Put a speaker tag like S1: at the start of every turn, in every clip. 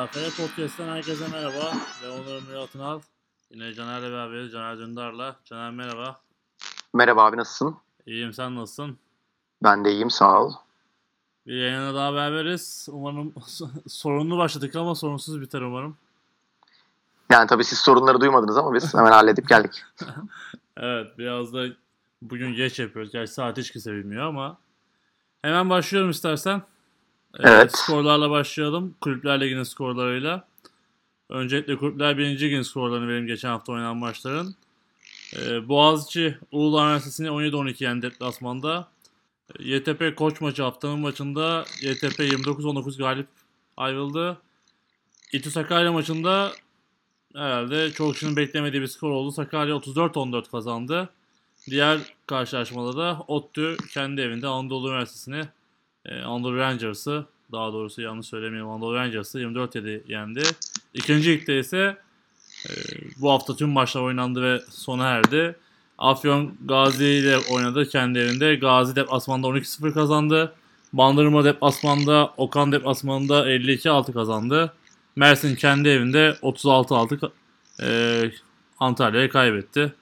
S1: Mesafeli Podcast'ten herkese merhaba. Ben Onur Murat Ünal. Yine Caner'le beraberiz. Caner Dündar'la. Caner merhaba.
S2: Merhaba abi, nasılsın?
S1: İyiyim, sen nasılsın?
S2: Ben de iyiyim, sağ ol.
S1: Bir yayına daha beraberiz. Umarım sorunlu başladık ama sorunsuz biter umarım.
S2: Yani tabii siz sorunları duymadınız ama biz hemen halledip geldik.
S1: Evet, biraz da bugün geç yapıyoruz. Gerçi saat hiç kimse bilmiyor ama. Hemen başlıyorum istersen.
S2: Evet.
S1: Skorlarla başlayalım. Kulüpler Ligi'nin skorlarıyla. Öncelikle Kulüpler 1. Lig'in skorlarını benim geçen hafta oynanan maçların. Boğaziçi Uludağ Üniversitesi'ni 17-12 yendi deplasmanda. YTP Koç maçı haftanın maçında YTP 29-19 galip ayrıldı. İTÜ Sakarya maçında herhalde çok kişinin beklemediği bir skor oldu. Sakarya 34-14 kazandı. Diğer karşılaşmada da ODTÜ kendi evinde Anadolu Üniversitesi'ni Anadolu Rangers'ı, daha doğrusu yanlış söylemeyeyim, Anadolu Rangers'ı 24-7 yendi. İkinci ligde ise bu hafta tüm maçlar oynandı ve sona erdi. Afyon Gazi ile oynadı kendi evinde. Gazi deplasmanda 12-0 kazandı. Bandırma deplasmanda, Okan deplasmanında 52-6 kazandı. Mersin kendi evinde 36-6 Antalya'ya kaybetti.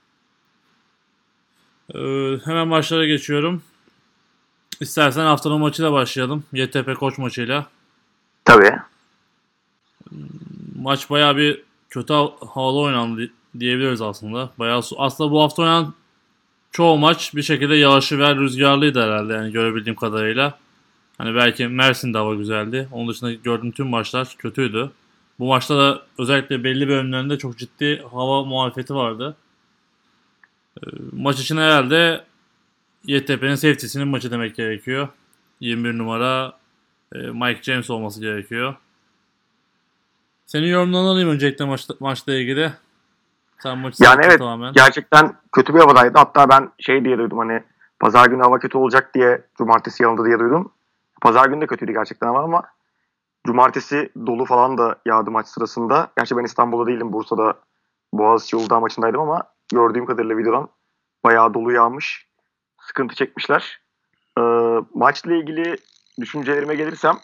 S1: Hemen maçlara geçiyorum. İstersen haftanın maçıyla başlayalım. YTP Koç maçıyla.
S2: Tabii.
S1: Maç bayağı bir kötü havalı oynandı diyebiliriz aslında. Aslında bu hafta oynanan çoğu maç bir şekilde yağışlı ve rüzgarlıydı herhalde, yani görebildiğim kadarıyla. Hani belki Mersin'de hava güzeldi. Onun dışında gördüğüm tüm maçlar kötüydü. Bu maçta da özellikle belli bölümlerinde çok ciddi hava muhalefeti vardı. Maç için herhalde YTP'nin safety'sinin maçı demek gerekiyor. 21 numara Mike James olması gerekiyor. Senin yorumlarını alayım öncelikle maçla ilgili. Sen maçı
S2: Yani
S1: seyrettin
S2: evet,
S1: tamamen.
S2: gerçekten kötü bir havadaydı. Hatta ben şey diye duydum, hani pazar günü hava kötü olacak diye cumartesi yanıldı diye duydum. Pazar günü de kötüydü gerçekten ama cumartesi dolu falan da yağdı maç sırasında. Gerçi ben İstanbul'da değilim, Bursa'da Boğaziçi Uludağ maçındaydım ama gördüğüm kadarıyla videodan bayağı dolu yağmış. Sıkıntı çekmişler. Maçla ilgili düşüncelerime gelirsem,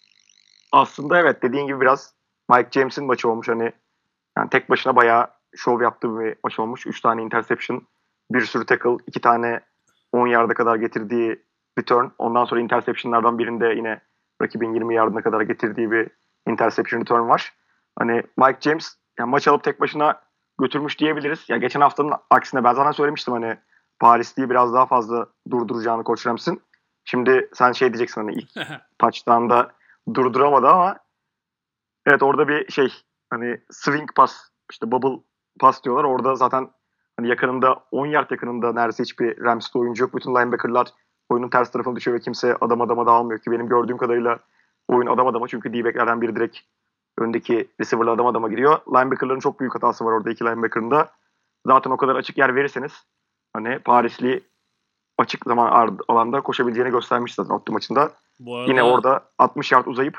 S2: aslında evet, dediğin gibi biraz Mike James'in maçı olmuş. Hani yani tek başına bayağı şov yaptığı bir maç olmuş. 3 tane interception, bir sürü tackle, 2 tane 10 yarda kadar getirdiği return. Ondan sonra interceptionlardan birinde yine rakibin 20 yardına kadar getirdiği bir interception return var. Hani Mike James yani maç alıp tek başına götürmüş diyebiliriz. Ya geçen haftanın aksine ben zaten söylemiştim, hani Parisli'yi biraz daha fazla durduracağını Koç Rams'in. Şimdi sen şey diyeceksin, hani ilk touchdown'da durduramadı ama evet, orada bir şey, hani swing pass, işte bubble pass diyorlar. Orada zaten hani yakınında 10 yard yakınında neredeyse hiçbir Rams'te oyuncu yok. Bütün linebacker'lar oyunun ters tarafına düşüyor ve kimse adam adama dağılmıyor ki benim gördüğüm kadarıyla oyun adam adama, çünkü D-back'lerden biri direkt öndeki receiver'la adam adama giriyor. Linebacker'ların çok büyük hatası var orada, iki linebacker'ın da. Zaten o kadar açık yer verirseniz hani Parisli açık zaman alanda koşabileceğini göstermiş zaten Ottu maçında.
S1: Bu
S2: Yine
S1: arada
S2: orada 60 yard uzayıp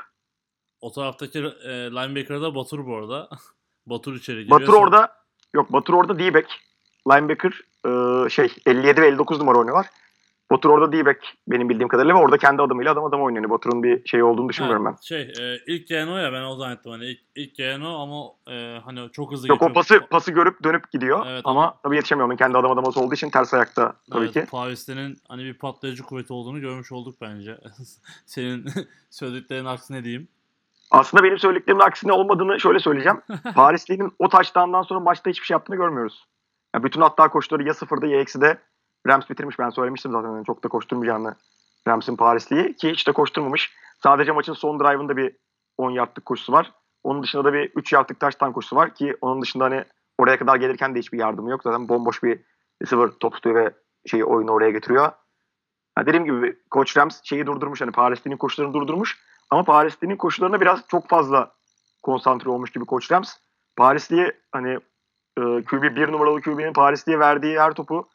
S1: o taraftaki linebacker da Batur bu arada. Batur içeri
S2: Batur
S1: giriyor.
S2: orada yok, Batur orada D-back. Linebacker 57 ve 59 numara oynuyorlar. Batur orada D-back benim bildiğim kadarıyla ve orada kendi adamıyla adam oynuyor. Yani Batur'un bir şey olduğunu
S1: Ha,
S2: düşünmüyorum ben.
S1: ilk gelen o ya, ben o zannettim, hani ilk gelen o ama hani çok hızlı
S2: Yok, o
S1: geçiyor.
S2: pası görüp dönüp gidiyor
S1: Evet ama
S2: ama tabii yetişemiyor. Onun kendi adaması olduğu için ters ayakta tabii
S1: evet,
S2: ki.
S1: Paris'tenin hani bir patlayıcı kuvveti olduğunu görmüş olduk bence. Senin söylediklerinin aksine diyeyim.
S2: Aslında benim söylediklerimin aksine olmadığını şöyle söyleyeceğim. Parisli'nin o taçtan sonra maçta hiçbir şey yaptığını görmüyoruz. Yani bütün hatta koşuları ya sıfırda ya ekside Rams bitirmiş. Ben söylemiştim zaten, yani çok da koşturmayacağını Rams'in Parisli'yi, ki hiç de koşturmamış. Sadece maçın son drive'ında bir 10 yardlık koşusu var. Onun dışında da bir 3 yardlık taştan koşusu var ki onun dışında hani oraya kadar gelirken de hiçbir yardımı yok. Zaten bomboş bir receiver top tutuyor ve oyunu oraya getiriyor. Yani dediğim gibi Koç Rams şeyi durdurmuş, hani Parisli'nin koşularını durdurmuş. Ama Parisli'nin koşularına biraz çok fazla konsantre olmuş gibi Koç Rams. Parisli'ye hani QB, bir numaralı QB'nin Parisli'ye verdiği her topu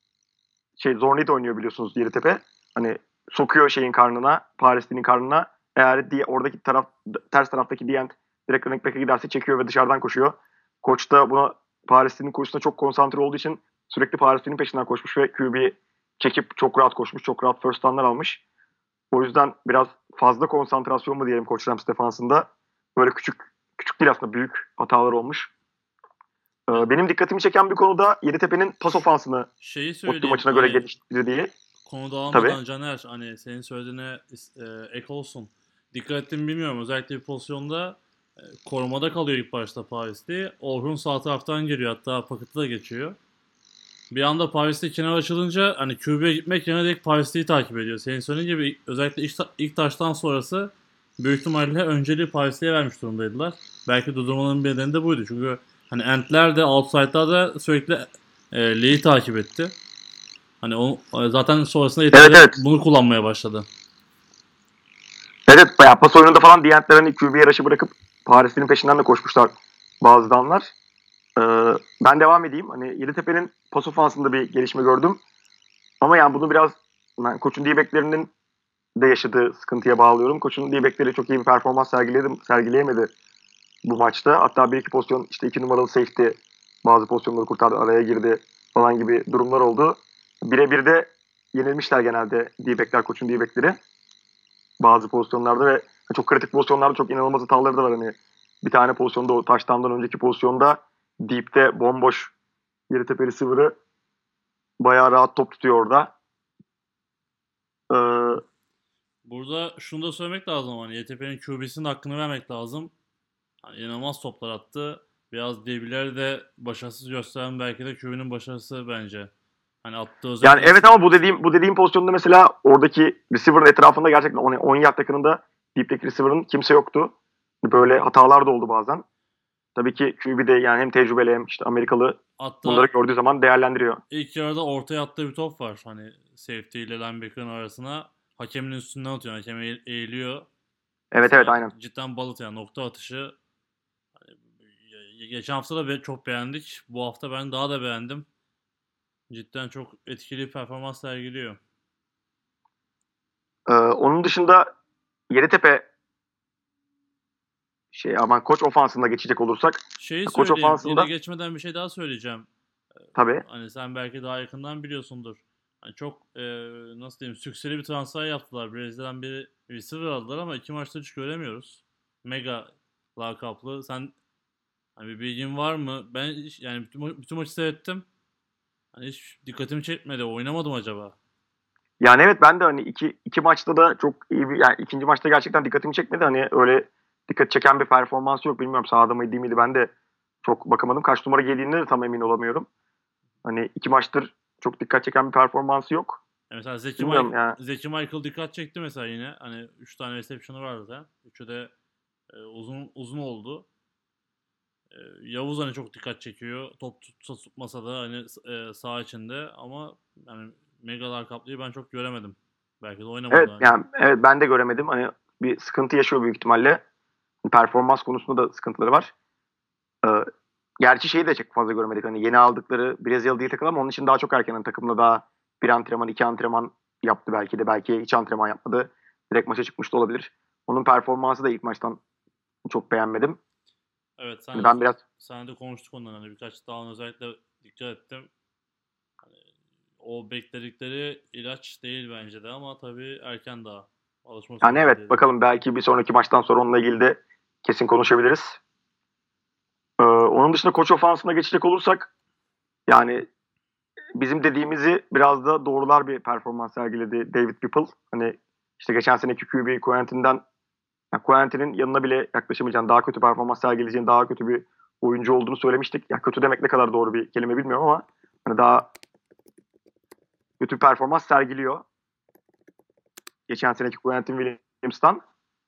S2: Zornit oynuyor biliyorsunuz Yeditepe. Hani sokuyor şeyin karnına, Parisli'nin karnına. Eğer oradaki ters taraftaki Dient direkt running back'e giderse çekiyor ve dışarıdan koşuyor. Koç da buna, Parisli'nin koşusuna çok konsantre olduğu için sürekli Parisli'nin peşinden koşmuş ve QB çekip çok rahat koşmuş. Çok rahat first down'lar almış. O yüzden biraz fazla konsantrasyon mu diyelim Koç Rams defansında. böyle küçük değil aslında, büyük hatalar olmuş. Benim dikkatimi çeken bir konuda Yeditepe'nin pas ofansını
S1: Şeyi
S2: Ottu
S1: söyleyeyim
S2: maçına göre
S1: hani
S2: geliştirdiği.
S1: konu
S2: Tabii.
S1: dağılmadan Caner hani senin söylediğine ek olsun. Dikkat ettim bilmiyorum. Özellikle bir pozisyonda korumada kalıyor ilk başta Paris'te. Orhun sağ taraftan geliyor. Hatta paketi da geçiyor. Bir anda Paris'te kenar açılınca hani QB'ye gitmek yerine direkt Paris'teyi takip ediyor. Senin söylediğin gibi özellikle ilk taştan sonrası büyük ihtimalle önceliği Paris'e vermiş durumdaydılar. Belki durdurmanın bir nedeni de buydu. Çünkü hani Ent'ler de outside'lar da sürekli Lee'yi takip etti. Hani zaten sonrasında
S2: Evet,
S1: yetenekleri
S2: evet.
S1: bunu kullanmaya başladı.
S2: Evet, bayağı pas oyununda falan Dientler hani QB yarışı bırakıp Paris'in peşinden de koşmuşlar bazı damlar. Ben devam edeyim. Hani Yeditepe'nin pas ofansında bir gelişme gördüm. Ama yani bunu biraz koçun D-back'lerinin de yaşadığı sıkıntıya bağlıyorum. Koçun D-back'leri çok iyi bir performans sergileyemedi bu maçta. Hatta bir iki pozisyon işte 2 numaralı safety bazı pozisyonları kurtardı, araya girdi falan gibi durumlar oldu. Birebir de yenilmişler genelde D-back'ler, koçun D-back'leri bazı pozisyonlarda ve çok kritik pozisyonlarda çok inanılmaz hataları da var. Hani bir tane pozisyonda, o taştandan önceki pozisyonda deep'te bomboş Yeditepe receiver'ı bayağı rahat top tutuyor orada. Ee,
S1: Burada şunu da söylemek lazım hani YTP'nin QB'sinin hakkını vermek lazım. Hani inanılmaz toplar attı. Biraz DB'leri de başarısız gösteren belki de QB'nin başarısı bence. Hani attığı
S2: Yani
S1: özellikle
S2: evet, ama bu dediğim pozisyonda mesela oradaki receiver'ın etrafında gerçekten 10 yard yakınında deep'teki receiver'ın kimse yoktu. Böyle hatalar da oldu bazen. Tabii ki QB de yani hem tecrübeli hem işte Amerikalı bunları
S1: hatta
S2: gördüğü zaman değerlendiriyor.
S1: ilk yarıda ortaya attığı bir top var. Hani safety ile linebacker'ın arasına hakemin üstünden atıyor. Hakem eğiliyor.
S2: Evet, evet,
S1: Mesela
S2: aynen.
S1: cidden balıt yani nokta atışı. Hani geçen hafta da çok beğendik. Bu hafta ben daha da beğendim. Cidden çok etkili bir performans sergiliyor.
S2: Onun dışında Yeditepe aman koç ofansında geçecek olursak,
S1: Şeyi
S2: koç
S1: söyleyeyim. Yine
S2: ofansında
S1: geçmeden bir şey daha söyleyeceğim.
S2: tabii.
S1: Hani sen belki daha yakından biliyorsundur. Hani çok nasıl diyeyim sükseli bir transfer yaptılar. Brezilya'dan bir receiver aldılar ama iki maçta hiç göremiyoruz. Mega lakaplı. Sen hani bir bilgin var mı? Ben yani bütün maçı seyrettim. Hani hiç dikkatimi çekmedi. Oynamadım acaba.
S2: Yani evet, ben de hani iki maçta da çok iyi bir, yani ikinci maçta gerçekten dikkatimi çekmedi. Hani öyle dikkat çeken bir performansı yok. Bilmiyorum sahada mıydı değil miydi, ben de çok bakamadım. Kaç numara geldiğinde de tam emin olamıyorum. Hani iki maçtır çok dikkat çeken bir performansı yok.
S1: Mesela
S2: Bilmiyorum ya.
S1: Zeki Michael dikkat çekti mesela yine. Hani 3 tane reception'ı vardı da. Üçü de uzun uzun oldu. Yavuz hani çok dikkat çekiyor. Top tutsa tutmasa da hani saha içinde ama yani Mega Larkaplıyı ben çok göremedim. Belki de oynamadı
S2: Evet,
S1: daha önce.
S2: yani evet, ben de göremedim. Hani bir sıkıntı yaşıyor büyük ihtimalle. Performans konusunda da sıkıntıları var. Ee, Gerçi şeyi de çok fazla göremedik. Hani yeni aldıkları Brezilya değil takım, ama onun için daha çok erken. Hani takımda daha bir antrenman, iki antrenman yaptı belki de. Belki hiç antrenman yapmadı. Direkt maça çıkmış da olabilir. Onun performansı da ilk maçtan çok beğenmedim.
S1: Evet
S2: Hani ben biraz
S1: sen de konuştuk ondan hani birkaç daha özellikle dikkat ettim. Hani o bekledikleri ilaç değil bence de ama tabii erken daha. Alışması
S2: yani
S1: lazım diye
S2: evet,
S1: düşünüyorum.
S2: bakalım, belki bir sonraki maçtan sonra onunla ilgili de kesin konuşabiliriz. Onun dışında koç ofansına geçecek olursak, yani bizim dediğimizi biraz da doğrular bir performans sergiledi David Whipple. Hani işte geçen seneki QB Quentin'den, yani Quentin'in yanına bile yaklaşamayacağını, daha kötü performans sergileyeceğini, daha kötü bir oyuncu olduğunu söylemiştik. Ya kötü demek ne kadar doğru bir kelime bilmiyorum ama hani daha kötü bir performans sergiliyor. Geçen seneki Quentin Williams'tan.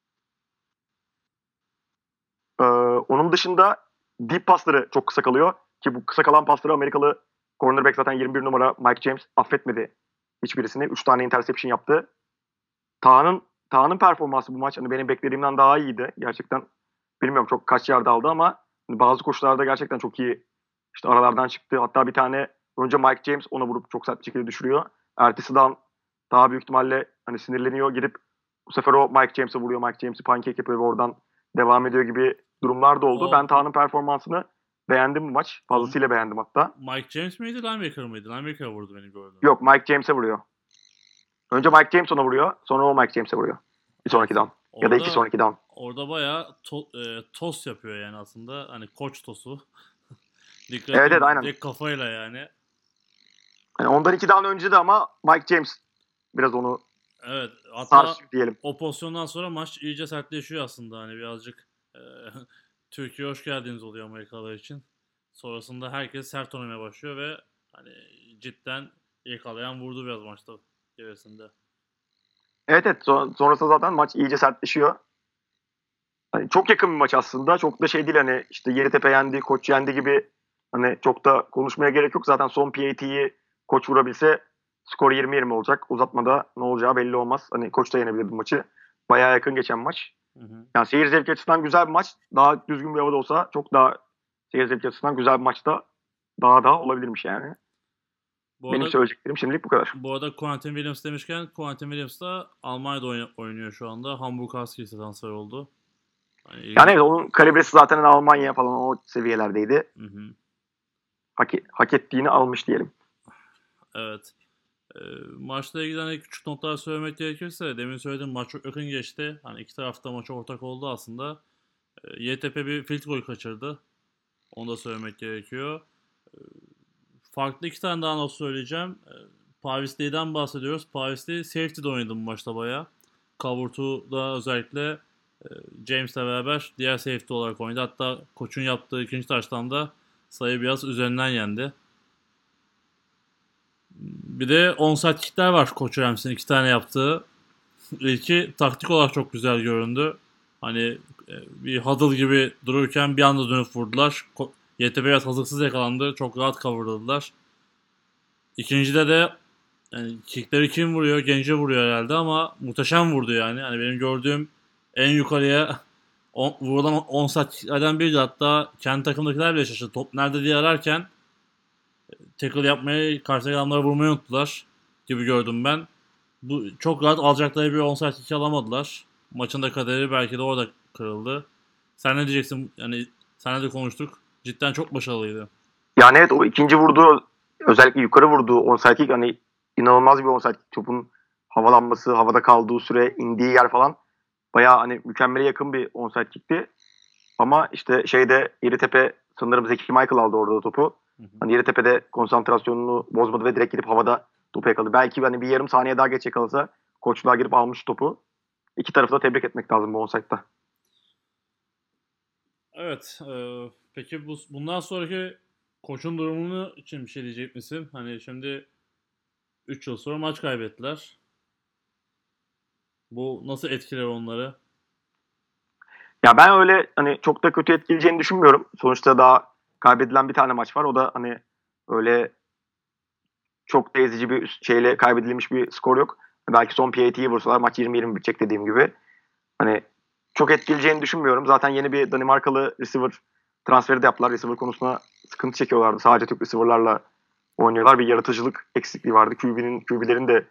S2: Onun dışında deep pasları çok kısa kalıyor. Ki bu kısa kalan pasları Amerikalı cornerback zaten 21 numara Mike James affetmedi hiçbirisini. 3 tane interception yaptı. Taha'nın performansı bu maç hani benim beklediğimden daha iyiydi. Gerçekten bilmiyorum çok kaç yard aldı ama bazı koşularda gerçekten çok iyi. İşte aralardan çıktı. Hatta bir tane önce Mike James ona vurup çok sert bir şekilde düşürüyor. Ertesi down daha büyük ihtimalle hani sinirleniyor, gidip bu sefer o Mike James'e vuruyor. Mike James'i pancake yapıyor ve oradan devam ediyor gibi durumlar da oldu. Ben
S1: O,
S2: Taha'nın performansını beğendim bu maç.
S1: o
S2: Fazlasıyla beğendim hatta.
S1: Mike James miydi linebacker mıydı? Linebacker vurdu benim gördüğüm.
S2: Yok, Mike James'e vuruyor. Önce Mike James ona vuruyor. Sonra o Mike James'e vuruyor. Bir sonraki
S1: Evet.
S2: down. Ya da iki
S1: Orada
S2: sonraki down.
S1: Orada bayağı tost yapıyor yani aslında. Hani koç tosu. Dikkat
S2: Evet evet
S1: ettim
S2: aynen.
S1: direkt kafayla yani.
S2: Yani ondan 2 down önce de ama Mike James biraz onu
S1: Evet, hatta
S2: sarsıyor diyelim.
S1: o pozisyondan sonra maç iyice sertleşiyor aslında. Hani birazcık e, Türkiye hoş geldiniz oluyor Amerikalılar için. Sonrasında herkes sert oynamaya başlıyor ve hani cidden yakalayan vurdu biraz maçta gerisinde.
S2: Evet evet sonrasında zaten maç iyice sertleşiyor. Hani çok yakın bir maç aslında. Çok da şey değil hani işte Yeditepe yendi, Koç yendi gibi hani çok da konuşmaya gerek yok. Zaten son PAT'yi Koç vurabilse skor 20-20 olacak. Uzatmada ne olacağı belli olmaz. Hani Koç da yenebilir bu maçı. Bayağı yakın geçen maç.
S1: Hı hı.
S2: Yani seyir zevki açısından güzel bir maç. Daha düzgün bir havada olsa çok daha seyir zevki açısından güzel bir maçta daha olabilirmiş yani.
S1: Bu
S2: Benim
S1: arada
S2: söyleyeceklerim şimdilik bu kadar.
S1: bu arada Quentin Williams demişken Quentin Williams da Almanya'da oynuyor şu anda. Hamburg Huskies'e transfer oldu. Hani
S2: Yani
S1: ilginç.
S2: evet onun kalibresi zaten Almanya falan o seviyelerdeydi.
S1: Hı hı.
S2: Hak ettiğini almış diyelim.
S1: Evet. Ee, Maçla ilgili hani küçük notlar söylemek gerekirse demin söylediğim maç çok yakın geçti. Hani iki tarafta maça ortak oldu aslında. YTP bir field goal kaçırdı. Onu da söylemek gerekiyor. Farklı iki tane daha not söyleyeceğim. Pavis Lee'den bahsediyoruz. Pavis Lee safety'de oynadı bu maçta bayağı. Cover 2'da özellikle e, James'le beraber diğer safety olarak oynadı. Hatta koçun yaptığı ikinci taştan da sayı biraz üzerinden yendi. Bir de onside kickler var Koç Rams'in iki tane yaptığı. İlki taktik olarak çok güzel göründü. Hani bir huddle gibi dururken bir anda dönüp vurdular. YTB biraz hazırsız yakalandı. Çok rahat coverladılar. İkincide de yani kickleri kim vuruyor? Gence vuruyor herhalde ama muhteşem vurdu yani. Hani benim gördüğüm en yukarıya vurulan 10 kicklerden biriydi. Hatta kendi takımdakiler bile şaşırdı. Top nerede diye ararken tackle yapmayı, karşı adamlara vurmayı unuttular gibi gördüm ben. Bu çok rahat alacakları bir onside kick alamadılar. Maçın da kaderi belki de orada kırıldı. Sen ne diyeceksin? Yani senle de konuştuk. Cidden çok başarılıydı.
S2: Yani evet o ikinci vurduğu özellikle yukarı vurduğu onside kick hani inanılmaz bir onside kick. Topun havalanması, havada kaldığı süre, indiği yer falan bayağı hani mükemmele yakın bir onside kickti. Ama işte şeyde Yeditepe sanırım Zeki Michael aldı orada da topu.
S1: Hı hı.
S2: Hani Yeditepe'de konsantrasyonunu bozmadı ve direkt gidip havada topu yakaladı. Belki hani bir yarım saniye daha geç yakalasa koçluğa girip almış topu. İki tarafı da tebrik etmek lazım bu onsite'da.
S1: Evet. Peki bundan sonraki koçun durumunu için bir şey diyecek misin? Hani şimdi 3 yıl sonra maç kaybettiler. Bu nasıl etkiler onları?
S2: Ya ben öyle hani çok da kötü etkileyeceğini düşünmüyorum. Sonuçta daha kaybedilen bir tane maç var. O da hani öyle çok da ezici bir şeyle kaybedilmiş bir skor yok. Belki son PAT'yi vursalar maç 20-20 bitecek dediğim gibi. Hani çok etkileyeceğini düşünmüyorum. Zaten yeni bir Danimarkalı receiver transferi de yaptılar. Receiver konusunda sıkıntı çekiyorlardı. Sadece Türk receiver'larla oynuyorlar. Bir yaratıcılık eksikliği vardı. QB'lerin de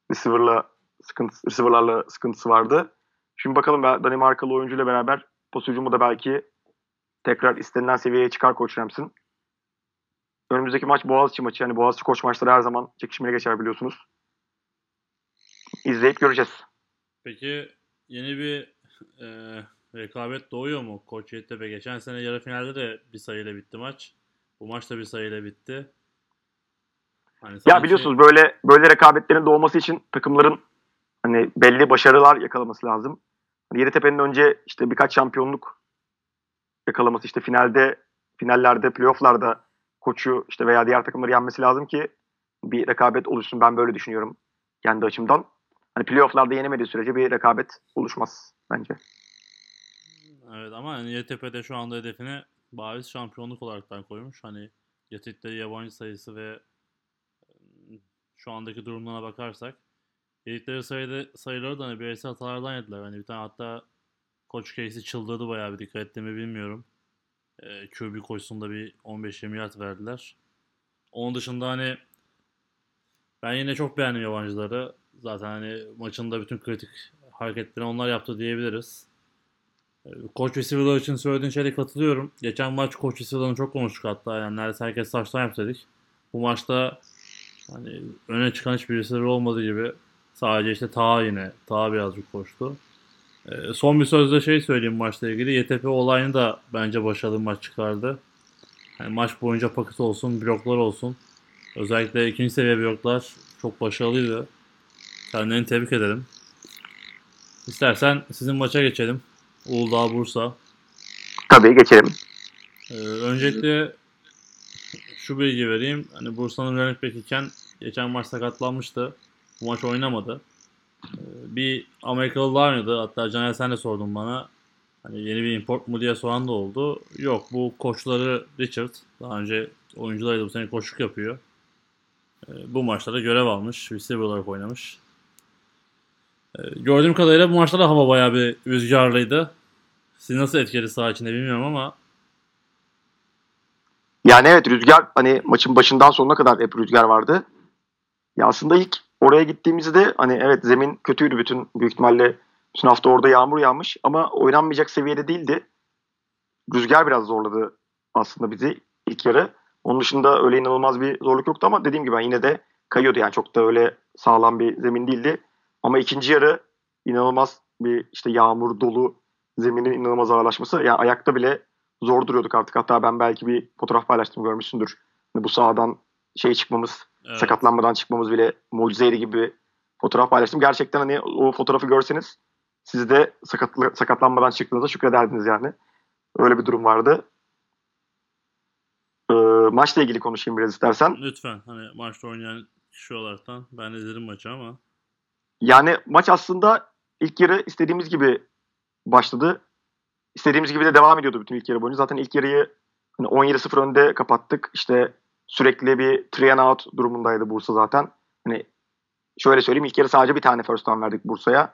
S2: receiver'larla sıkıntısı vardı. Şimdi bakalım Danimarkalı oyuncuyla beraber pas hücumu da belki tekrar istenilen seviyeye çıkar Koç Rams'in. Önümüzdeki maç Boğaziçi maçı. Yani Boğaziçi Koç maçları her zaman çekişmeli geçer biliyorsunuz. İzleyip göreceğiz.
S1: Peki yeni bir e, rekabet doğuyor mu Koç Yeditepe? Geçen sene yarı finalde de bir sayıyla bitti maç. Bu maç da bir sayıyla bitti. Hani
S2: Ya
S1: sanki
S2: biliyorsunuz böyle rekabetlerin doğması için takımların hani belli başarılar yakalaması lazım. Hani Yeditepe'nin önce işte birkaç şampiyonluk yakalaması işte finallerde, playoff'larda koçu işte veya diğer takımları yenmesi lazım ki bir rekabet oluşsun. Ben böyle düşünüyorum kendi açımdan. Hani playoff'larda yenemediği sürece bir rekabet oluşmaz bence.
S1: evet ama hani YTP'de şu anda hedefine bariz şampiyonluk olaraktan koymuş. Hani getirdikleri yabancı sayısı ve şu andaki durumlarına bakarsak yedikleri sayıları da hani bireysel hatalardan yediler. Hani bir tane hatta Koç Casey çıldırdı bayağı bir dikkat ettiğimi bilmiyorum. QB koşusunda bir 15-20 yard verdiler. Onun dışında hani ben yine çok beğendim yabancıları. Zaten hani maçın da bütün kritik hareketlerini onlar yaptı diyebiliriz. Koç ve Sivil'a için söylediğin şeyle katılıyorum. Geçen maç Koç ve Sivila'nı çok konuştuk hatta. Yani neredeyse herkes saçtan yaptı dedik. Bu maçta hani öne çıkan hiçbir receiver olmadığı gibi sadece işte Ta birazcık koştu. Son bir sözde şey söyleyeyim maçla ilgili. YTP olayını da bence başarılı bir maç çıkardı. Yani maç boyunca paket olsun, bloklar olsun. Özellikle ikinci seviye bloklar çok başarılıydı. Kendilerini tebrik ederim. İstersen sizin maça geçelim. Uludağ Bursa.
S2: Tabii geçelim.
S1: Öncelikle şu bilgi vereyim. Hani Bursa'nın running back iken geçen maç sakatlanmıştı. Bu maç oynamadı. Bir Amerikalılar oynadı. Hatta Caner sen de sordun bana. Hani yeni bir import mu diye soran da oldu. Yok, bu koçları Richard. Daha önce oyuncularıyla bu sene koçluk yapıyor. Bu maçlarda görev almış. Receiver olarak oynamış. Gördüğüm kadarıyla bu maçlarda hava bayağı bir rüzgarlıydı. Siz nasıl etkili saha içinde bilmiyorum ama
S2: Yani evet, rüzgar, hani maçın başından sonuna kadar hep rüzgar vardı. Ya aslında ilk oraya gittiğimizde hani evet, zemin kötüydü, büyük ihtimalle bütün hafta orada yağmur yağmış ama oynanmayacak seviyede değildi. Rüzgar biraz zorladı aslında bizi ilk yarı. Onun dışında öyle inanılmaz bir zorluk yoktu ama dediğim gibi ben yine de kayıyordu, yani çok da öyle sağlam bir zemin değildi. Ama ikinci yarı inanılmaz bir işte yağmur dolu zeminin inanılmaz ağırlaşması. Yani ayakta bile zor duruyorduk artık. Hatta ben belki bir fotoğraf paylaştım, görmüşsündür. Hani bu sahadan çıkmamız,
S1: evet.
S2: sakatlanmadan çıkmamız bile mucizeydi gibi bir fotoğraf paylaştım. Gerçekten hani o fotoğrafı görseniz siz de sakatlanmadan çıktığınızda şükrederdiniz yani. Öyle bir durum vardı. Ee, Maçla ilgili konuşayım biraz istersen.
S1: Lütfen, hani maçta oynayan kişi olaraktan ben de izledim maçı ama
S2: Yani maç aslında ilk yarı istediğimiz gibi başladı. İstediğimiz gibi de devam ediyordu bütün ilk yarı boyunca. Zaten ilk yarıyı hani 17-0 önde kapattık. İşte sürekli bir three and out durumundaydı Bursa zaten. Hani şöyle söyleyeyim, ilk yarı sadece bir tane first down verdik Bursa'ya.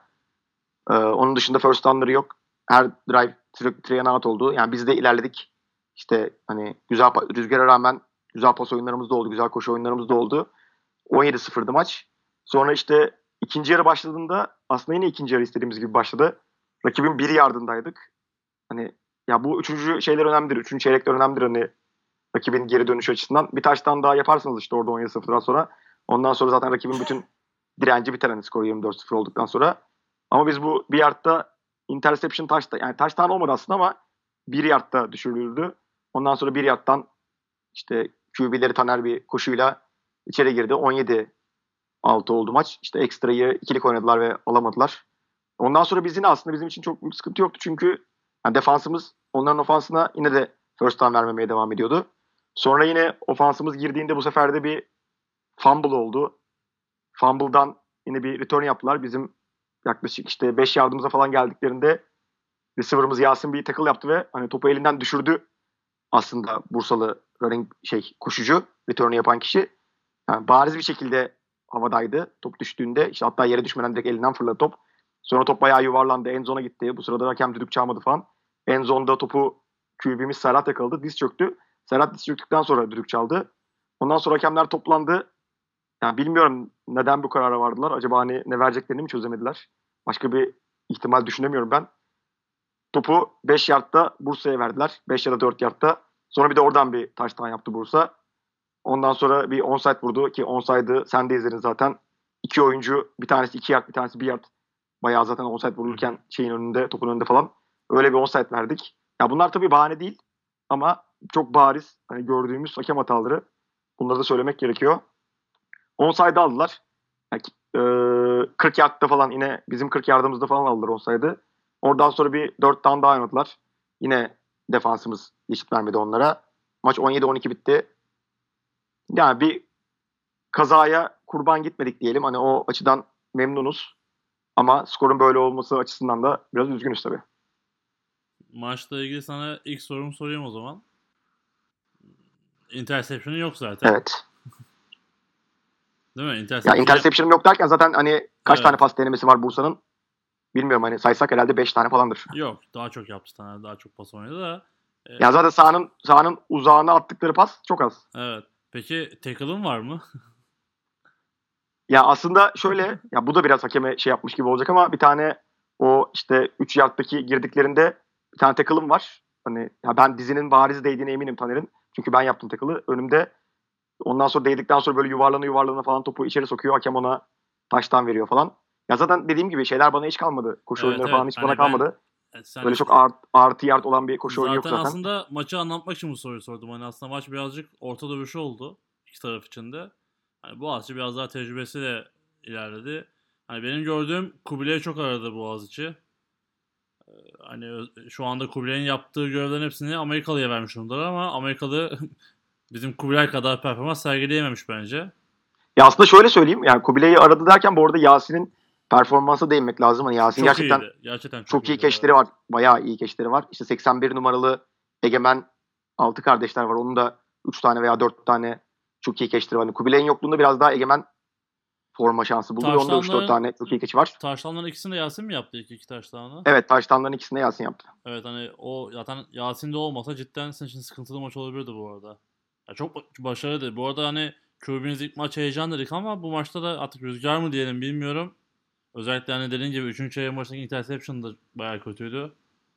S2: Onun dışında first down'ları yok. Her drive three and out oldu. Yani biz de ilerledik. İşte hani güzel rüzgara rağmen güzel pas oyunlarımız da oldu. Güzel koşu oyunlarımız da oldu. 17-0'dı maç. Sonra işte ikinci yarı başladığında aslında yine ikinci yarı istediğimiz gibi başladı. Rakibin bir yardındaydık. Hani ya bu üçüncü şeyler önemlidir. Üçüncü çeyrekler önemlidir hani rakibin geri dönüşü açısından. Bir taştan daha yaparsanız işte orada 17-0'dan sonra. Ondan sonra zaten rakibin bütün direnci biter hani skor 24-0 olduktan sonra. Ama biz bu bir yardta interception taşta, yani taştan olmadı aslında ama bir yardta düşürüldü. Ondan sonra bir yardtan işte QB'leri Taner bir koşuyla içeri girdi. 17-6 oldu maç. İşte ekstrayı ikilik oynadılar ve alamadılar. Ondan sonra biz yine aslında bizim için çok büyük sıkıntı yoktu. Çünkü yani defansımız onların ofansına yine de first down vermemeye devam ediyordu. Sonra yine ofansımız girdiğinde bu sefer de bir fumble oldu. Fumble'dan yine bir return yaptılar. Bizim yaklaşık işte 5 yardımıza falan geldiklerinde receiver'ımız Yasin bir tackle yaptı ve hani topu elinden düşürdü aslında Bursalı koşucu, return'ü yapan kişi. Yani bariz bir şekilde havadaydı top düştüğünde. İşte hatta yere düşmeden direkt elinden fırladı top. Sonra top bayağı yuvarlandı. En zone'a gitti. Bu sırada hakem düdük çalmadı falan. En zonda topu QB'miz Serhat yakaladı. Diz çöktü. Serhat diz çöktükten sonra düdük çaldı. Ondan sonra hakemler toplandı. Yani bilmiyorum neden bu karara vardılar. Acaba hani ne vereceklerini mi çözemediler? Başka bir ihtimal düşünemiyorum ben. Topu 5 yardta Bursa'ya verdiler. 5 ya da 4 yardta. Sonra bir de oradan bir touchdown yaptı Bursa. Ondan sonra bir onside vurdu ki onside'ı sen de izledin zaten. İki oyuncu, bir tanesi 2 yard, bir tanesi 1 yard. Bayağı zaten onside vurulurken şeyin önünde, topun önünde falan. Öyle bir onside verdik. Ya bunlar tabii bahane değil ama çok bariz hani gördüğümüz hakem hataları. Bunları da söylemek gerekiyor. Onside aldılar. Yani, 40 yardta falan, yine bizim 40 yardımızda falan aldılar onside'ı. Oradan sonra bir 4 tane daha oynadılar. Yine defansımız geçit vermedi onlara. Maç 17-12 bitti. Yani bir kazaya kurban gitmedik diyelim. Hani o açıdan memnunuz. Ama skorun böyle olması açısından da biraz üzgünüz tabii.
S1: maçla ilgili sana ilk sorumu sorayım o zaman. Interception'ın yok zaten.
S2: Evet.
S1: Değil mi?
S2: Ya
S1: Interception yap.
S2: interception'ım yok derken zaten hani kaç tane
S1: Evet.
S2: pas denemesi var Bursa'nın? Bilmiyorum, hani saysak herhalde 5 tane falandır.
S1: Yok. Daha çok yaptı Taner. Daha çok pas oynadı da.
S2: Ya zaten sahanın uzağına attıkları pas çok az.
S1: Evet. Peki tackle'ın var mı?
S2: Ya aslında şöyle, ya bu da biraz hakeme şey yapmış gibi olacak ama bir tane o işte 3 yardtaki girdiklerinde bir tane tackle'ım var. Hani ya ben dizinin bariz değdiğine eminim Taner'in. Çünkü ben yaptım tackle'ı. Önümde, ondan sonra değdikten sonra böyle yuvarlana yuvarlana falan topu içeri sokuyor. Hakem ona taştan veriyor falan. Ya zaten dediğim gibi şeyler bana hiç kalmadı. Koşu
S1: Evet
S2: oyunları
S1: evet.
S2: falan hiç bana
S1: Hani ben
S2: kalmadı.
S1: sen
S2: Böyle çok artı yard olan bir koşu oyunu yok
S1: zaten
S2: zaten.
S1: aslında maçı anlatmak için bu soruyu sordum. Hani aslında maç birazcık orta dövüşü oldu iki taraf için de. Hani Boğaziçi biraz daha tecrübesiyle ilerledi. Hani benim gördüğüm Kubilay'ı çok aradı Boğaziçi. Hani şu anda Kubilay'ın yaptığı görevlerin hepsini Amerikalı'ya vermiş durumdalar ama Amerikalı bizim Kubilay kadar performans sergileyememiş bence.
S2: Ya aslında şöyle söyleyeyim. Yani Kubilay'ı aradı derken bu arada Yasin'in performansa değinmek lazım. Hani Yasin
S1: Çok
S2: gerçekten
S1: iyiydi. Gerçekten çok
S2: çok iyi
S1: iyiydi.
S2: keşleri
S1: Evet.
S2: var. Bayağı iyi keşleri var. İşte 81 numaralı Egemen 6 kardeşler var. Onun da 3 tane veya 4 tane çok iyi keşleri var. Hani Kubilay'ın yokluğunda biraz daha Egemen forma şansı buldu ve onun da 3-4
S1: Taşlanların
S2: tane çok iyi keşi var.
S1: taşlanların ikisini de Yasin mi yaptı iki taşlanı?
S2: Evet, taştanların ikisini de Yasin yaptı.
S1: Evet hani o zaten Yasin'de olmasa cidden senin için sıkıntılı maç olabilirdi bu arada. Ya çok başarılıydı. Bu arada hani Kürbiniz ilk maç heyecan dedik ama bu maçta da artık rüzgar mı diyelim bilmiyorum. Özellikle hani dediğin gibi 3. çeyrek maçındaki interception da bayağı kötüydü.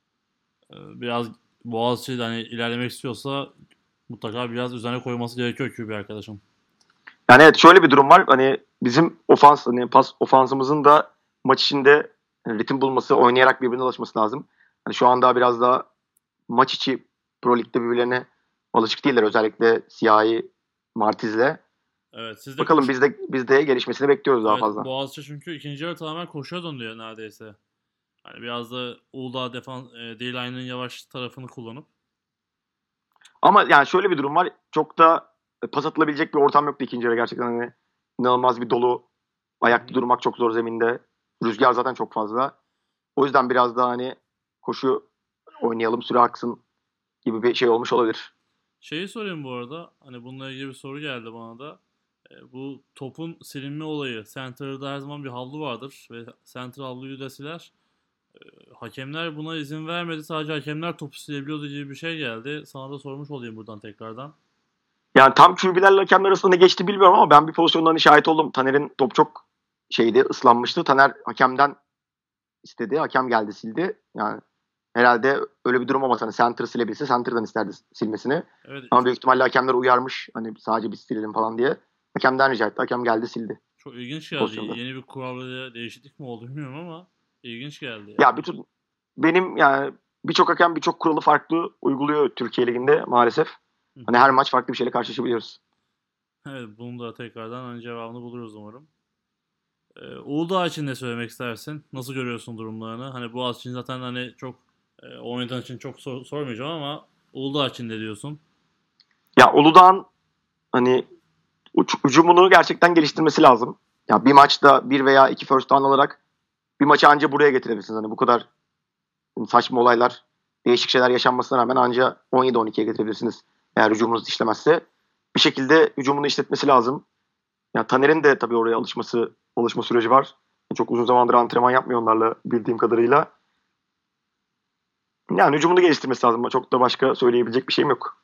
S1: Biraz Boğaziçi hani ilerlemek istiyorsa mutlaka biraz üzerine koyması gerekiyor QB arkadaşım.
S2: Yani evet, şöyle bir durum var. Hani bizim ofans, hani pas ofansımızın da maç içinde ritim bulması, oynayarak birbirine alışması lazım. Hani şu anda biraz daha maç içi Pro Lig'de birbirlerine alışık değiller. Özellikle Siyahi Martiz'le.
S1: Evet siz de
S2: Bakalım
S1: koş.
S2: biz de gelişmesini bekliyoruz daha
S1: Evet
S2: fazla.
S1: Boğaziçi çünkü ikinci yarı tamamen koşuya döndü neredeyse. Hani biraz da Uludağ D-line'ın yavaş tarafını kullanıp.
S2: Ama yani şöyle bir durum var. Çok da pas atılabilecek bir ortam yoktu ikinci yarı. Gerçekten hani inanılmaz bir dolu.
S1: Hı
S2: Ayakta
S1: hı.
S2: durmak çok zor zeminde. Rüzgar zaten çok fazla. O yüzden biraz daha hani koşu oynayalım, süre aksın gibi bir şey olmuş olabilir.
S1: Şeyi sorayım bu arada. Hani bununla ilgili bir soru geldi bana da. Bu topun silinme olayı. Center'da her zaman bir havlu vardır ve center havluyu da siler. Hakemler buna izin vermedi. Sadece hakemler topu silebiliyordu gibi bir şey geldi. Sana da sormuş olayım buradan tekrardan.
S2: Yani tam QB'lerle hakemler arasında ne geçti bilmiyorum ama ben bir pozisyondan şahit oldum. Taner'in top çok şeydi, ıslanmıştı. Taner hakemden istedi. Hakem geldi sildi. Yani herhalde öyle bir durum olmasa hani center silebilse center'dan isterdi silmesini.
S1: Evet
S2: Ama
S1: çok,
S2: büyük ihtimalle hakemler uyarmış. Hani sadece biz silelim falan diye. Hakemden rica etti. Hakem geldi sildi
S1: çok ilginç
S2: bu
S1: geldi.
S2: pozisyonda.
S1: Yeni bir kuralda değişiklik mi oldu bilmiyorum ama ilginç geldi
S2: Ya
S1: yani.
S2: bütün benim yani birçok hakem birçok kuralı farklı uyguluyor Türkiye Ligi'nde maalesef.
S1: Hı
S2: Hani
S1: hı.
S2: her maç farklı bir şeyle karşılaşabiliyoruz.
S1: Evet bunu da tekrardan hani cevabını buluruz umarım. Uludağ için ne söylemek istersin? Nasıl görüyorsun durumlarını? Hani Boğaz için zaten hani çok oynayan için çok sormayacağım ama Uludağ için ne diyorsun?
S2: Ya Uludağ'ın hani hücumunu gerçekten geliştirmesi lazım. Ya bir maçta bir veya iki first down alarak bir maçı anca buraya getirebilirsiniz. Hani bu kadar saçma olaylar, değişik şeyler yaşanmasına rağmen anca 17-12'ye getirebilirsiniz. Eğer hücumunuz işlemezse. Bir şekilde hücumunu işletmesi lazım. Ya Taner'in de tabii oraya alışma süreci var. Çok uzun zamandır antrenman yapmıyor onlarla bildiğim kadarıyla. Yani hücumunu geliştirmesi lazım. Çok da başka söyleyebilecek bir şeyim yok.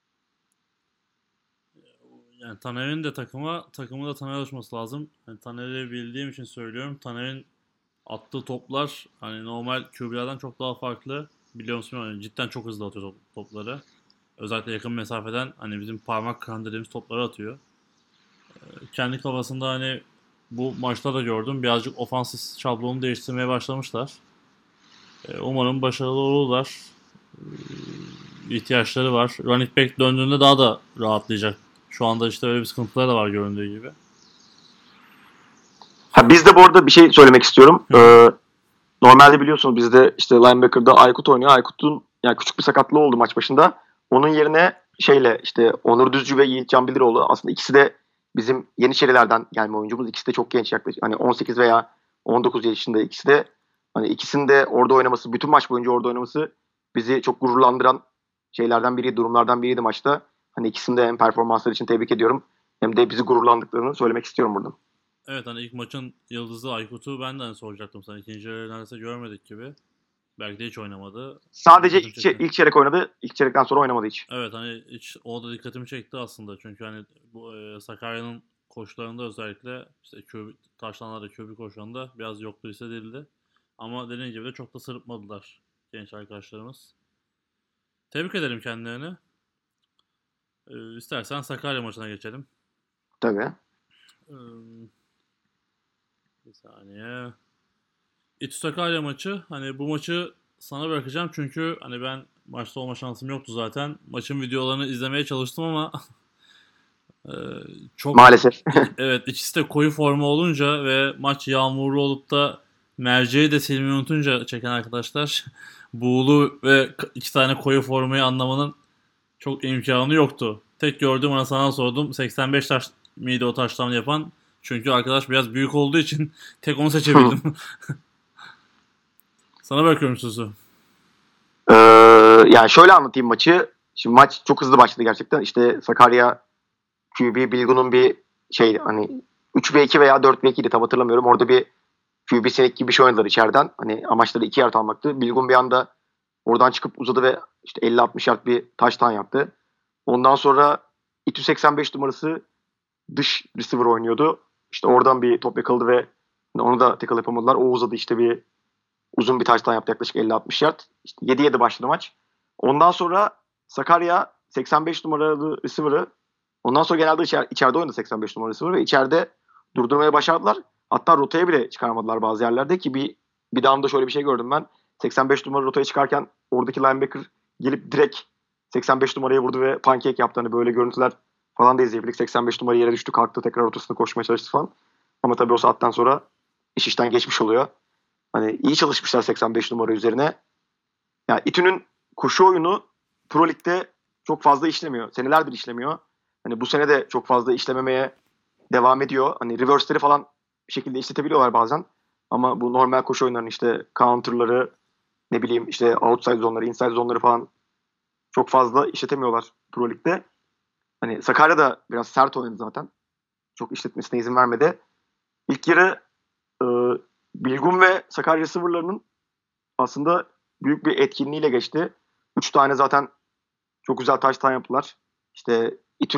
S1: Yani Taner'in de takımı da Taner alışması lazım. Yani Taner'i bildiğim için söylüyorum. Taner'in attığı toplar hani normal QB'lerden çok daha farklı. Biliyor musun? Yani cidden çok hızlı atıyor topları. Özellikle yakın mesafeden hani bizim parmak kıran dediğimiz topları atıyor. Kendi kafasında hani bu maçta da gördüm. Birazcık ofansif şablonu değiştirmeye başlamışlar. Umarım başarılı olurlar. İhtiyaçları var. Running back döndüğünde daha da rahatlayacak. Şu anda işte öyle bir sıkıntıları da var göründüğü gibi.
S2: Ha, biz de bu arada bir şey söylemek istiyorum.
S1: Hı hı.
S2: Normalde biliyorsunuz bizde işte linebacker'da Aykut oynuyor. Aykut'un yani küçük bir sakatlığı oldu maç başında. Onun yerine şeyle işte Onur Düzcü ve Yiğitcan Biliroğlu aslında ikisi de bizim Yeniçerilerden gelme oyuncumuz. İkisi de çok genç, yaklaşık hani 18 veya 19 yaşında ikisi de. Hani ikisinin de orada oynaması, bütün maç boyunca orada oynaması bizi çok gururlandıran şeylerden biriydi, durumlardan biriydi maçta. Hani ikisini de hem performansları için tebrik ediyorum hem de bizi gururlandıklarını söylemek istiyorum buradan.
S1: Evet hani ilk maçın yıldızı Aykut'u ben de hani soracaktım sana. İkinci yarı neredeyse görmedik gibi. Belki de hiç oynamadı.
S2: Sadece
S1: Dikkatimi çekti.
S2: ilk çeyrek oynadı. İlk çeyrekten sonra oynamadı hiç.
S1: Evet hani hiç o da dikkatimi çekti aslında. Çünkü hani bu Sakarya'nın koşularında özellikle işte taşlanlarda QB koşularında biraz yokluğu hissedildi. Ama dediğim gibi de çok da sırıtmadılar genç arkadaşlarımız. Tebrik ederim kendilerini. İstersen Sakarya maçına geçelim.
S2: Tabii.
S1: Ee, Bir saniye. İTÜ Sakarya maçı. Hani bu maçı sana bırakacağım çünkü hani ben maçta olma şansım yoktu zaten. Maçın videolarını izlemeye çalıştım ama e, çok
S2: Maalesef.
S1: evet, ikisi de koyu forma olunca ve maç yağmurlu olup da merceği de silmeyi unutunca çeken arkadaşlar buğulu ve iki tane koyu formayı anlamanın çok imkanı yoktu. Tek gördüğüm ana sana sordum. 85 taş mıydı o taştan yapan? Çünkü arkadaş biraz büyük olduğu için tek onu seçebildim. Sana bırakıyorum sözü.
S2: Ee, Yani şöyle anlatayım maçı. Şimdi maç çok hızlı başladı gerçekten. İşte Sakarya QB Bilgun'un bir şey hani 3-2 veya 4-2 idi tam hatırlamıyorum. Orada bir QB sinek gibi bir şey oynadılar içeriden. Hani amaçları 2 yard almaktı. Bilgun bir anda oradan çıkıp uzadı ve işte 50-60 yard bir touchdown yaptı. Ondan sonra İTÜ 85 numarası dış receiver oynuyordu. İşte oradan bir top yakaladı ve onu da tackle yapamadılar. O uzadı işte bir uzun bir touchdown yaptı yaklaşık 50-60 yard. İşte 7-7 başladı maç. Ondan sonra Sakarya 85 numaralı receiver'ı ondan sonra genelde içeride oynadı 85 numaralı receiver ve içeride durdurmaya başardılar. Hatta rotaya bile çıkarmadılar bazı yerlerde ki bir down'da şöyle bir şey gördüm ben. 85 numaralı rotaya çıkarken oradaki linebacker gelip direkt 85 numaraya vurdu ve pancake yaptı. Hani böyle görüntüler falan da izleyebildik. 85 numara yere düştü, kalktı, tekrar rotasını koşmaya çalıştı falan. Ama tabii o saatten sonra iş işten geçmiş oluyor. Hani iyi çalışmışlar 85 numara üzerine. Yani İTÜ'nün koşu oyunu Pro Lig'de çok fazla işlemiyor. Senelerdir işlemiyor. Hani bu sene de çok fazla işlememeye devam ediyor. Hani reverse'leri falan bir şekilde işletebiliyorlar bazen. Ama bu normal koşu oyunlarının işte counter'ları, ne bileyim işte outside zone'ları, inside zone'ları falan çok fazla işletemiyorlar Pro Lig'de. Hani Sakarya da biraz sert oynadı zaten. Çok işletmesine izin vermedi. İlk yarı e, Bilgun ve Sakarya Sıvırları'nın aslında büyük bir etkinliğiyle geçti. 3 tane zaten çok güzel touchdown yaptılar. İşte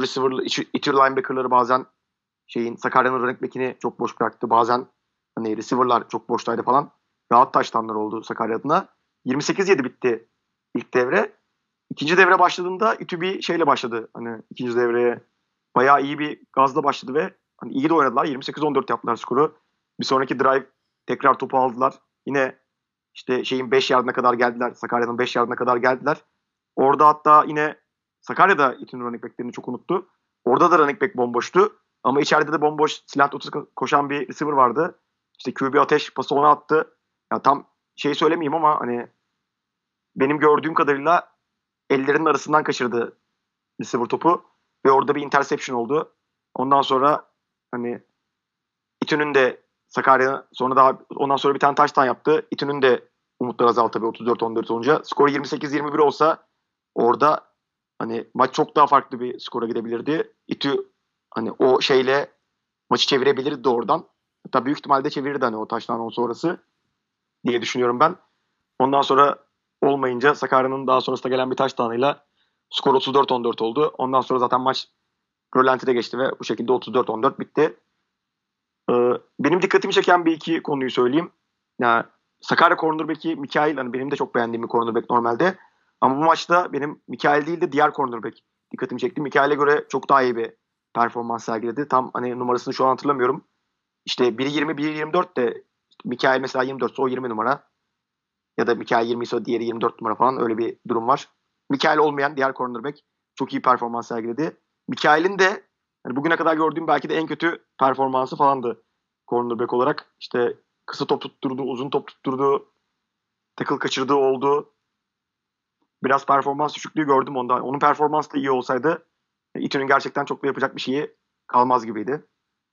S2: İTÜ linebacker'ları bazen Sakarya'nın running back'ini çok boş bıraktı. Bazen hani receiver'lar çok boştaydı falan. Rahat touchdown'lar oldu Sakarya adına. 28-7 bitti ilk devre. İkinci devre başladığında İTÜ bir şeyle başladı. Hani ikinci devreye bayağı iyi bir gazla başladı ve hani iyi de oynadılar. 28-14 yaptılar skoru. Bir sonraki drive tekrar topu aldılar. Yine işte 5 yardına kadar geldiler. Sakarya'nın 5 yardına kadar geldiler. Orada hatta yine Sakarya'da İTÜ'nün running back'lerini çok unuttu. Orada da running back bomboştu. Ama içeride de bomboş silah tutusu koşan bir receiver vardı. İşte QB ateş pası ona attı. Ya tam söylemeyeyim ama hani benim gördüğüm kadarıyla ellerinin arasından kaçırdı receiver topu. Ve orada bir interception oldu. Ondan sonra hani İTÜ'nün de Sakarya sonra daha ondan sonra bir tane touchdown yaptı. İTÜ'nün de umutları azaldı tabii 34-14 olunca. Skor 28-21 olsa orada hani maç çok daha farklı bir skora gidebilirdi. İTÜ hani o maçı çevirebilirdi oradan. Hatta büyük ihtimalle çevirirdi hani o touchdown sonrası diye düşünüyorum ben. Ondan sonra olmayınca Sakarya'nın daha sonrasında gelen bir touchdown'ıyla skor 34-14 oldu. Ondan sonra zaten maç rölantide geçti ve bu şekilde 34-14 bitti. Benim dikkatimi çeken bir iki konuyu söyleyeyim. Yani Sakarya cornerback'i Mikail, hani benim de çok beğendiğim bir cornerback normalde. Ama bu maçta benim Mikail değil de diğer cornerback dikkatimi çekti. Mikail'e göre çok daha iyi bir performans sergiledi. Tam hani numarasını şu an hatırlamıyorum. İşte biri 20, biri 24 de işte Mikail mesela 24 ise o 20 numara. Ya da Mikail 20 ise diğeri 24 numara falan, öyle bir durum var. Mikail olmayan diğer cornerback çok iyi performans sergiledi. Mikail'in de yani bugüne kadar gördüğüm belki de en kötü performansı falandı cornerback olarak. İşte kısa top tutturdu, uzun top tutturdu, tackle kaçırdığı oldu. Biraz performans düşüklüğü gördüm onda. Onun performansı da iyi olsaydı İTÜ'nün gerçekten çok da yapacak bir şeyi kalmaz gibiydi.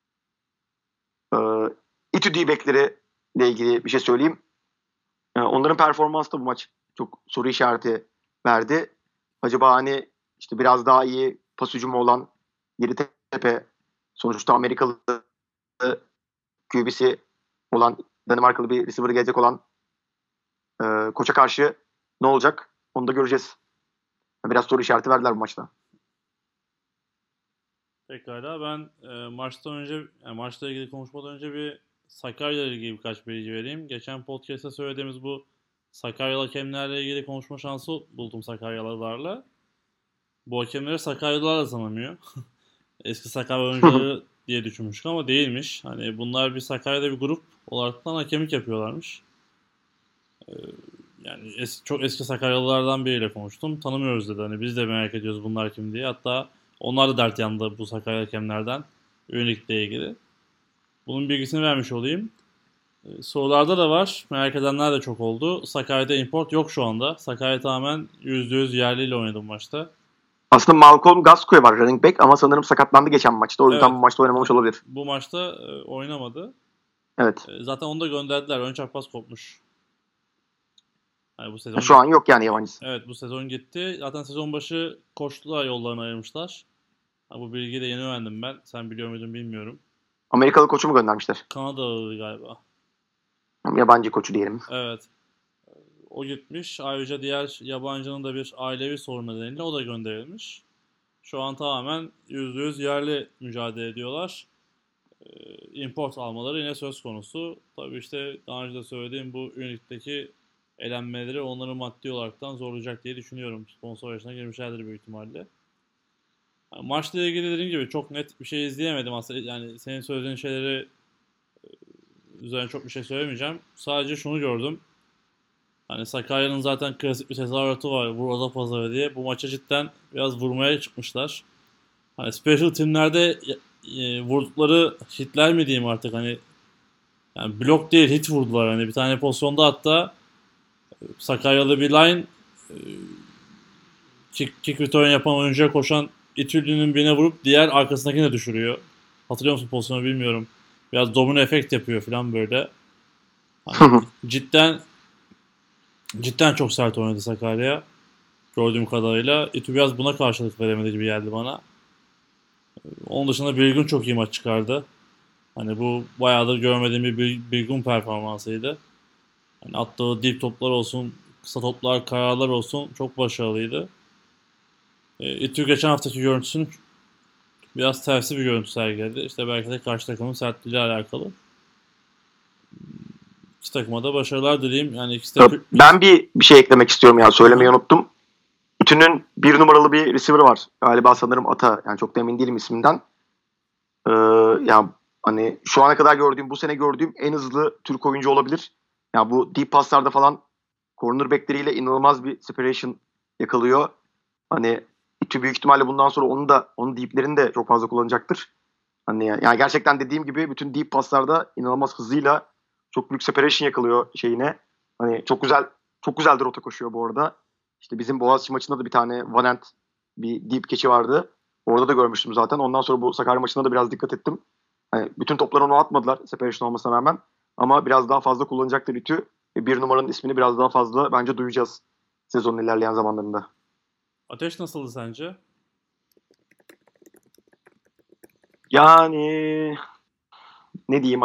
S2: Ee, İTÜ D-back'leri ile ilgili bir şey söyleyeyim. Onların performansı da bu maç çok soru işareti verdi. Acaba hani işte biraz daha iyi pas hücumu olan Yeditepe, sonuçta Amerikalı QB'si olan Danimarkalı bir receiver gelecek olan koça karşı ne olacak? Onu da göreceğiz. Biraz soru işareti verdiler bu maçta.
S1: Pekala ben maçtan önce maçla ilgili konuşmadan önce bir Sakarya ile ilgili birkaç bilgi vereyim. Geçen podcast'ta söylediğimiz bu Sakaryalı hakemlerle ilgili konuşma şansı buldum Sakaryalılarla. Bu hakemleri Sakaryalılar da tanımıyor. Eski Sakarya oyuncuları diye düşünmüştüm ama değilmiş. Hani bunlar bir Sakarya'da bir grup olaraktan hakemlik yapıyorlarmış. Ee, Yani çok eski Sakaryalılardan biriyle konuştum. Tanımıyoruz dedi. Hani biz de merak ediyoruz bunlar kim diye. Hatta onlar da dert yandı bu Sakarya hakemlerden. Üyelikle ilgili. Bunun bilgisini vermiş olayım. Sorularda da var. Merak edenler de çok oldu. Sakarya'da import yok şu anda. Sakarya tamamen %100 yerliyle oynadı bu maçta.
S2: Aslında Malcolm Gascoigne var running back ama sanırım sakatlandı geçen maçta. O yüzden
S1: Evet,
S2: bu maçta oynamamış olabilir.
S1: bu maçta oynamadı.
S2: Evet.
S1: Zaten onu da gönderdiler. Ön çapraz kopmuş. Yani bu sezon
S2: Şu an yok yani yabancısı.
S1: Evet, bu sezon gitti. Zaten sezon başı koçluğa yollarını ayırmışlar. Bu bilgiyi de yeni öğrendim ben. Sen biliyor muydun bilmiyorum.
S2: Amerikalı koçu mu göndermişler?
S1: Kanadalı galiba.
S2: Yabancı koçu diyelim.
S1: Evet. O gitmiş. Ayrıca diğer yabancının da bir ailevi sorunu nedeniyle o da gönderilmiş. Şu an tamamen %100 yerli mücadele ediyorlar. Import almaları yine söz konusu. Tabii işte daha önce de söylediğim bu Unique'deki elenmeleri onları maddi olaraktan zorlayacak diye düşünüyorum. Sponsor yaşına girmişlerdir büyük ihtimalle. Yani maçla ilgili dediğim gibi çok net bir şey izleyemedim aslında. Yani senin söylediğin şeyleri üzerine çok bir şey söylemeyeceğim. Sadece şunu gördüm. Hani Sakarya'nın zaten klasik bir tezahüratı var. Vur oda pazarı diye. Bu maça cidden biraz vurmaya çıkmışlar. Hani special teamlerde vurdukları hitler mi diyeyim artık hani yani blok değil hit vurdular. Hani bir tane pozisyonda hatta Sakaryalı bir line kick return yapan oyuncuya koşan İtürdü'nün birine vurup diğer arkasındakini de düşürüyor. Hatırlıyor musun pozisyonu bilmiyorum. Biraz domino efekt yapıyor falan böyle. Hani cidden çok sert oynadı Sakarya. Gördüğüm kadarıyla. İTÜ biraz buna karşılık veremedi gibi geldi bana. Onun dışında Bilgin çok iyi maç çıkardı. Hani bu bayağıdır görmediğim bir Bilgin performansıydı. Hani attığı deep toplar olsun, kısa toplar, kararlar olsun çok başarılıydı. İTÜ geçen haftaki görüntüsünün biraz tersi bir görüntü sergiledi. İşte belki de karşı takımın sertliğiyle alakalı. İki takıma da başarılar dileyim. Yani ikisi de...
S2: Ben bir şey eklemek istiyorum ya. Söylemeyi
S1: Hı-hı.
S2: unuttum. İTÜ'nün bir numaralı bir receiver var. Galiba sanırım Ata. Yani çok da emin değilim isminden. Ya hani şu ana kadar gördüğüm, bu sene gördüğüm en hızlı Türk oyuncu olabilir. Ya bu deep paslarda falan cornerbackleriyle inanılmaz bir separation yakalıyor. Hani İTÜ büyük ihtimalle bundan sonra onun deeplerini de çok fazla kullanacaktır. Hani yani gerçekten dediğim gibi bütün deep paslarda inanılmaz hızıyla çok büyük separation yakalıyor şeyine. Hani çok güzel de rota koşuyor bu arada. İşte bizim Boğaziçi maçında da bir tane Vanent bir deep keçi vardı. Orada da görmüştüm zaten. Ondan sonra bu Sakarya maçında da biraz dikkat ettim. Hani bütün topları ona atmadılar separation olmasına rağmen. Ama biraz daha fazla kullanacaktır İTÜ. Bir numaranın ismini biraz daha fazla bence duyacağız sezonun ilerleyen zamanlarında.
S1: Ateş nasıldı sence?
S2: Yani ne diyeyim,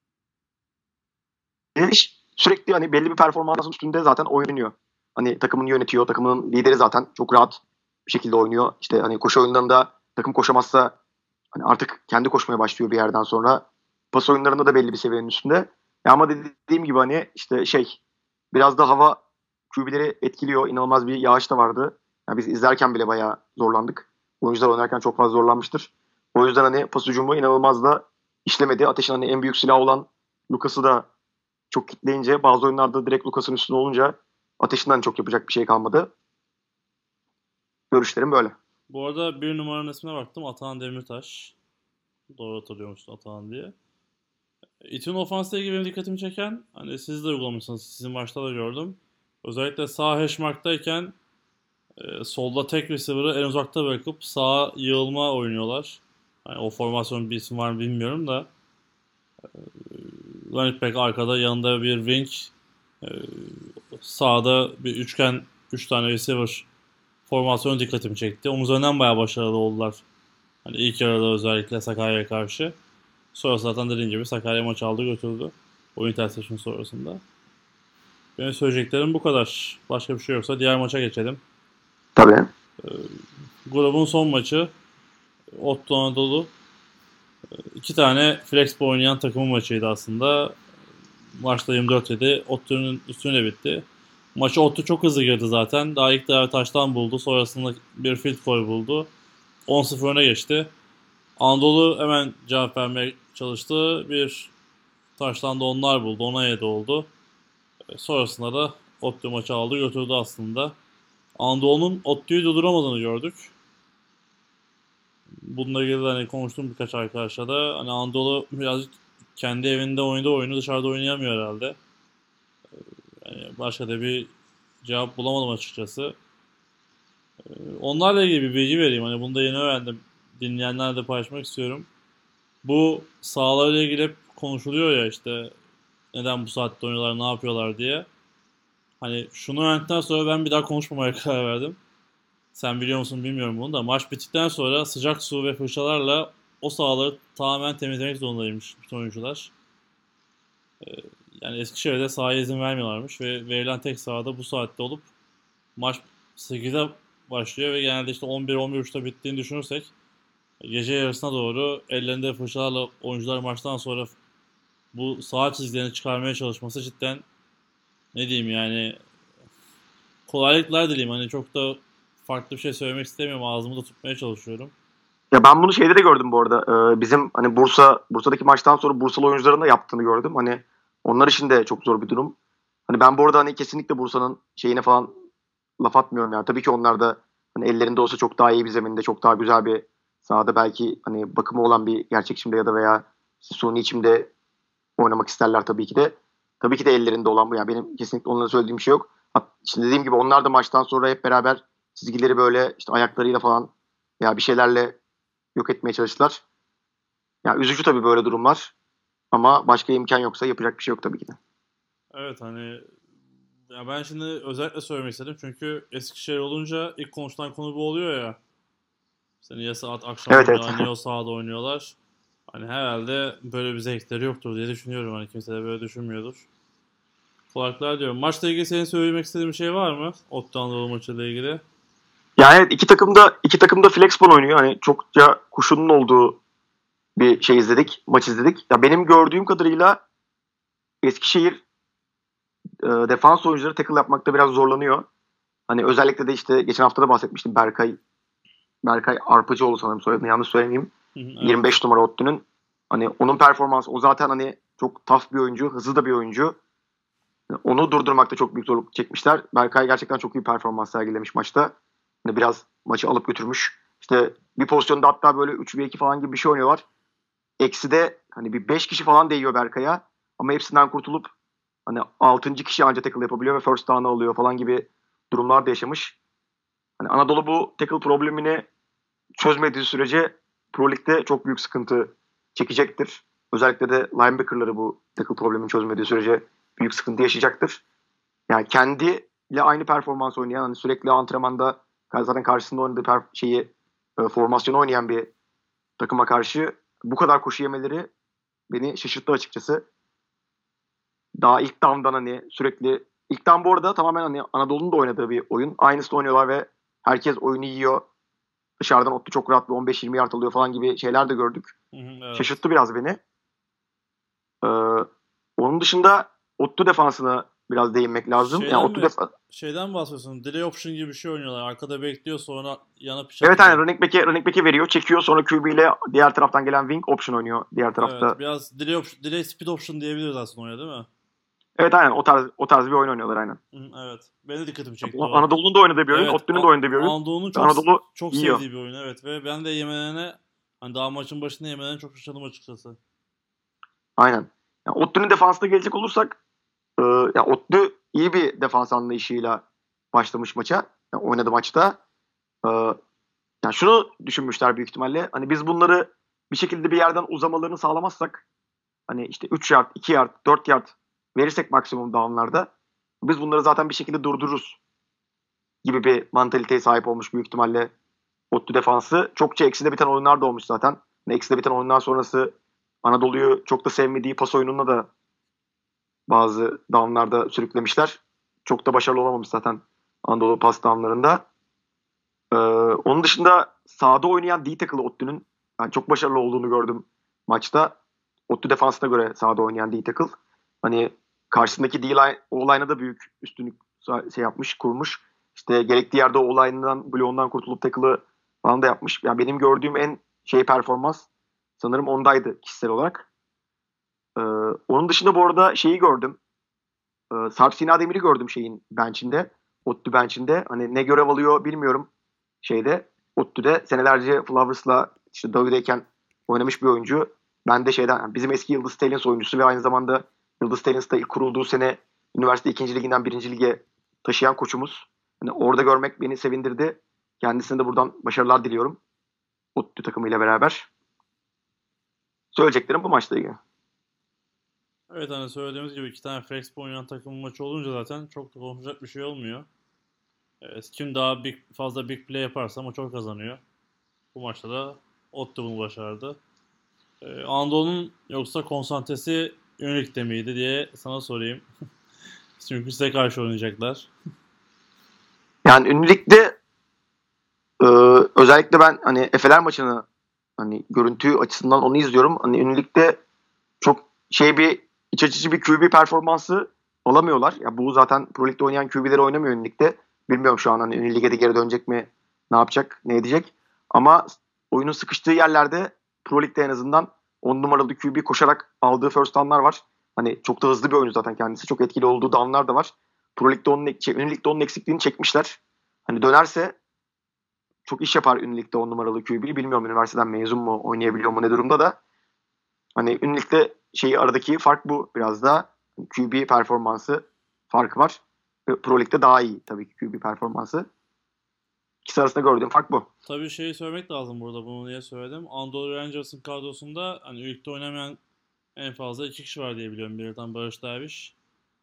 S2: sürekli hani belli bir performansın üstünde zaten oynuyor. Hani takımını yönetiyor. Takımının lideri zaten çok rahat bir şekilde oynuyor. İşte hani koşu oyunlarında takım koşamazsa hani artık kendi koşmaya başlıyor bir yerden sonra. Pas oyunlarında da belli bir seviyenin üstünde. Ama dediğim gibi hani işte biraz da hava QB'leri etkiliyor. İnanılmaz bir yağış da vardı. Yani biz izlerken bile bayağı zorlandık. Oyuncular oynarken çok fazla zorlanmıştır. O yüzden hani pas hücumu inanılmaz da işlemedi. Ateş'in hani en büyük silahı olan Lucas'ı da çok kitleyince bazı oyunlarda direkt Lucas'ın üstüne olunca Ateş'inden çok yapacak bir şey kalmadı. Görüşlerim böyle.
S1: Bu arada bir numaranın ismine baktım. Atahan Demirtaş. Doğru hatırlıyormuşsun Atahan diye. İTÜ'nün ofansla ilgili benim dikkatimi çeken, hani siz de uygulamışsınız, sizin maçta da gördüm. Özellikle sağ hash marktayken solda tek receiver'ı en uzakta bırakıp sağa yığılma oynuyorlar. Yani o formasyon bir isim var mı bilmiyorum da. Running back arkada, yanında bir wing, e, sağda bir üçgen, 3 tane receiver formasyonu dikkatimi çekti. Onun üzerinden bayağı başarılı oldular. Hani ilk yarıda özellikle Sakarya'ya karşı. Sonra zaten dediğim gibi Sakarya maçı aldı götürdü. O interception sonrasında. Benim söyleyeceklerim bu kadar. Başka bir şey yoksa diğer maça geçelim.
S2: Tabii.
S1: Grubun son maçı Ottu Anadolu. İki tane flexball oynayan takımın maçıydı aslında. Maçta 24-7 Ottu'nun üstüne bitti. Maçı Ottu çok hızlı girdi zaten. Daha ilk değer taştan buldu. Sonrasında bir field goal buldu. 10-0 öne geçti. Anadolu hemen cevap vermeye çalıştı. Bir taştan da onlar buldu. Ona yedi oldu. Sonrasında da ODTÜ maçı aldı götürdü aslında. Anadolu'nun ODTÜ'yü durduramadığını gördük. Bununla ilgili de hani konuştum birkaç arkadaşla da. Hani Anadolu birazcık kendi evinde oynadığı oyunu dışarıda oynayamıyor herhalde. Yani başka da bir cevap bulamadım açıkçası. Onlarla ilgili bir bilgi vereyim. Hani bunu da yeni öğrendim. Dinleyenlerle de paylaşmak istiyorum. Bu sahalarla ilgili hep konuşuluyor ya işte neden bu saatte oynuyorlar, ne yapıyorlar diye. Hani şunu öğrendikten sonra ben bir daha konuşmamaya karar verdim. Sen biliyor musun bilmiyorum bunu da. Maç bittikten sonra sıcak su ve fırçalarla o sahaları tamamen temizlemek zorundaymış bütün oyuncular. Yani Eskişehir'de sahaya izin vermiyorlarmış ve verilen tek sahada bu saatte olup maç 8'de başlıyor ve genelde işte 11-11.30'da bittiğini düşünürsek gece yarısına doğru ellerinde fırçalarla oyuncular maçtan sonra bu saha çizgilerini çıkarmaya çalışması cidden ne diyeyim yani kolaylıklar dileyim. Hani çok da farklı bir şey söylemek istemiyorum. Ağzımı da tutmaya çalışıyorum.
S2: Ya ben bunu şeyde de gördüm bu arada. Bizim hani Bursa'daki maçtan sonra Bursalı oyuncuların da yaptığını gördüm. Hani onlar için de çok zor bir durum. Hani ben bu arada hani kesinlikle Bursa'nın şeyine falan laf atmıyorum yani. Tabii ki onlar da hani ellerinde olsa çok daha iyi bir zeminde, çok daha güzel bir sahada belki hani bakımı olan bir gerçek çimde ya da veya işte suni çimde oynamak isterler tabii ki de. Tabii ki de ellerinde olan bu. Yani benim kesinlikle onlara söylediğim bir şey yok. Şimdi dediğim gibi onlar da maçtan sonra hep beraber çizgileri böyle işte ayaklarıyla falan ya bir şeylerle yok etmeye çalıştılar. Ya üzücü tabii böyle durumlar. Ama başka imkan yoksa yapacak bir şey yok tabii ki de.
S1: Evet hani ya ben şimdi özellikle söylemek istedim çünkü Eskişehir olunca ilk konuşulan konu bu oluyor ya. İşte niye saat akşam
S2: Evet, evet.
S1: oynuyorlar, niye o sahada oynuyorlar. Hani herhalde böyle bir zevkleri yoktur diye düşünüyorum. Hani kimse de böyle düşünmüyordur. Kulaklar diyorum. Maçla ilgili senin söylemek istediğin bir şey var mı? Ottu Anadolu maçıyla ilgili.
S2: Yani evet, iki takım da flexball oynuyor. Hani çokça kuşunun olduğu bir şey izledik, maç izledik. Ya benim gördüğüm kadarıyla Eskişehir defans oyuncuları tackle yapmakta biraz zorlanıyor. Hani özellikle de işte geçen hafta da bahsetmiştim Berkay Arpacıoğlu sanırım soyadını yanlış söylemeyeyim.
S1: Hı hı, evet.
S2: 25 numara Ottu'nun. Hani onun performansı o zaten hani çok tough bir oyuncu, hızlı da bir oyuncu. Onu durdurmakta çok büyük zorluk çekmişler. Berkay gerçekten çok iyi performans sergilemiş maçta. Hani biraz maçı alıp götürmüş. İşte bir pozisyonda hatta böyle 3-2 falan gibi bir şey oynuyorlar. Eksi de hani bir 5 kişi falan değiyor Berkay'a. Ama hepsinden kurtulup hani 6. kişi anca tackle yapabiliyor ve first down'ı alıyor falan gibi durumlar da yaşamış. Hani Anadolu bu tackle problemini çözmediği sürece Pro Lig'de çok büyük sıkıntı çekecektir. Özellikle de linebacker'ları bu tackle problemini çözmediği sürece büyük sıkıntı yaşayacaktır. Yani kendiyle aynı performans oynayan, hani sürekli antrenmanda zaten karşısında oynadığı formasyonu oynayan bir takıma karşı bu kadar koşu yemeleri beni şaşırttı açıkçası. Daha ilk down'dan hani sürekli ilk down bu arada tamamen hani Anadolu'nun da oynadığı bir oyun. Aynısını oynuyorlar ve herkes oyunu yiyor. Dışarıdan Ottu çok rahat bir 15-20 yard alıyor falan gibi şeyler de gördük.
S1: Hı hı, evet.
S2: Şaşırttı biraz beni. Ee, Onun dışında Ottu defansına biraz değinmek lazım. Yani
S1: Şeyden
S2: Ottu
S1: mi?
S2: defans.
S1: Şeyden bahsediyorsun. Delay option gibi bir şey oynuyorlar. Arkada bekliyor sonra yana piç
S2: Evet, aynen
S1: atıyor.
S2: running back'e veriyor. Çekiyor, sonra QB ile diğer taraftan gelen wing option oynuyor diğer
S1: Evet.
S2: tarafta.
S1: Biraz delay speed option diyebiliriz aslında oraya değil mi?
S2: Evet, aynen o tarz bir oyun oynuyorlar aynen.
S1: Hı, evet. Benim de dikkatimi çekti o.
S2: Anadolu'nun da oynadığı bir oyun.
S1: Evet.
S2: Ottu'nun da oynadığı bir oyun.
S1: Anadolu'nun
S2: Ve
S1: çok
S2: Anadolu
S1: çok
S2: yiyor.
S1: sevdiği bir oyun evet ve ben de yemelerine hani daha maçın başında yemelerine çok şaşırdım açıkçası.
S2: Aynen. Yani Ottu'nun defansına gelecek olursak ya Ottu iyi bir defans anlayışıyla başlamış maça. Yani oynadı maçta. E, Yani şunu düşünmüşler büyük ihtimalle. Hani biz bunları bir şekilde bir yerden uzamalarını sağlamazsak hani işte 3 yard, 2 yard, 4 yard verirsek maksimum downlarda biz bunları zaten bir şekilde durdururuz gibi bir mantaliteye sahip olmuş büyük ihtimalle Ottu defansı. Çokça ekside biten oyunlar da olmuş zaten. Ekside biten oyunlar sonrası Anadolu'yu çok da sevmediği pas oyununa da bazı downlarda sürüklemişler. Çok da başarılı olamamış zaten Anadolu pas downlarında. Onun dışında sahada oynayan D-tackle Ottu'nun ben çok başarılı olduğunu gördüm maçta. Ottu defansına göre sahada oynayan D-tackle. Hani karşısındaki D-line, O-line'a da büyük üstünlük yapmış, kurmuş. İşte gerektiği yerde O-line'dan, bloğundan kurtulup tackle'ı falan da yapmış. Yani benim gördüğüm en performans Sanırım ondaydı kişisel olarak. Onun dışında bu arada şeyi gördüm. Sarp Sina Demir'i gördüm şeyin bench'inde. ODTÜ bench'inde. Hani ne görev alıyor bilmiyorum şeyde. ODTÜ'de senelerce Flowers'la işte Davi'deyken oynamış bir oyuncu. Ben de şeyden yani bizim eski Yıldız Stallions oyuncusu ve aynı zamanda Yıldız Stallions'da ilk kurulduğu sene üniversite 2. liginden 1. lige taşıyan koçumuz. Hani orada görmek beni sevindirdi. Kendisine de buradan başarılar diliyorum. ODTÜ takımıyla beraber. Söyleyeceklerim bu maçla ilgili.
S1: Evet, hani söylediğimiz gibi iki tane Flex'te oynayan takımın maçı olunca zaten çok da konuşacak bir şey olmuyor. Evet, kim daha fazla big play yaparsa maç o kazanıyor. Bu maçta da Otto bunu başardı. Anadolu'nun yoksa konsantresi Unileague'de miydi diye sana sorayım. Çünkü size karşı oynayacaklar.
S2: Yani Ünlü Lig'de özellikle ben hani Efeler maçını hani görüntü açısından onu izliyorum. Hani Ünlü Lig'de çok bir iç açıcı bir QB performansı alamıyorlar. Ya bu zaten Pro Lig'de oynayan QB'leri oynamıyor Ünlü Lig'de. Bilmiyorum şu an hani Ünlü Lig'e de geri dönecek mi? Ne yapacak? Ne edecek? Ama oyunun sıkıştığı yerlerde Pro Lig'de en azından 10 numaralı QB koşarak aldığı first down'lar var. Hani çok da hızlı bir oyuncu zaten kendisi. Çok etkili olduğu down'lar da var. Pro Lig'de Ünlü Lig'de onun eksikliğini çekmişler. Hani dönerse çok iş yapar Ünlü Lig'de 10 numaralı QB. Bilmiyorum üniversiteden mezun mu, oynayabiliyor mu ne durumda da. Hani Ünlü Lig'de aradaki fark bu biraz daha. QB performansı farkı var. Pro Lig'de daha iyi tabii ki QB performansı. İkisi arasında gördüğüm fark bu.
S1: Tabii şeyi söylemek lazım burada, bunu niye söyledim. Anadolu Rangers'ın kadrosunda hani ligde oynamayan en fazla iki kişi var diye biliyorum. Birinden Barış Derviş.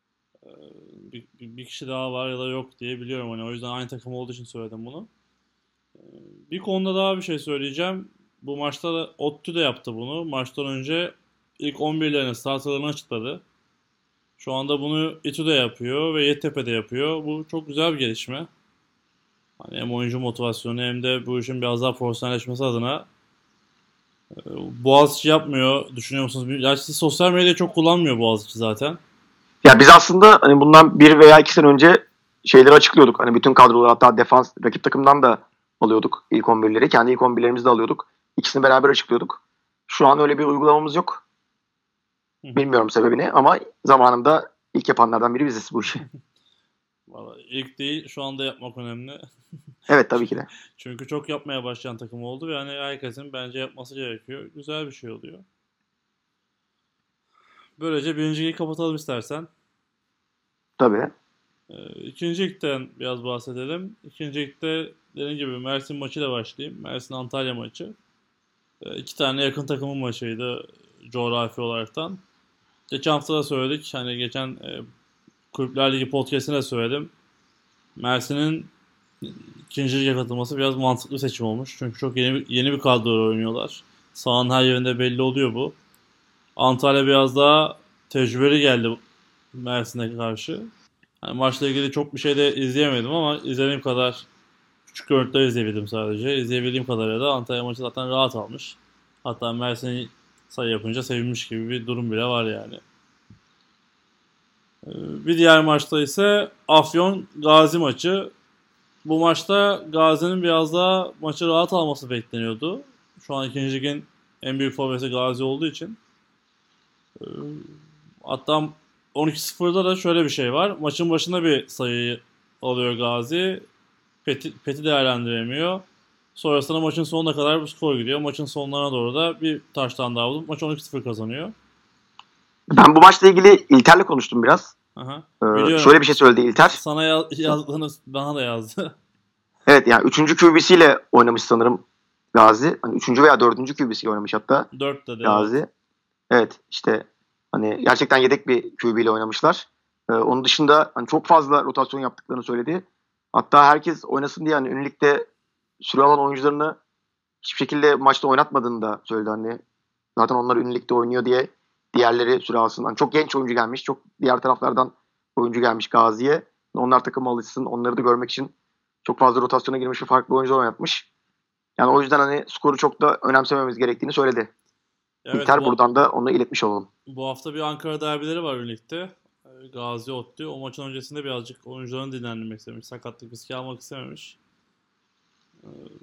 S1: Bir kişi daha var ya da yok diye biliyorum. Hani o yüzden aynı takım olduğu için söyledim bunu. Bir konuda daha bir şey söyleyeceğim. Bu maçta da ODTÜ de yaptı bunu. Maçtan önce ilk 11'lerini, starterlarını açıkladı. Şu anda bunu İTÜ de yapıyor ve Yeditepe de yapıyor. Bu çok güzel bir gelişme. Hani hem oyuncu motivasyonu hem de bu işin biraz daha profesyonelleşmesi adına Boğaziçi yapmıyor. Düşünüyor musunuz? Gerçi sosyal medyayı çok kullanmıyor Boğaziçi zaten.
S2: Ya biz aslında hani bundan 1 veya 2 sene önce şeyleri açıklıyorduk. Hani bütün kadroları hatta defans rakip takımdan da alıyorduk ilk 11'leri. Kendi ilk 11'lerimizi de alıyorduk. İkisini beraber açıklıyorduk. Şu an öyle bir uygulamamız yok.
S1: Hı hı.
S2: Bilmiyorum sebebini ama zamanında ilk yapanlardan biri biziz bu işi.
S1: Vallahi ilk değil, şu anda yapmak önemli.
S2: Evet tabii ki de.
S1: Çünkü çok yapmaya başlayan takım oldu ve hani herkesin bence yapması gerekiyor. Güzel bir şey oluyor. Böylece birinci ligi kapatalım istersen.
S2: Tabii.
S1: İkinci ligden biraz bahsedelim. İkinci ligde dediğim gibi Mersin maçıyla başlayayım. Mersin Antalya maçı. İki tane yakın takımın maçıydı coğrafi olaraktan. Geçen hafta da söyledik. Hani geçen Kulüpler Ligi podcast'ine de söyledim. Mersin'in ikinci lige katılması biraz mantıklı bir seçim olmuş. Çünkü çok yeni bir kadro oynuyorlar. Sahanın her yerinde belli oluyor bu. Antalya biraz daha tecrübeli geldi Mersin'e karşı. Yani maçla ilgili çok bir şey de izleyemedim ama izlediğim kadar küçük görüntüler izleyebildim sadece. İzleyebildiğim kadarıyla da Antalya maçı zaten rahat almış. Hatta Mersin sayı yapınca sevinmiş gibi bir durum bile var yani. Bir diğer maçta ise Afyon Gazi maçı. Bu maçta Gazi'nin biraz daha maçı rahat alması bekleniyordu. Şu an ikinci ligin en büyük favorisi Gazi olduğu için. Ee, Hatta 12-0'da da şöyle bir şey var. Maçın başında bir sayıyı alıyor Gazi. Peti değerlendiremiyor. Sonrasında maçın sonuna kadar bu skor gidiyor. Maçın sonlarına doğru da bir taştan daha bulup maç 12-0 kazanıyor.
S2: Ben bu maçla ilgili İlter'le konuştum biraz.
S1: Aha.
S2: Şöyle
S1: Biliyorum.
S2: bir şey söyledi İlter.
S1: Sana yazdığını bana da yazdı.
S2: Evet yani 3. QB'siyle oynamış sanırım Gazi. Hani 3. veya 4. QB'siyle oynamış hatta
S1: 4 dedi, evet.
S2: Gazi. Evet işte hani gerçekten yedek bir QB ile oynamışlar. Onun dışında hani çok fazla rotasyon yaptıklarını söyledi. Hatta herkes oynasın diye hani Ünlük'te süre alan oyuncularını hiçbir şekilde maçta oynatmadığını da söyledi. Hani zaten onlar Ünlük'te oynuyor diye diğerleri süre alsın. Hani çok genç oyuncu gelmiş. Çok diğer taraflardan oyuncu gelmiş Gazi'ye. Onlar takıma alışsın. Onları da görmek için çok fazla rotasyona girmiş ve farklı oyuncular oynatmış. Yani o yüzden hani skoru çok da önemsememiz gerektiğini söyledi.
S1: Evet,
S2: İlter buradan da onu iletmiş olalım.
S1: bu hafta bir Ankara derbileri var birlikte. Gazi Ottu. O maçın öncesinde birazcık oyuncuların dinlendirmek istemiş. Sakatlık riski almak istememiş.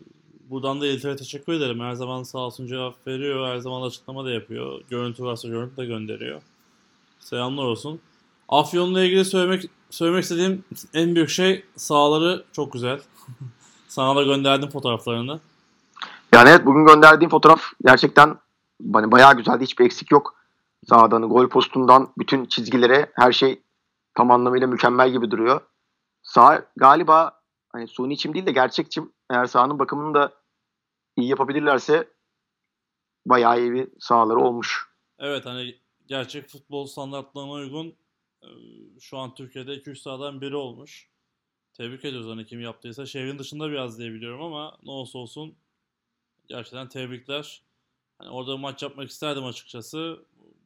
S1: Buradan da Elif'e teşekkür ederim. Her zaman sağ olsun cevap veriyor. Her zaman açıklama da yapıyor. Görüntü varsa görüntü de gönderiyor. Selamlar olsun. Afyon'la ilgili söylemek istediğim en büyük şey sahaları çok güzel. Sana da gönderdim fotoğraflarını.
S2: Yani evet, bugün gönderdiğim fotoğraf gerçekten hani bayağı güzeldi. Hiçbir eksik yok. Sahada hani gol postundan bütün çizgilere her şey tam anlamıyla mükemmel gibi duruyor. Saha galiba hani suni çim değil de gerçek çim. Eğer sahanın bakımını da iyi yapabilirlerse bayağı iyi bir sahaları olmuş.
S1: Evet, hani gerçek futbol standartlarına uygun şu an Türkiye'de 2-3 sahadan biri olmuş. Tebrik ediyoruz hani kim yaptıysa. Şehrin dışında biraz diye biliyorum ama ne olsa olsun gerçekten tebrikler. Hani orada maç yapmak isterdim açıkçası.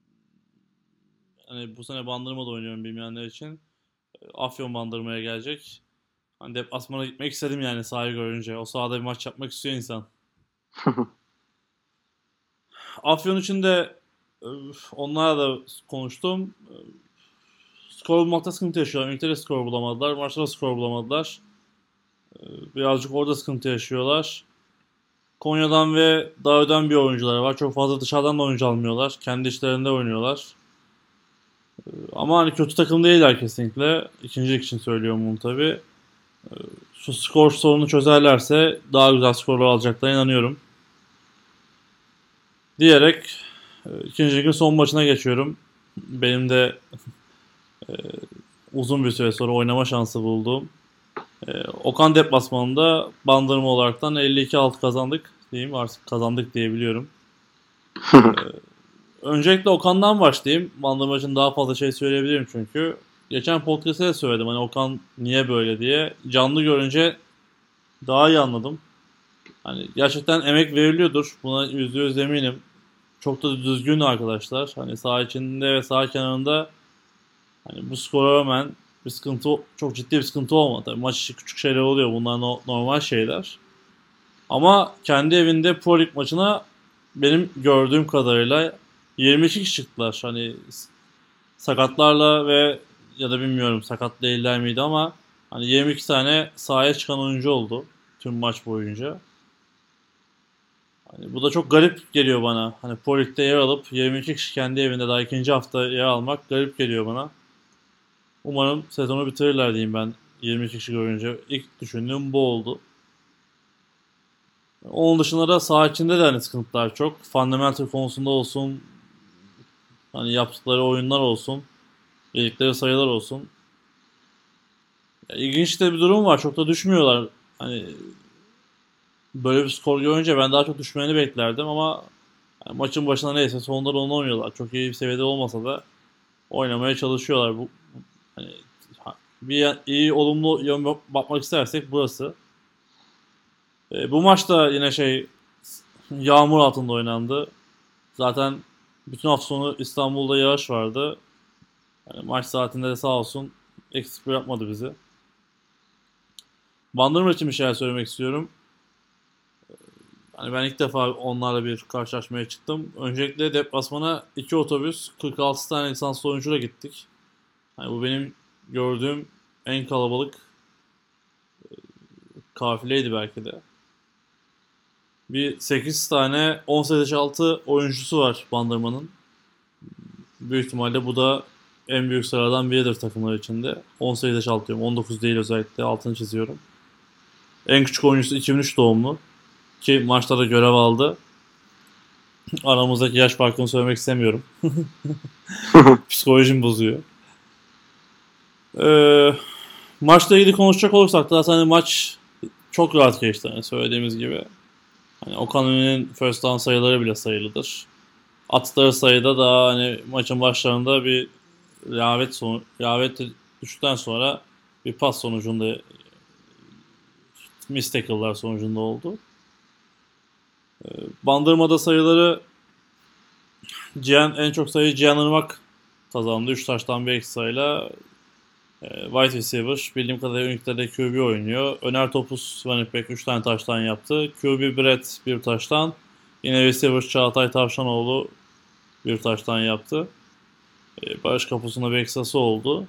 S1: Hani bu sene Bandırma'da oynuyorum bilmeyenler için. Afyon Bandırma'ya gelecek. Hani deplasmana gitmek istedim yani sahayı görünce. O sahada bir maç yapmak istiyor insan. Afyon için de onlarla da konuştum. Skor bulmakta sıkıntı yaşıyorlar. Ünitede skor bulamadılar. Maçta da skor bulamadılar. Birazcık orada sıkıntı yaşıyorlar. Konya'dan ve Dağö'den bir oyuncuları var. Çok fazla dışarıdan da oyuncu almıyorlar. Kendi işlerinde oynuyorlar. Ama hani kötü takım değiller kesinlikle. İkincilik için söylüyorum bunu tabii. Şu skor sorunu çözerlerse daha güzel skorlar alacaklarına inanıyorum. Diyerek ikinci ligin son maçına geçiyorum. Benim de uzun bir süre sonra oynama şansı bulduğum Okan deplasmanında Bandırma olaraktan 52-6 kazandık diyeyim. Artık kazandık diyebiliyorum. Öncelikle Okan'dan başlayayım. Bandırma için daha fazla şey söyleyebilirim çünkü. Geçen podcast'te de söyledim hani Okan niye böyle diye. Canlı görünce daha iyi anladım. Hani gerçekten emek veriliyordur. Buna %100 eminim. Çok da düzgün arkadaşlar. Hani saha içinde ve saha kenarında hani bu skora rağmen bir sıkıntı, çok ciddi bir sıkıntı olmadı. Tabii maç içi küçük şeyler oluyor. Bunlar normal şeyler. Ama kendi evinde Pro Lig maçına benim gördüğüm kadarıyla 22 kişi çıktılar. Hani sakatlarla ve ya da bilmiyorum sakat değiller miydi ama hani 22 tane sahaya çıkan oyuncu oldu tüm maç boyunca. Hani bu da çok garip geliyor bana. Hani Pro Lig'de yer alıp 22 kişi kendi evinde daha ikinci hafta yer almak garip geliyor bana. Umarım sezonu bitirirler diyeyim ben 22 kişi görünce. İlk düşündüğüm bu oldu. Onun dışında da saha içinde de hani sıkıntılar çok. Fundamental konusunda olsun, hani yaptıkları oyunlar olsun, yedikleri sayılar olsun. Ya, İlginç de bir durum var. Çok da düşmüyorlar. Hani böyle bir skor görünce ben daha çok düşmelerini beklerdim ama yani maçın başında neyse sonunda da onu oynuyorlar. Çok iyi bir seviyede olmasa da oynamaya çalışıyorlar. Bu hani bir iyi olumlu yön bakmak istersek burası. Bu maçta yine yağmur altında oynandı. Zaten bütün hafta sonu İstanbul'da yağış vardı. Yani maç saatinde de sağ olsun eksik bırakmadı bizi. Bandırma için bir şeyler söylemek istiyorum. Hani ben ilk defa onlarla bir karşılaşmaya çıktım. Öncelikle deplasmana 2 otobüs 46 tane lisanslı oyuncuyla gittik. Hani bu benim gördüğüm en kalabalık kafileydi belki de. Bir 8 tane 18 yaş altı oyuncusu var Bandırma'nın. Büyük ihtimalle bu da en büyük sıradan biridir takımlar içinde. 18 yaş altı diyorum. 19 değil, özellikle altını çiziyorum. En küçük oyuncusu 2003 doğumlu. Ki maçta da görev aldı. Aramızdaki yaş farkını söylemek istemiyorum. Psikolojim bozuyor. Ee, Maçla ilgili konuşacak olursak da hani maç çok rahat geçti. Yani söylediğimiz gibi. Hani Okan'ın first down sayıları bile sayılıdır. Attıkları sayıda da hani maçın başlarında bir rehavet düştükten sonra bir pas sonucunda miss tackle'lar sonucunda oldu. Bandırmada sayıları en çok sayı Cihan Irmak kazandı. 3 taştan bir ekstra sayıyla. Wide receiver bildiğim kadarıyla Unity'de QB oynuyor. Öner Topuz running back 3 tane taştan yaptı. QB Brett bir taştan. Yine receiver Çağatay Tavşanoğlu bir taştan yaptı. Barış kapusunda bir eksası oldu.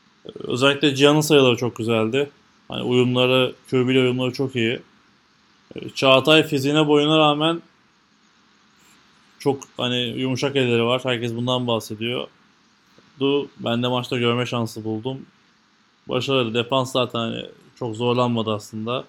S1: Özellikle Cihan'ın sayıları çok güzeldi. Hani QB ile uyumları çok iyi. Çağatay fiziğine boyuna rağmen çok hani yumuşak elleri var. Herkes bundan bahsediyor. Ben de maçta görme şansı buldum. Başarılı. Defans zaten hani çok zorlanmadı aslında.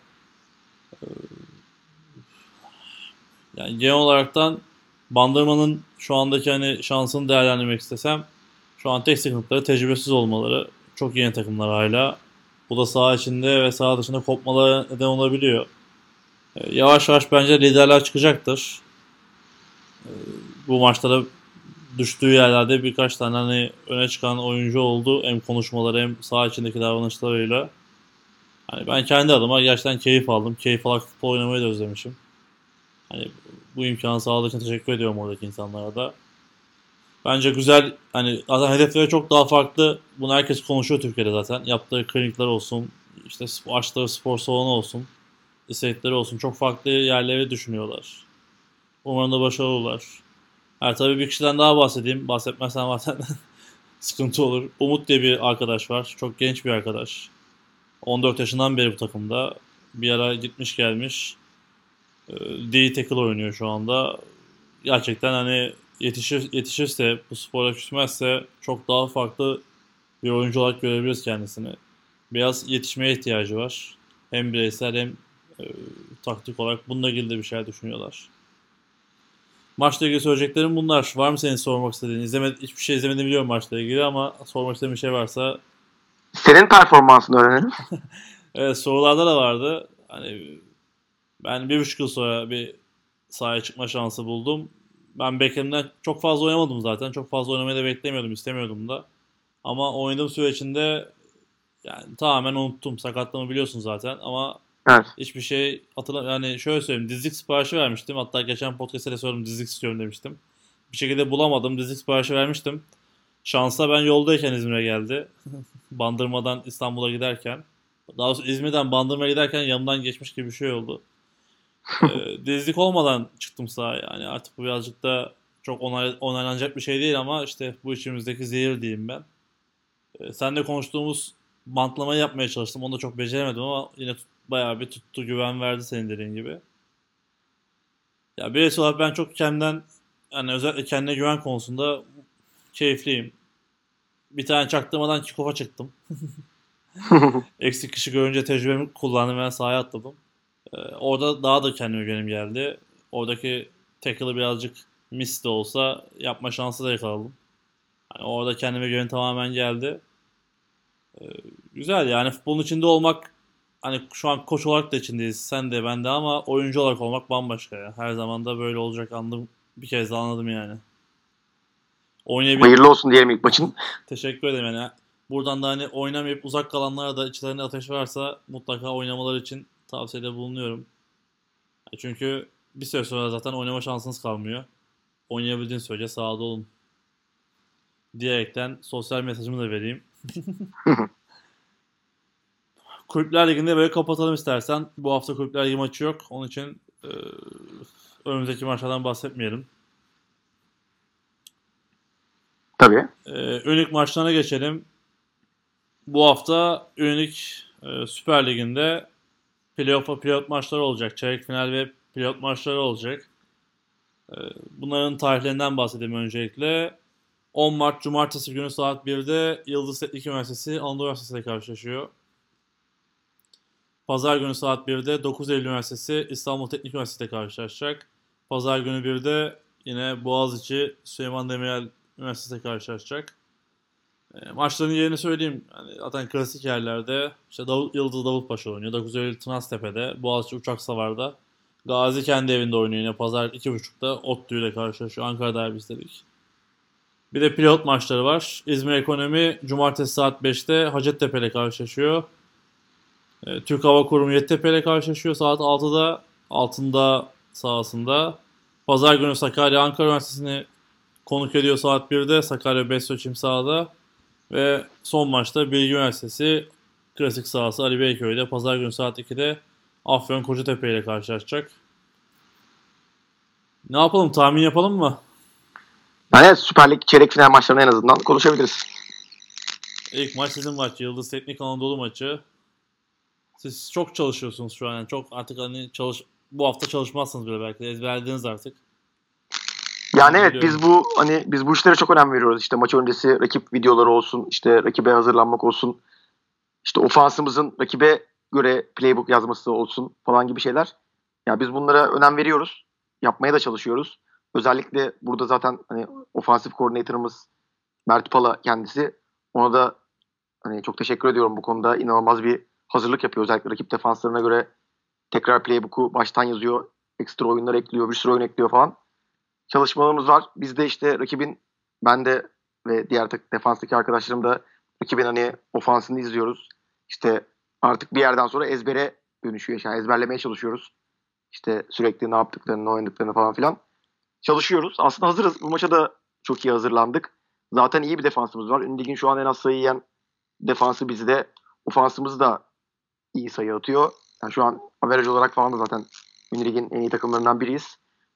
S1: Yani genel olaraktan Bandırma'nın şu andaki hani şansını değerlendirmek istesem şu an tek sıkıntıları tecrübesiz olmaları. Çok yeni takımlar hala. Bu da saha içinde ve saha dışında kopmalara neden olabiliyor. Yavaş yavaş bence liderler çıkacaktır. Bu maçta düştüğü yerlerde birkaç tane hani öne çıkan oyuncu oldu. Hem konuşmaları hem saha içindeki davranışlarıyla. Hani ben kendi adıma gerçekten keyif aldım. Keyif alarak futbol oynamayı da özlemişim. Hani bu imkanı sağladığı için teşekkür ediyorum oradaki insanlara da. Bence güzel. Hani zaten hedefleri çok daha farklı. Bunu herkes konuşuyor Türkiye'de zaten. Yaptığı klinikler olsun, işte açtığı spor salonu olsun, istedikleri olsun. Çok farklı yerleri düşünüyorlar. Umarım da başarılı olurlar. Tabii bir kişiden daha bahsedeyim. Bahsetmezsem zaten sıkıntı olur. Umut diye bir arkadaş var. Çok genç bir arkadaş. 14 yaşından beri bu takımda. Bir ara gitmiş gelmiş. D tackle oynuyor şu anda. Gerçekten hani yetişirse, bu spora küsmezse çok daha farklı bir oyuncu olarak görebiliriz kendisini. Biraz yetişmeye ihtiyacı var. Hem bireysel hem e, taktik olarak bununla ilgili de bir şeyler düşünüyorlar. Maçla ilgili söyleyeceklerim bunlar. Var mı senin sormak istediğin? Hiçbir şey izlemediğini biliyorum maçla ilgili ama sormak istediğin bir şey varsa.
S2: Senin performansını öğrenelim.
S1: Evet, sorularda da vardı. Hani ben 1,5 yıl sonra bir sahaya çıkma şansı buldum. Ben beklediğimden çok fazla oynamadım zaten. Çok fazla oynamayı da beklemiyordum, istemiyordum da. Ama oynadığım süre içinde yani tamamen unuttum. Sakatlığımı biliyorsun zaten ama
S2: Evet.
S1: hiçbir şey yani şöyle söyleyeyim, dizlik siparişi vermiştim. Hatta geçen podcast'te de söyledim, dizlik istiyorum demiştim. Bir şekilde bulamadım. Dizlik siparişi vermiştim. Şansa ben yoldayken İzmir'e geldi. Bandırmadan İstanbul'a giderken. Daha doğrusu İzmir'den Bandırma'ya giderken yanımdan geçmiş gibi bir şey oldu. Dizlik olmadan çıktım sahaya. Yani artık bu birazcık da çok onaylanacak bir şey değil ama işte bu içimizdeki zehir diyeyim ben. Seninle konuştuğumuz bantlamayı yapmaya çalıştım. Onu da çok beceremedim ama yine bayağı bir tuttu, güven verdi senin dediğin gibi. Ya birisi olarak ben çok kendimden, yani özellikle kendine güven konusunda keyifliyim. Bir tane çaktırmadan kickoff'a çıktım. Eksik kişi görünce tecrübemi kullandım ve sahaya atladım. Orada daha da kendime güvenim geldi. Oradaki tackle'ı birazcık miss de olsa yapma şansı da yakaladım. Yani orada kendime güven tamamen geldi. Güzel yani futbolun içinde olmak, hani şu an koç olarak da içindeyiz sen de ben de ama oyuncu olarak olmak bambaşka ya. Her zaman da böyle olacak anladım. Bir kez daha anladım yani.
S2: Hayırlı olsun diyelim ilk maçın.
S1: Teşekkür ederim yani. Buradan da hani oynamayıp uzak kalanlara da içlerinde ateş varsa mutlaka oynamaları için tavsiyede bulunuyorum. Çünkü bir süre sonra zaten oynama şansınız kalmıyor. Oynayabildiğin sürece sahada olun. Diyerekten sosyal mesajımı da vereyim. Kulüpler Ligi'nde böyle kapatalım istersen. Bu hafta Kulüpler Ligi maçı yok. Onun için önümüzdeki maçlardan bahsetmeyelim.
S2: Tabii.
S1: Ünik maçlarına geçelim. Bu hafta Ünik Süper Ligi'nde pilot maçları olacak. Çeyrek final ve pilot maçları olacak. Bunların tarihlerinden bahsedeyim öncelikle. 10 Mart Cumartesi günü saat 1'de Yıldız Teknik Üniversitesi Anadolu Üniversitesi ile karşılaşıyor. Pazar günü saat 1'de 9 Eylül Üniversitesi İstanbul Teknik Üniversitesi ile karşılaşacak. Pazar günü 1'de yine Boğaziçi Süleyman Demirel Üniversitesi ile karşılaşacak. Maçların yerini söyleyeyim. Yani zaten klasik yerlerde işte Yıldız Davutpaşa oynuyor. 9 Eylül Tınaztepe'de. Boğaziçi Uçaksavar'da. Gazi kendi evinde oynuyor yine. Pazar 2.30'da ODTÜ ile karşılaşıyor. Ankara derbisi dedik. Bir de pilot maçları var. İzmir Ekonomi Cumartesi saat 5'te Hacettepe ile karşılaşıyor. Türk Hava Kurumu Yeditepe ile karşılaşıyor saat 6'da. Altında sahasında. Pazar günü Sakarya Ankara Üniversitesi'ni konuk ediyor saat 1'de. Sakarya Besyoçim sahada. Ve son maçta Bilgi Üniversitesi klasik sahası Ali Beyköy'de pazar günü saat 2'de Afyon Kocatepe ile karşılaşacak. Ne yapalım? Tahmin yapalım mı?
S2: Yani Süper Lig çeyrek final maçlarını en azından konuşabiliriz.
S1: İlk maç sizin maç. Yıldız Teknik Anadolu maçı. Siz çok çalışıyorsunuz şu an. Yani çok artık hani bu hafta çalışmazsınız bile belki de ezberlediniz artık.
S2: Yani evet
S1: Biliyorum.
S2: biz bu işlere çok önem veriyoruz. İşte maç öncesi rakip videoları olsun, işte rakibe hazırlanmak olsun, işte ofansımızın rakibe göre playbook yazması olsun falan gibi şeyler. Ya biz bunlara önem veriyoruz. Yapmaya da çalışıyoruz. Özellikle burada zaten hani ofansif koordinatörümüz Mert Pala kendisi. Ona da hani çok teşekkür ediyorum bu konuda. İnanılmaz bir hazırlık yapıyor. Özellikle rakip defanslarına göre tekrar playbook'u baştan yazıyor. Ekstra oyunlar ekliyor, bir sürü oyun ekliyor falan. Çalışmalarımız var. Biz de işte rakibin, ben de ve diğer defanstaki arkadaşlarım da rakibin hani ofansını izliyoruz. İşte artık bir yerden sonra ezbere dönüşüyor. Yani ezberlemeye çalışıyoruz. İşte sürekli ne yaptıklarını, ne oynadıklarını falan filan. Çalışıyoruz. Aslında hazırız. Bu maça da çok iyi hazırlandık. Zaten iyi bir defansımız var. Ligin şu an en az sayı yiyen defansı bizde. Ofansımız da iyi sayı atıyor. Yani şu an average olarak falan da zaten ligin en iyi takımlarından biriyiz.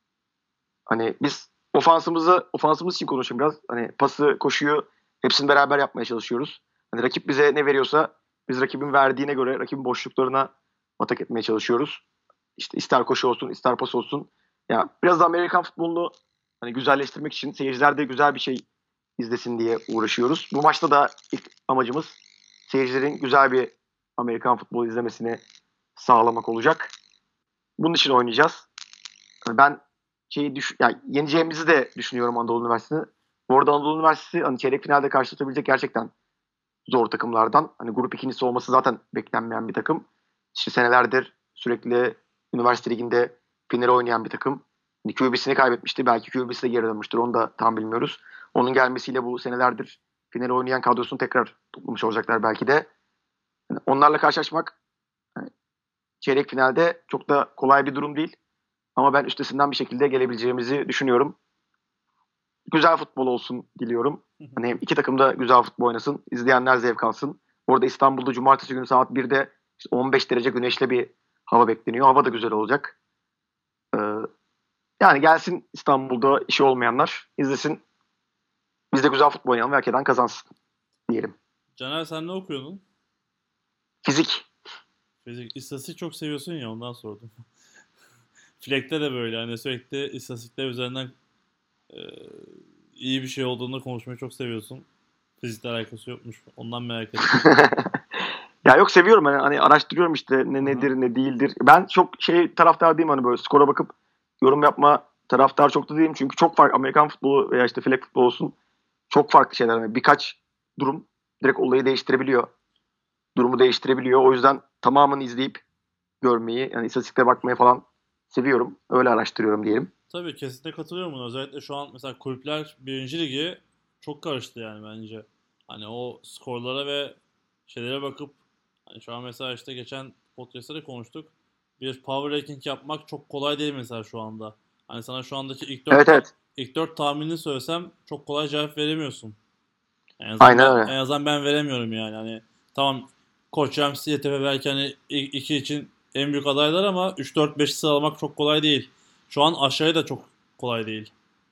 S2: Hani biz ofansımız için konuşayım biraz. Hani pası, koşuyu hepsini beraber yapmaya çalışıyoruz. Hani rakip bize ne veriyorsa biz rakibin verdiğine göre rakibin boşluklarına atak etmeye çalışıyoruz. İşte ister koşu olsun, ister pas olsun. Ya biraz da Amerikan futbolunu hani güzelleştirmek için seyirciler de güzel bir şey izlesin diye uğraşıyoruz. Bu maçta da ilk amacımız seyircilerin güzel bir Amerikan futbolu izlemesini sağlamak olacak. Bunun için oynayacağız. Ben yani yeneceğimizi de düşünüyorum Anadolu Üniversitesi'ni. Bu arada Anadolu Üniversitesi hani çeyrek finalde karşılatabilecek gerçekten zor takımlardan. Hani grup ikincisi olması zaten beklenmeyen bir takım. İşte senelerdir sürekli üniversite liginde finale oynayan bir takım. Hani QB'sini kaybetmişti. Belki QB'si de geri dönmüştür. Onu da tam bilmiyoruz. Onun gelmesiyle bu senelerdir finale oynayan kadrosunu tekrar toplamış olacaklar belki de. Yani onlarla karşılaşmak hani çeyrek finalde çok da kolay bir durum değil. Ama ben üstesinden bir şekilde gelebileceğimizi düşünüyorum. Güzel futbol olsun diliyorum. Hani hem iki takım da güzel futbol oynasın. İzleyenler zevk alsın. Orada İstanbul'da cumartesi günü saat 1'de işte 15 derece güneşli bir hava bekleniyor. Hava da güzel olacak. Ee, Yani gelsin İstanbul'da işi olmayanlar izlesin. Biz de güzel futbol oynayalım ve hak eden kazansın diyelim.
S1: Caner sen ne okuyordun?
S2: Fizik.
S1: Fizik. İstatistik çok seviyorsun ya ondan sordum. Flek'te de böyle hani sürekli istatistikler üzerinden e, iyi bir şey olduğunda konuşmayı çok seviyorsun. Fizikle alakası yokmuş. Ondan merak ettim.
S2: Ya yok seviyorum hani araştırıyorum işte ne
S1: Aha.
S2: nedir ne değildir. Ben çok taraftar değilim hani böyle skora bakıp yorum yapma taraftar çok da değilim. Çünkü çok farklı Amerikan futbolu veya işte flag futbolu olsun çok farklı şeyler. Yani birkaç durum direkt olayı değiştirebiliyor. Durumu değiştirebiliyor. O yüzden tamamını izleyip görmeyi yani istatistiklere bakmayı falan seviyorum. Öyle araştırıyorum diyelim.
S1: Tabii kesinlikle katılıyorum buna. Özellikle şu an mesela kulüpler birinci ligi çok karıştı yani bence. Hani o skorlara ve şeylere bakıp hani şu an mesela işte geçen podcast'ta da konuştuk. Bir power ranking yapmak çok kolay değil mesela şu anda. Hani sana şu andaki
S2: Evet evet.
S1: ilk 4 tahminini söylesem çok kolay cevap veremiyorsun.
S2: Aynen öyle.
S1: En azından ben veremiyorum yani. Hani tamam Koç Ramsey, YTP belki hani ilk iki için en büyük adaylar ama 3 4 5 sıralamak çok kolay değil. Şu an aşağıya da çok kolay değil.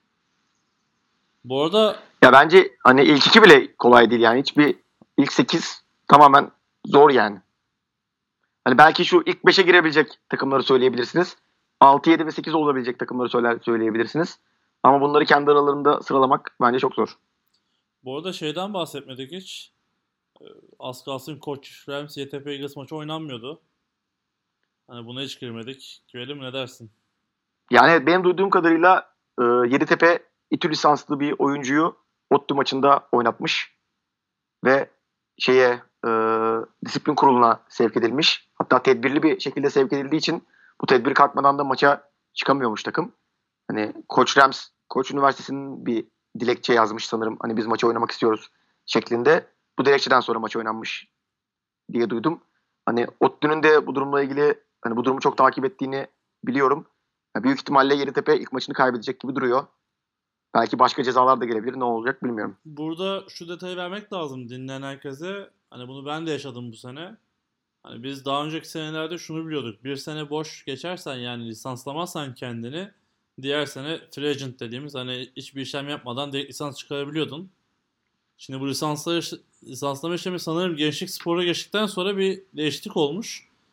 S1: Bu arada
S2: Ya bence hani ilk iki bile kolay değil yani. Hiçbir ilk 8 tamamen zor yani. Hani belki şu ilk 5'e girebilecek takımları söyleyebilirsiniz. 6, 7 ve 8 olabilecek takımları söyleyebilirsiniz. Ama bunları kendi aralarında sıralamak bence çok zor.
S1: şeyden bahsetmedik hiç. Ee, Az kalsın Koç Ramsey, YTP Eagles maçı oynanmıyordu. Hani buna hiç girmedik. Girelim ne dersin?
S2: Yani benim duyduğum kadarıyla Yeditepe İTÜ lisanslı bir oyuncuyu ODTÜ maçında oynatmış ve e, disiplin kuruluna sevk edilmiş. Hatta tedbirli bir şekilde sevk edildiği için bu tedbir kalkmadan da maça çıkamıyormuş takım. Hani Koç Üniversitesi'nin bir dilekçe yazmış sanırım. Hani biz maçı oynamak istiyoruz şeklinde. Bu dilekçeden sonra maç oynanmış diye duydum. Hani ODTÜ'nün de bu durumla ilgili hani bu durumu çok takip ettiğini biliyorum. Yani büyük ihtimalle Yeditepe ilk maçını kaybedecek gibi duruyor. Belki başka cezalar da gelebilir. Ne olacak bilmiyorum.
S1: Burada şu detayı vermek lazım dinleyen herkese. Hani bunu ben de yaşadım bu sene. Hani biz daha önceki senelerde şunu biliyorduk. Bir sene boş geçersen yani lisanslamazsan kendini diğer sene free agent dediğimiz hani hiçbir işlem yapmadan direkt lisans çıkarabiliyordun. Şimdi bu lisanslama işlemi sanırım gençlik spora geçtikten sonra bir değişiklik olmuş.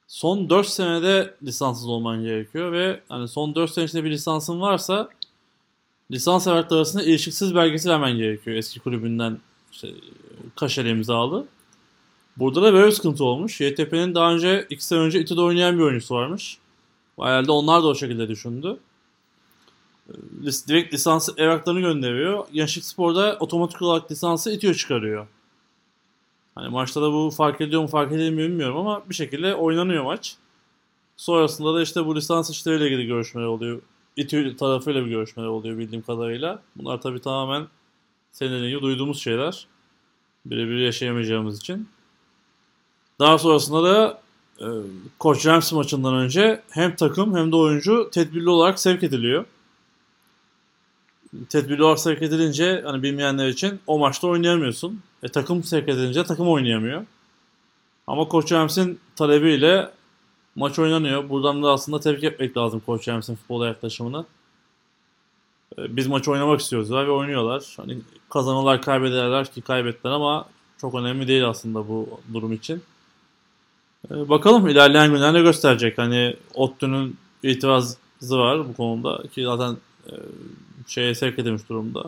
S1: son 4 senede lisanssız olman gerekiyor ve hani son 4 sene içinde bir lisansın varsa lisans evrakları arasında ilişiksiz belgesi vermen gerekiyor eski kulübünden işte, kaşeli imzalı. Burada da böyle bir sıkıntı olmuş. YTP'nin daha önce 2 sene önce İTÜ'de oynayan bir oyuncusu varmış. Herhalde onlar da o şekilde düşündü. Direkt lisans evraklarını gönderiyor. Gençlik Spor'da otomatik olarak lisansı İTÜ'ye çıkarıyor. Hani maçta da bu fark ediyor mu fark edilmiyor bilmiyorum ama bir şekilde oynanıyor maç. Sonrasında da işte bu lisans işleriyle ilgili görüşmeler oluyor. İTÜ tarafıyla bir görüşmeler oluyor bildiğim kadarıyla. Bunlar tabii tamamen senin dediğin gibi duyduğumuz şeyler. Birebir yaşayamayacağımız için. Daha sonrasında da Koç Rams maçından önce hem takım hem de oyuncu tedbirli olarak sevk ediliyor. Tedbirli olarak sevk edilince hani bilmeyenler için o maçta oynayamıyorsun. Takım sevk edilince takım oynayamıyor. Ama Koç Rams'in talebiyle maç oynanıyor. Buradan da aslında tebrik etmek lazım Koç Rams'in futbola yaklaşımını. Biz maç oynamak istiyoruz ve oynuyorlar. Hani kazanırlar kaybederler ki kaybettiler ama çok önemli değil aslında bu durum için. Bakalım ilerleyen günler ne gösterecek. Hani ODTÜ'nün itirazı var bu konuda ki zaten şeye sevk edilmiş durumda.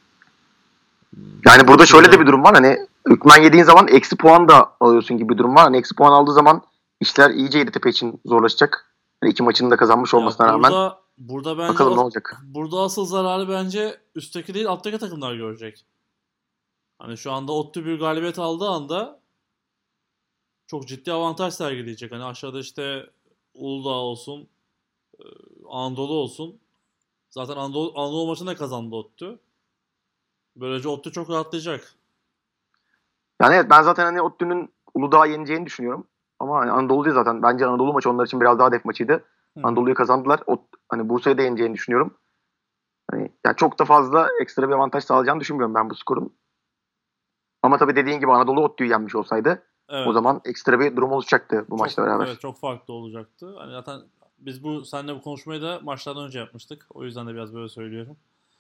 S2: Yani burada şöyle de
S1: Şurada.
S2: bir durum var. Hani hükmen yediğin zaman eksi puan da alıyorsun gibi bir durum var. Hani eksi puan aldığı zaman işler iyice Yeditepe için zorlaşacak. Hani iki maçını da kazanmış
S1: Ya
S2: olmasına rağmen.
S1: burada bence
S2: Bakalım ne olacak.
S1: burada asıl zararı bence üstteki değil alttaki takımlar görecek. Hani şu anda ODTÜ bir galibiyet aldığı anda çok ciddi avantaj sergileyecek. Hani aşağıda işte Uludağ olsun, e, Anadolu olsun. Zaten Anadolu maçını da kazandı ODTÜ. Böylece ODTÜ çok rahatlayacak.
S2: Yani evet, ben zaten hani ODTÜ'nün Uludağ'ı yeneceğini düşünüyorum. Ama hani Anadolu değil zaten. Bence Anadolu maçı onlar için biraz daha def maçıydı.
S1: Hı hı.
S2: Anadolu'yu kazandılar. Hani Bursa'yı da yeneceğini düşünüyorum. Hani yani çok da fazla ekstra bir avantaj sağlayacağını düşünmüyorum ben bu skorun. Ama tabii dediğin gibi Anadolu ODTÜ'yü yenmiş olsaydı o
S1: Evet.
S2: zaman ekstra bir durum oluşacaktı bu maçla
S1: Evet
S2: beraber.
S1: çok farklı olacaktı. Hani zaten biz seninle bu konuşmayı da maçlardan önce yapmıştık. O yüzden de biraz böyle söylüyorum.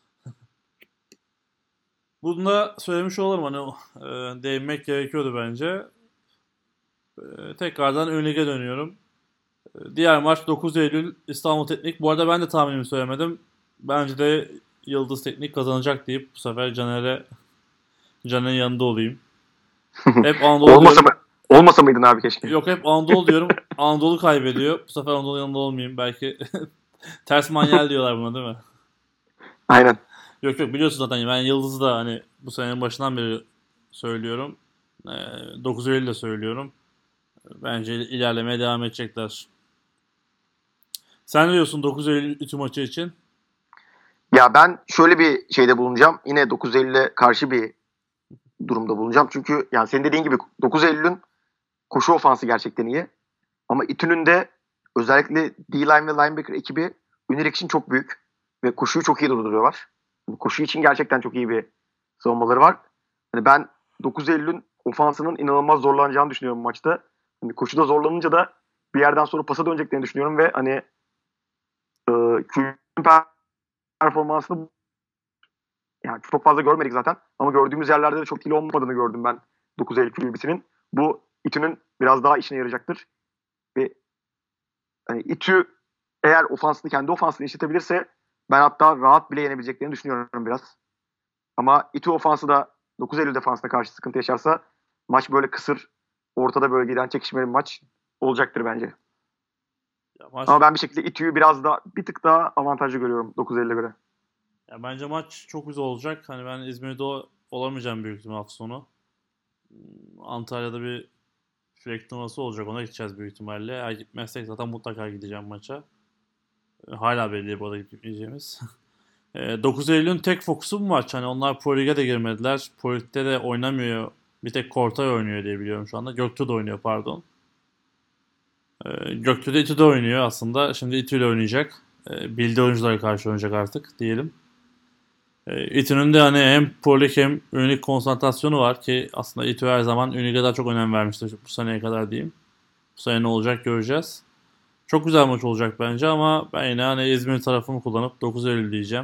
S1: Bunu da söylemiş olurum hani değinmek gerekiyordu bence. Tekrardan ön lige dönüyorum. Diğer maç 9 Eylül İstanbul Teknik. Bu arada ben de tahminimi söylemedim. Bence de Yıldız Teknik kazanacak deyip bu sefer Caner'in yanında olayım. Hep Anadolu
S2: Olmasa mı?
S1: diyorum.
S2: Olmasa mıydın abi keşke.
S1: Yok hep Anadolu diyorum. Anadolu kaybediyor. Bu sefer Anadolu yanında olmayayım. Belki ters manyel diyorlar buna değil mi?
S2: Aynen.
S1: Yok biliyorsun zaten ben Yıldız'ı da hani bu senenin başından beri söylüyorum. 9 Eylül'de söylüyorum. Bence ilerlemeye devam edecekler. Sen ne diyorsun 9 Eylül ütü maçı için?
S2: Ya ben şöyle bir şeyde bulunacağım. Yine 9 Eylül'e karşı bir durumda bulunacağım. Çünkü yani senin dediğin gibi 9 Eylül'ün koşu ofansı gerçekten iyi. Ama İTÜ'nün de özellikle D-line ve linebacker ekibi yönelik için çok büyük. Ve koşuyu çok iyi durduruyorlar. Yani koşu için gerçekten çok iyi bir savunmaları var. Hani ben 9 Eylül'ün ofansının inanılmaz zorlanacağını düşünüyorum bu maçta. Hani koşuda zorlanınca da bir yerden sonra pasa döneceklerini düşünüyorum ve hani QB'nin performansını yani çok fazla görmedik zaten. Ama gördüğümüz yerlerde de çok iyi olmadığını gördüm ben 9 Eylül QB'sinin. Bu İTÜ'nün biraz daha işine yarayacaktır. Ve hani İTÜ eğer kendi ofansını işletebilirse ben hatta rahat bile yenebileceklerini düşünüyorum biraz. Ama İTÜ ofansı da 9 Eylül defansına karşı sıkıntı yaşarsa maç böyle kısır, ortada böyle giden çekişmeli bir maç olacaktır bence.
S1: Ya
S2: Ama
S1: maç
S2: ben bir şekilde İTÜ'yü bir tık daha avantajlı görüyorum 9 Eylül'e göre.
S1: ya bence maç çok güzel olacak. Hani ben İzmir'de olamayacağım büyük ihtimal hafta sonu. Antalya'da bir sürekli turnuvası olacak. Ona gideceğiz büyük ihtimalle. Eğer gitmezsek zaten mutlaka gideceğim maça. Hala belli değil bu arada gitmeyeceğimiz. 9 Eylül'ün tek fokusu bu maç. Hani onlar Pro Lig'e de girmediler. Pro Lig'de de oynamıyor. Bir tek Kortay oynuyor diye biliyorum şu anda. Göktuğ da oynuyor pardon. Göktuğ da İTÜ'de oynuyor aslında. Şimdi İTÜ ile oynayacak. Bildiği oyunculara karşı oynayacak artık diyelim. İTÜ'nün de hani hem Pro Lig hem Unique konsantrasyonu var ki aslında İTÜ her zaman Unique'e daha çok önem vermiştir bu seneye kadar diyeyim. Bu sene ne olacak göreceğiz. Çok güzel maç olacak bence ama ben yine hani İzmir tarafımı kullanıp 9 Eylül diyeceğim.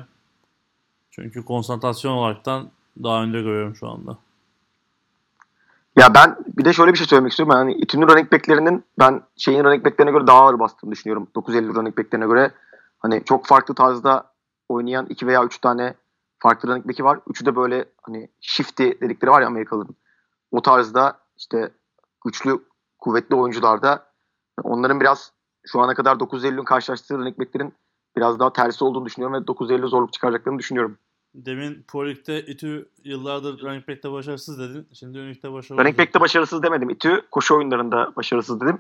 S1: Çünkü konsantrasyon olaraktan daha önde görüyorum şu anda.
S2: Ya ben bir Bir de şöyle bir şey söylemek istiyorum. Yani İTÜ'nün running back'lerinin ben şeyin running back'lerine göre daha ağır bastığını düşünüyorum. 950 running back'lerine göre. Hani çok farklı tarzda oynayan 2 veya 3 tane farklı running back'i var. Üçü de böyle hani shifty dedikleri var ya Amerikalıların. O tarzda işte güçlü, kuvvetli oyuncularda onların biraz şu ana kadar 950'nin karşılaştığı running back'lerin biraz daha tersi olduğunu düşünüyorum ve 950 zorluk çıkaracaklarını düşünüyorum.
S1: Demin Pro Lig'de İTÜ yıllardır running back'te başarısız dedin. Şimdi Ön Lig'de başarılı
S2: Running
S1: olacak.
S2: back'te başarısız demedim. İTÜ koşu oyunlarında başarısız dedim.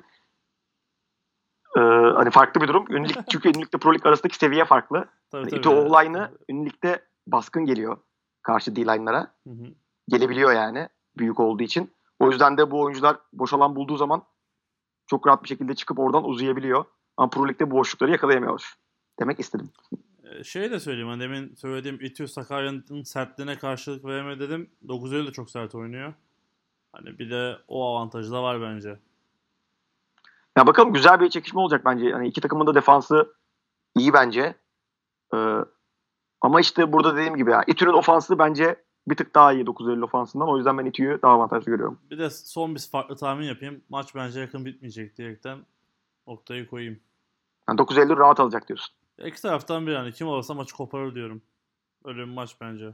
S2: Hani farklı bir durum. Çünkü ünlükle Pro Lig arasındaki seviye farklı.
S1: Tabii
S2: Hani
S1: tabii.
S2: İTÜ O-line'ı ünlükte baskın geliyor karşı D-line'lara.
S1: Hı hı.
S2: Gelebiliyor yani büyük olduğu için. O yüzden de bu oyuncular boş alan bulduğu zaman çok rahat bir şekilde çıkıp oradan uzayabiliyor. Ama Pro Lig'de bu boşlukları yakalayamıyorlar. Demek istedim.
S1: Şey de söyleyeyim. Hani demin söylediğim İTÜ Sakarya'nın sertliğine karşılık vereme dedim. 950 de çok sert oynuyor. Hani bir de o avantajı da var bence.
S2: Ya bakalım güzel bir çekişme olacak bence. Yani iki takımın da defansı iyi bence. Ee, Ama işte burada dediğim gibi ya İTÜ'nün ofansı bence bir tık daha iyi 950 ofansından. O yüzden ben İTÜ'yü daha avantajlı görüyorum.
S1: Bir de son bir farklı tahmin yapayım. Maç bence yakın bitmeyecek diyerekten noktayı koyayım.
S2: Yani 950 rahat alacak diyorsun.
S1: İki taraftan bir yani kim olursa maçı koparır diyorum. Öyle bir maç bence.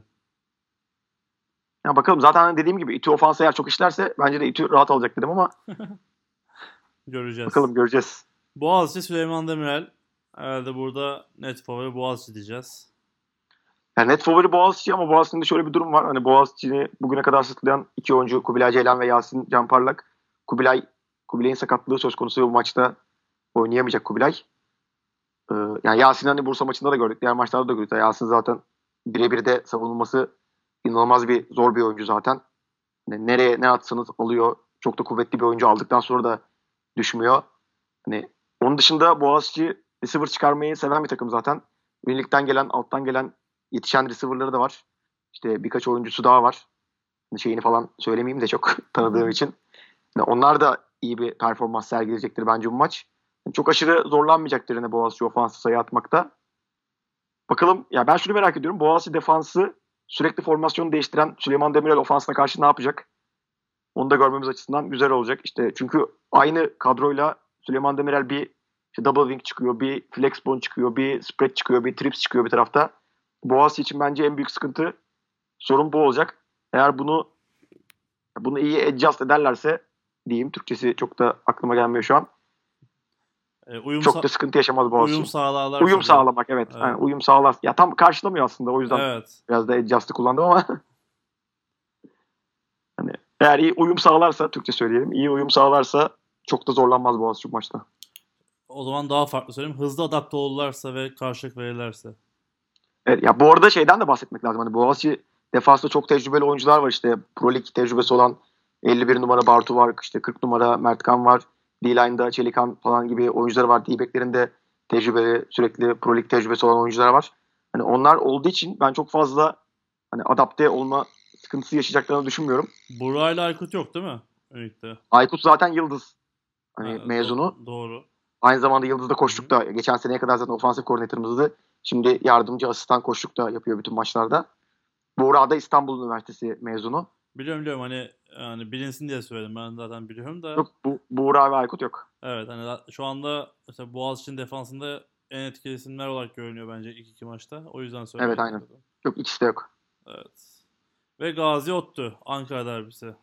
S2: Ya bakalım zaten hani dediğim gibi İTÜ ofansı eğer çok işlerse bence de İTÜ rahat alacak dedim ama
S1: Göreceğiz.
S2: bakalım göreceğiz.
S1: Boğaziçi Süleyman Demirel. Herhalde burada net favori Boğaziçi diyeceğiz.
S2: Yani net favori Boğaziçi ama Boğaziçi'nin de şöyle bir durum var. Hani Boğaziçi'ni bugüne kadar sırtlayan iki oyuncu Kubilay Ceylan ve Yasin Canparlak. Kubilay'ın sakatlığı söz konusu ve bu maçta oynayamayacak Kubilay. Yani Yasin hani Bursa maçında da gördük. Diğer maçlarda da gördük. Yasin zaten birebir de savunulması inanılmaz zor bir oyuncu zaten. Yani nereye ne atsanız alıyor. Çok da kuvvetli bir oyuncu aldıktan sonra da düşmüyor. Hani onun dışında Boğaziçi receiver çıkarmayı seven bir takım zaten. Ünilikten gelen, alttan gelen yetişen receiver'ları da var. İşte birkaç oyuncusu daha var. Hani şeyini falan söylemeyeyim de çok tanıdığım için. Yani onlar da iyi bir performans sergileyecektir bence bu maç. Yani çok aşırı zorlanmayacaktır yine Boğaziçi ofansı sayı atmakta. Bakalım ya ben şunu merak ediyorum. Boğaziçi defansı sürekli formasyonu değiştiren Süleyman Demirel ofansına karşı ne yapacak? Onu da görmemiz açısından güzel olacak. İşte çünkü aynı kadroyla Süleyman Demirel bir işte double wing çıkıyor, bir flex bone çıkıyor, bir spread çıkıyor, bir trips çıkıyor bir tarafta. Boğaziçi için bence en büyük sıkıntı sorun bu olacak. Eğer bunu iyi adjust ederlerse diyeyim. Türkçesi çok da aklıma gelmiyor şu an. Çok da sıkıntı yaşamaz Boğaziçi.
S1: Uyum sağlarlarsa.
S2: Uyum sağlamak evet.
S1: Evet.
S2: Yani uyum sağlar. Ya tam karşılamıyor aslında o yüzden
S1: Evet.
S2: biraz da adjust'ı kullandım ama hani eğer iyi uyum sağlarsa Türkçe söyleyelim. İyi uyum sağlarsa çok da zorlanmaz Boğaziçi bu maçta.
S1: O zaman daha farklı söyleyeyim. Hızlı adapte olurlarsa ve karşılık verirlerse.
S2: Evet, ya bu arada şeyden de bahsetmek lazım. Hani Boğaziçi defansında çok tecrübeli oyuncular var işte. Pro Lig tecrübesi olan 51 numara Bartu var. İşte 40 numara Mertkan var. D-line'da Çelikan falan gibi oyuncular var. D-back'lerin de tecrübeli, sürekli Pro Lig tecrübesi olan oyuncular var. Hani onlar olduğu için ben çok fazla hani adapte olma sıkıntısı yaşayacaklarını düşünmüyorum.
S1: Burayla Aykut yok değil mi? Önlükte.
S2: Aykut zaten Yıldız hani
S1: Ha,
S2: mezunu.
S1: doğru.
S2: Aynı zamanda Yıldız'da koçlukta. Geçen seneye kadar zaten ofansif koordinatörümüzdü. Şimdi yardımcı asistan koçluk da yapıyor bütün maçlarda. Buğra da İstanbul Üniversitesi mezunu.
S1: Biliyorum hani yani bilinsin diye söyledim. Ben zaten biliyorum da.
S2: Yok Buğra ve Aykut yok.
S1: Evet hani şu anda mesela Boğaziçi'nin defansında en etkili isimler olarak görünüyor bence ilk iki maçta. O yüzden söylemek
S2: Evet aynen.
S1: istedim.
S2: Yok ikisi de yok.
S1: Evet. Ve Gazi Ottu. Ankara derbisi.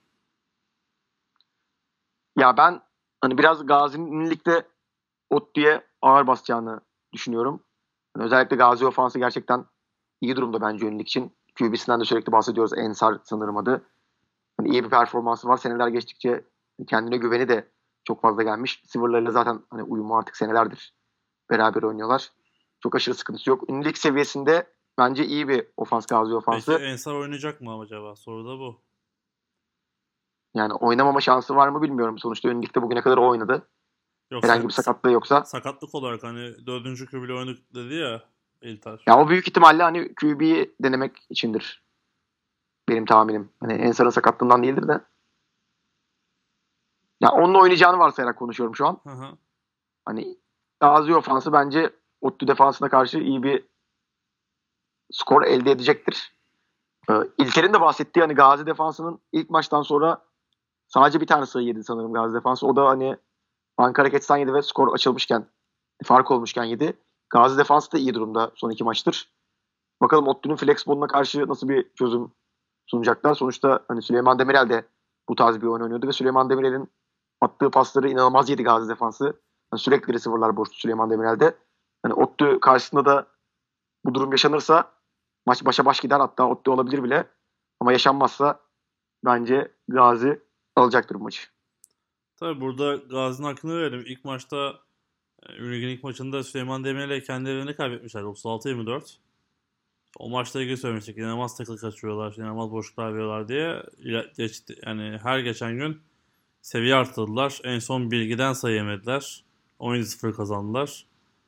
S2: Ya ben hani biraz Gazi'nin ligde ODTÜ'ye ağır basacağını düşünüyorum. Yani özellikle Gazi ofansı gerçekten iyi durumda bence yönelik için. QB'sinden de sürekli bahsediyoruz. Ensar sanırım adı. Hani iyi bir performansı var. Seneler geçtikçe kendine güveni de çok fazla gelmiş. Sivırlarıyla zaten hani uyumu artık senelerdir beraber oynuyorlar. Çok aşırı sıkıntısı yok. Ünlülük seviyesinde bence iyi bir ofans Gazi ofansı.
S1: Peki Ensar oynayacak mı acaba? Soru da bu.
S2: Yani oynamama şansı var mı bilmiyorum. Sonuçta ünlülükte bugüne kadar o oynadı.
S1: Yoksa
S2: Herhangi bir sakatlığı yoksa.
S1: sakatlık olarak hani dördüncü kübüyle oynadık dedi ya İltar.
S2: Ya o büyük ihtimalle hani QB'yi denemek içindir. Benim tahminim. Hani Ensar'ın sakatlığından değildir de. Ya onunla oynayacağını varsayarak konuşuyorum şu an.
S1: Hı hı.
S2: Hani Gazi ofansı bence ODTÜ defansına karşı iyi bir skor elde edecektir. İlker'in de bahsettiği hani Gazi defansının ilk maçtan sonra sadece bir tane sayı yedi sanırım Gazi Defans. O da hani Ankara Ketsen yedi ve skor açılmışken, fark olmuşken yedi. Gazi Defans da iyi durumda son 2 maçtır. Bakalım ODTÜ'nün Flexball'una karşı nasıl bir çözüm sunacaklar. Sonuçta hani Süleyman Demirel de bu tarz bir oyun oynuyordu ve Süleyman Demirel'in attığı pasları inanılmaz yedi Gazi Defansı. Yani sürekli receiver'lar boştu Süleyman Demirel'de. Hani ODTÜ karşısında da bu durum yaşanırsa maç başa baş gider, hatta ODTÜ olabilir bile. Ama yaşanmazsa bence Gazi alacaktır bu maçı.
S1: Tabii burada Gazi'nin hakkını verelim. İlk maçta Ünlü'nün ilk maçında Süleyman Demirel'e kendilerini kaybetmişler. 36-24. O maçla ilgili söylemiştik. İnanılmaz tackle kaçırıyorlar, inanılmaz boşluklar veriyorlar diye. Yani her geçen gün seviye arttırdılar. En son bilgiden sayı yemediler. 17-0 kazandılar.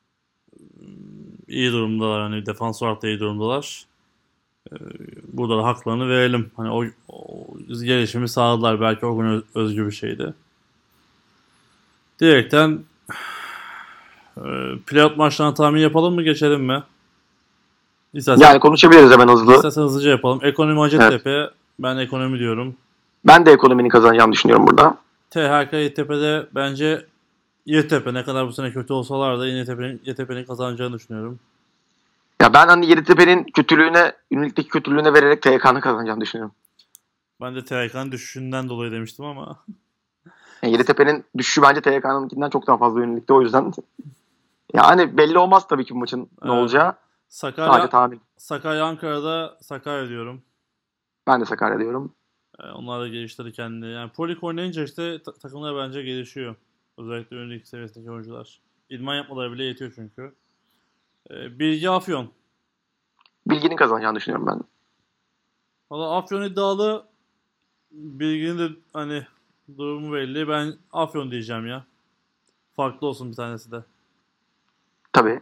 S1: İyi durumdalar. Hani defans olarak da iyi durumdalar. Burada da haklarını verelim. Hani o gelişimi sağladılar. Belki o gün özgü bir şeydi. Diyerekten playoff maçlarına tahmin yapalım mı, geçelim mi?
S2: Yani konuşabiliriz hemen hızlı.
S1: İstersen hızlıca yapalım. Ekonomi Hacettepe. Evet. Ben ekonomi diyorum.
S2: Ben de ekonominin kazanacağını düşünüyorum burada.
S1: THK Yeditepe'de bence Yeditepe ne kadar bu sene kötü olsalar da Yeditepe'nin kazanacağını düşünüyorum.
S2: Ya ben hani Yeditepe'nin kötülüğüne, ünlükteki kötülüğüne vererek THK'nın kazanacağını düşünüyorum.
S1: Ben de THK'nın düşüşünden dolayı demiştim ama.
S2: Yani Yeditepe'nin düşüşü bence THK'nınkinden çok daha fazla ünlükte, o yüzden. Yani belli olmaz tabii ki bu maçın ne olacağı. Sadece tahmin.
S1: Sakarya Ankara'da Sakarya diyorum.
S2: Ben de Sakarya diyorum.
S1: Onlar da geliştirdi kendini. Yani Polik oynayınca işte takımlar bence gelişiyor. Özellikle önündeki seviyesindeki oyuncular. İdman yapmaları bile yetiyor çünkü. Bilgi Afyon.
S2: Bilginin kazanacağını düşünüyorum ben.
S1: Valla Afyon iddialı. Bilginin de hani durumu belli. Ben Afyon diyeceğim ya. Farklı olsun bir tanesi de.
S2: Tabii.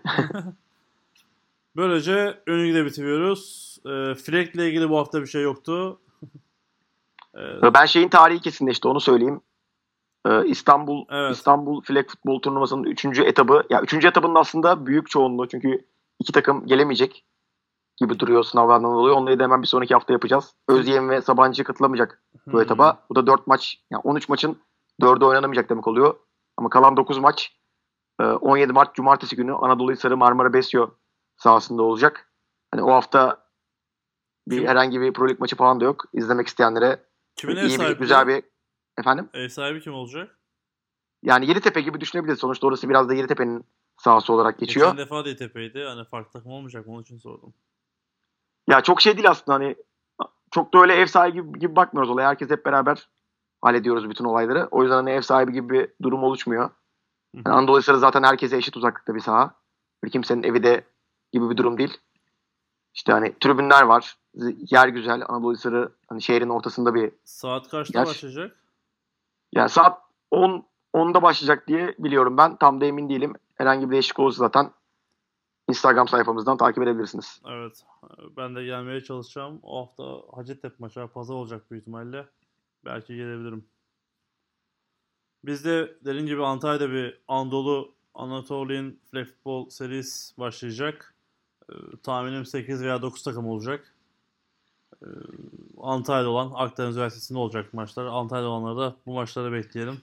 S1: Böylece önü de bitiriyoruz. Fleck'le ilgili bu hafta bir şey yoktu.
S2: Ben şeyin tarihi kesinleşti, onu söyleyeyim. İstanbul Flag Futbol Turnuvası'nın 3. etabı. Ya 3. etabının aslında büyük çoğunluğu, çünkü 2 takım gelemeyecek gibi duruyor sınavlardan dolayı. Onları da hemen bir sonraki hafta yapacağız. Özyeğin ve Sabancı katılamayacak bu etaba. Bu da 4 maç, yani 13 maçın 4'ü oynanamayacak demek oluyor. Ama kalan 9 maç 17 Mart Cumartesi günü Anadolu Hisarı Marmara Besyo sahasında olacak. Hani o hafta herhangi bir Pro Lig maçı falan da yok. İzlemek isteyenlere güzel bir efendim.
S1: Ev sahibi kim olacak?
S2: Yani Yeditepe gibi düşünebiliriz. Sonuçta orası biraz da Yeditepe'nin sahası olarak geçiyor.
S1: Geçen defa da Yeditepe'ydi. Hani farklı takım olmayacak mı? Onun için sordum.
S2: Ya çok şey değil aslında, hani çok da öyle ev sahibi gibi bakmıyoruz olaya. Herkes hep beraber hallediyoruz bütün olayları. O yüzden hani ev sahibi gibi bir durum oluşmuyor. Yani Anadolu Hisarı zaten herkese eşit uzaklıkta bir saha. Bir kimsenin evi de gibi bir durum değil. İşte hani tribünler var. Yer güzel. Anadolu Hisarı hani şehrin ortasında bir
S1: saat kaçta başlayacak?
S2: Yani saat 10'da başlayacak diye biliyorum ben. Tam da emin değilim. Herhangi bir değişiklik olursa zaten Instagram sayfamızdan takip edebilirsiniz.
S1: Evet. Ben de gelmeye çalışacağım. O hafta Hacettepe maçı pazar olacak büyük ihtimalle. Belki gelebilirim. Biz de dediğim gibi Antalya'da bir Anatolian Flag Football serisi başlayacak. Tahminim 8 veya 9 takım olacak. Antalya'da olan Akdeniz Üniversitesi'nde olacak maçlar. Antalya'da olanları da bu maçları bekleyelim.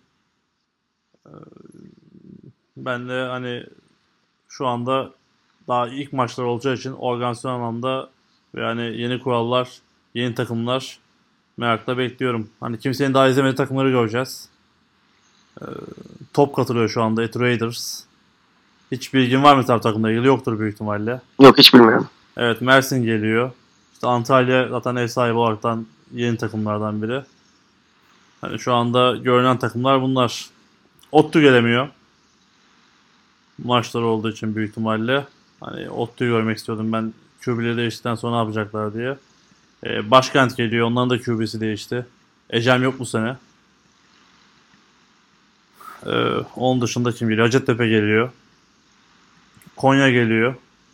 S1: Ben de hani şu anda daha ilk maçlar olacağı için organizasyon anlamda ve hani yeni kurallar, yeni takımlar merakla bekliyorum. Hani kimsenin daha izlemediği takımları göreceğiz. Top katılıyor şu anda, Etu Raiders. Hiç bilgin var mı takımla ilgili? Yoktur büyük ihtimalle.
S2: Yok, hiç bilmiyorum.
S1: Evet, Mersin geliyor. İşte Antalya zaten ev sahibi olaraktan yeni takımlardan biri. Hani şu anda görünen takımlar bunlar. ODTÜ gelemiyor. Maçları olduğu için büyük ihtimalle. Hani ODTÜ'yü görmek istiyordum ben. QB'leri değiştikten sonra ne yapacaklar diye. Başkent geliyor. Onların da QB'si değişti. Ecem yok bu sene. Onun dışında kim geliyor? Hacettepe geliyor. Konya geliyor.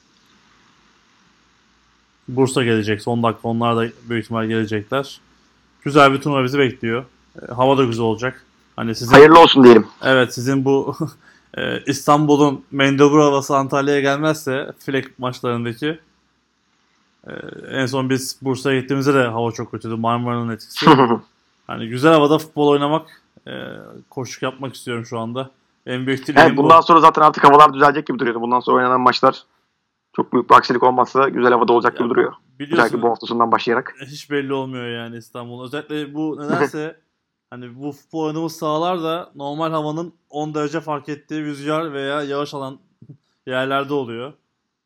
S1: Bursa gelecek. Son dakika onlar da büyük ihtimal gelecekler. Güzel bir turnuva bizi bekliyor. Hava da güzel olacak. Hani sizin,
S2: hayırlı olsun diyelim.
S1: Evet, sizin bu İstanbul'un mendebur havası Antalya'ya gelmezse Flag maçlarındaki en son biz Bursa'ya gittiğimizde de hava çok kötüydü. Marmara'nın etkisi. Hani güzel havada futbol oynamak, koşuk yapmak istiyorum şu anda. En büyük
S2: Evet,
S1: dileğim
S2: bundan
S1: bu.
S2: sonra zaten artık havalar düzelecek gibi duruyordu. Bundan sonra oynanan maçlar çok büyük bir aksilik olmazsa güzel havada olacak
S1: Ya
S2: gibi duruyor. Özellikle bu
S1: biliyorsun
S2: hafta sonundan başlayarak.
S1: hiç belli olmuyor yani İstanbul'un. Özellikle bu nedense hani bu futbol oynadığımız sahalar da normal havanın 10 derece fark ettiği rüzgar veya yağış alan yerlerde oluyor.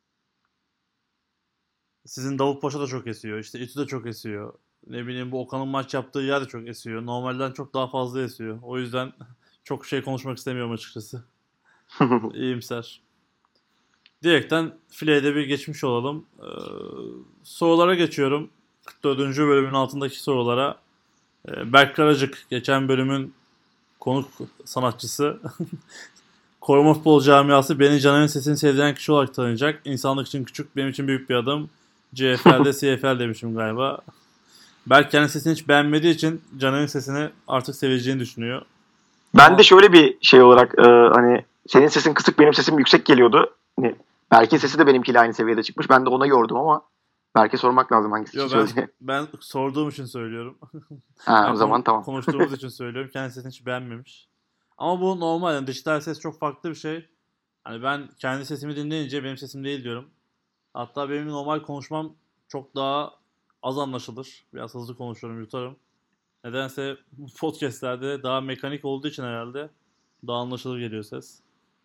S1: Sizin Davutpaşa da çok esiyor. İşte İTÜ de çok esiyor. Ne bileyim bu Okan'ın maç yaptığı yer de çok esiyor. Normalden çok daha fazla esiyor. O yüzden çok şey konuşmak istemiyorum açıkçası. İyimser. Direkten fileye de bir geçmiş olalım. Sorulara geçiyorum. 44. bölümün altındaki sorulara. Berk Karacık, geçen bölümün konuk sanatçısı. Koruma futbol camiası beni Caner'in sesini sevdiren kişi olarak tanıyacak. İnsanlık için küçük, benim için büyük bir adım. CFL'de CFL demişim galiba. Berk kendi sesini hiç beğenmediği için Caner'in sesini artık seveceğini düşünüyor.
S2: Ben de şöyle bir şey olarak hani senin sesin kısık, benim sesim yüksek geliyordu. Hani Berk'in sesi de benimkiyle aynı seviyede çıkmış. Ben de ona yordum ama Berk'e sormak lazım hangisi için
S1: Yo, ben
S2: söyledi.
S1: ben sorduğum için söylüyorum.
S2: Ha, o
S1: Yani
S2: zaman tamam.
S1: konuştuğumuz için söylüyorum. Kendi sesini hiç beğenmemiş. Ama bu normal. Yani dijital ses çok farklı bir şey. Hani ben kendi sesimi dinleyince benim sesim değil diyorum. Hatta benim normal konuşmam çok daha az anlaşılır. Biraz hızlı konuşuyorum, yutarım. Nedense bu podcastlerde daha mekanik olduğu için herhalde daha anlaşılır geliyor ses.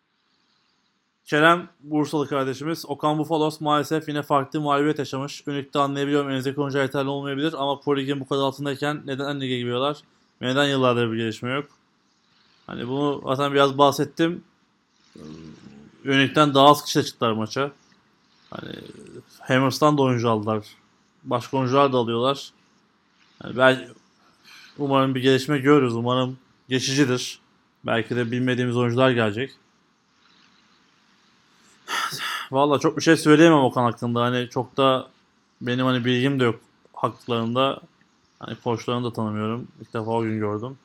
S1: Kerem Bursalı kardeşimiz. Okan Bufalos maalesef yine farklı mağlubiyet yaşamış. Ünlükte anlayabiliyorum önümüzdeki oyuncu yeterli olmayabilir ama Pro Lig'in bu kadar altındayken neden lige giriyorlar? Ve neden yıllardır bir gelişme yok? Hani bunu zaten biraz bahsettim. Ünlükten daha az kişi çıktılar maça. Hani Hammers'tan da oyuncu aldılar. Başka oyuncular da alıyorlar. Yani umarım bir gelişme görürüz. Umarım geçicidir. Belki de bilmediğimiz oyuncular gelecek. Valla çok bir şey söyleyemem Okan hakkında. Hani çok da benim hani bilgim de yok haklarında. Hani koçlarını da tanımıyorum. İlk defa o gün gördüm.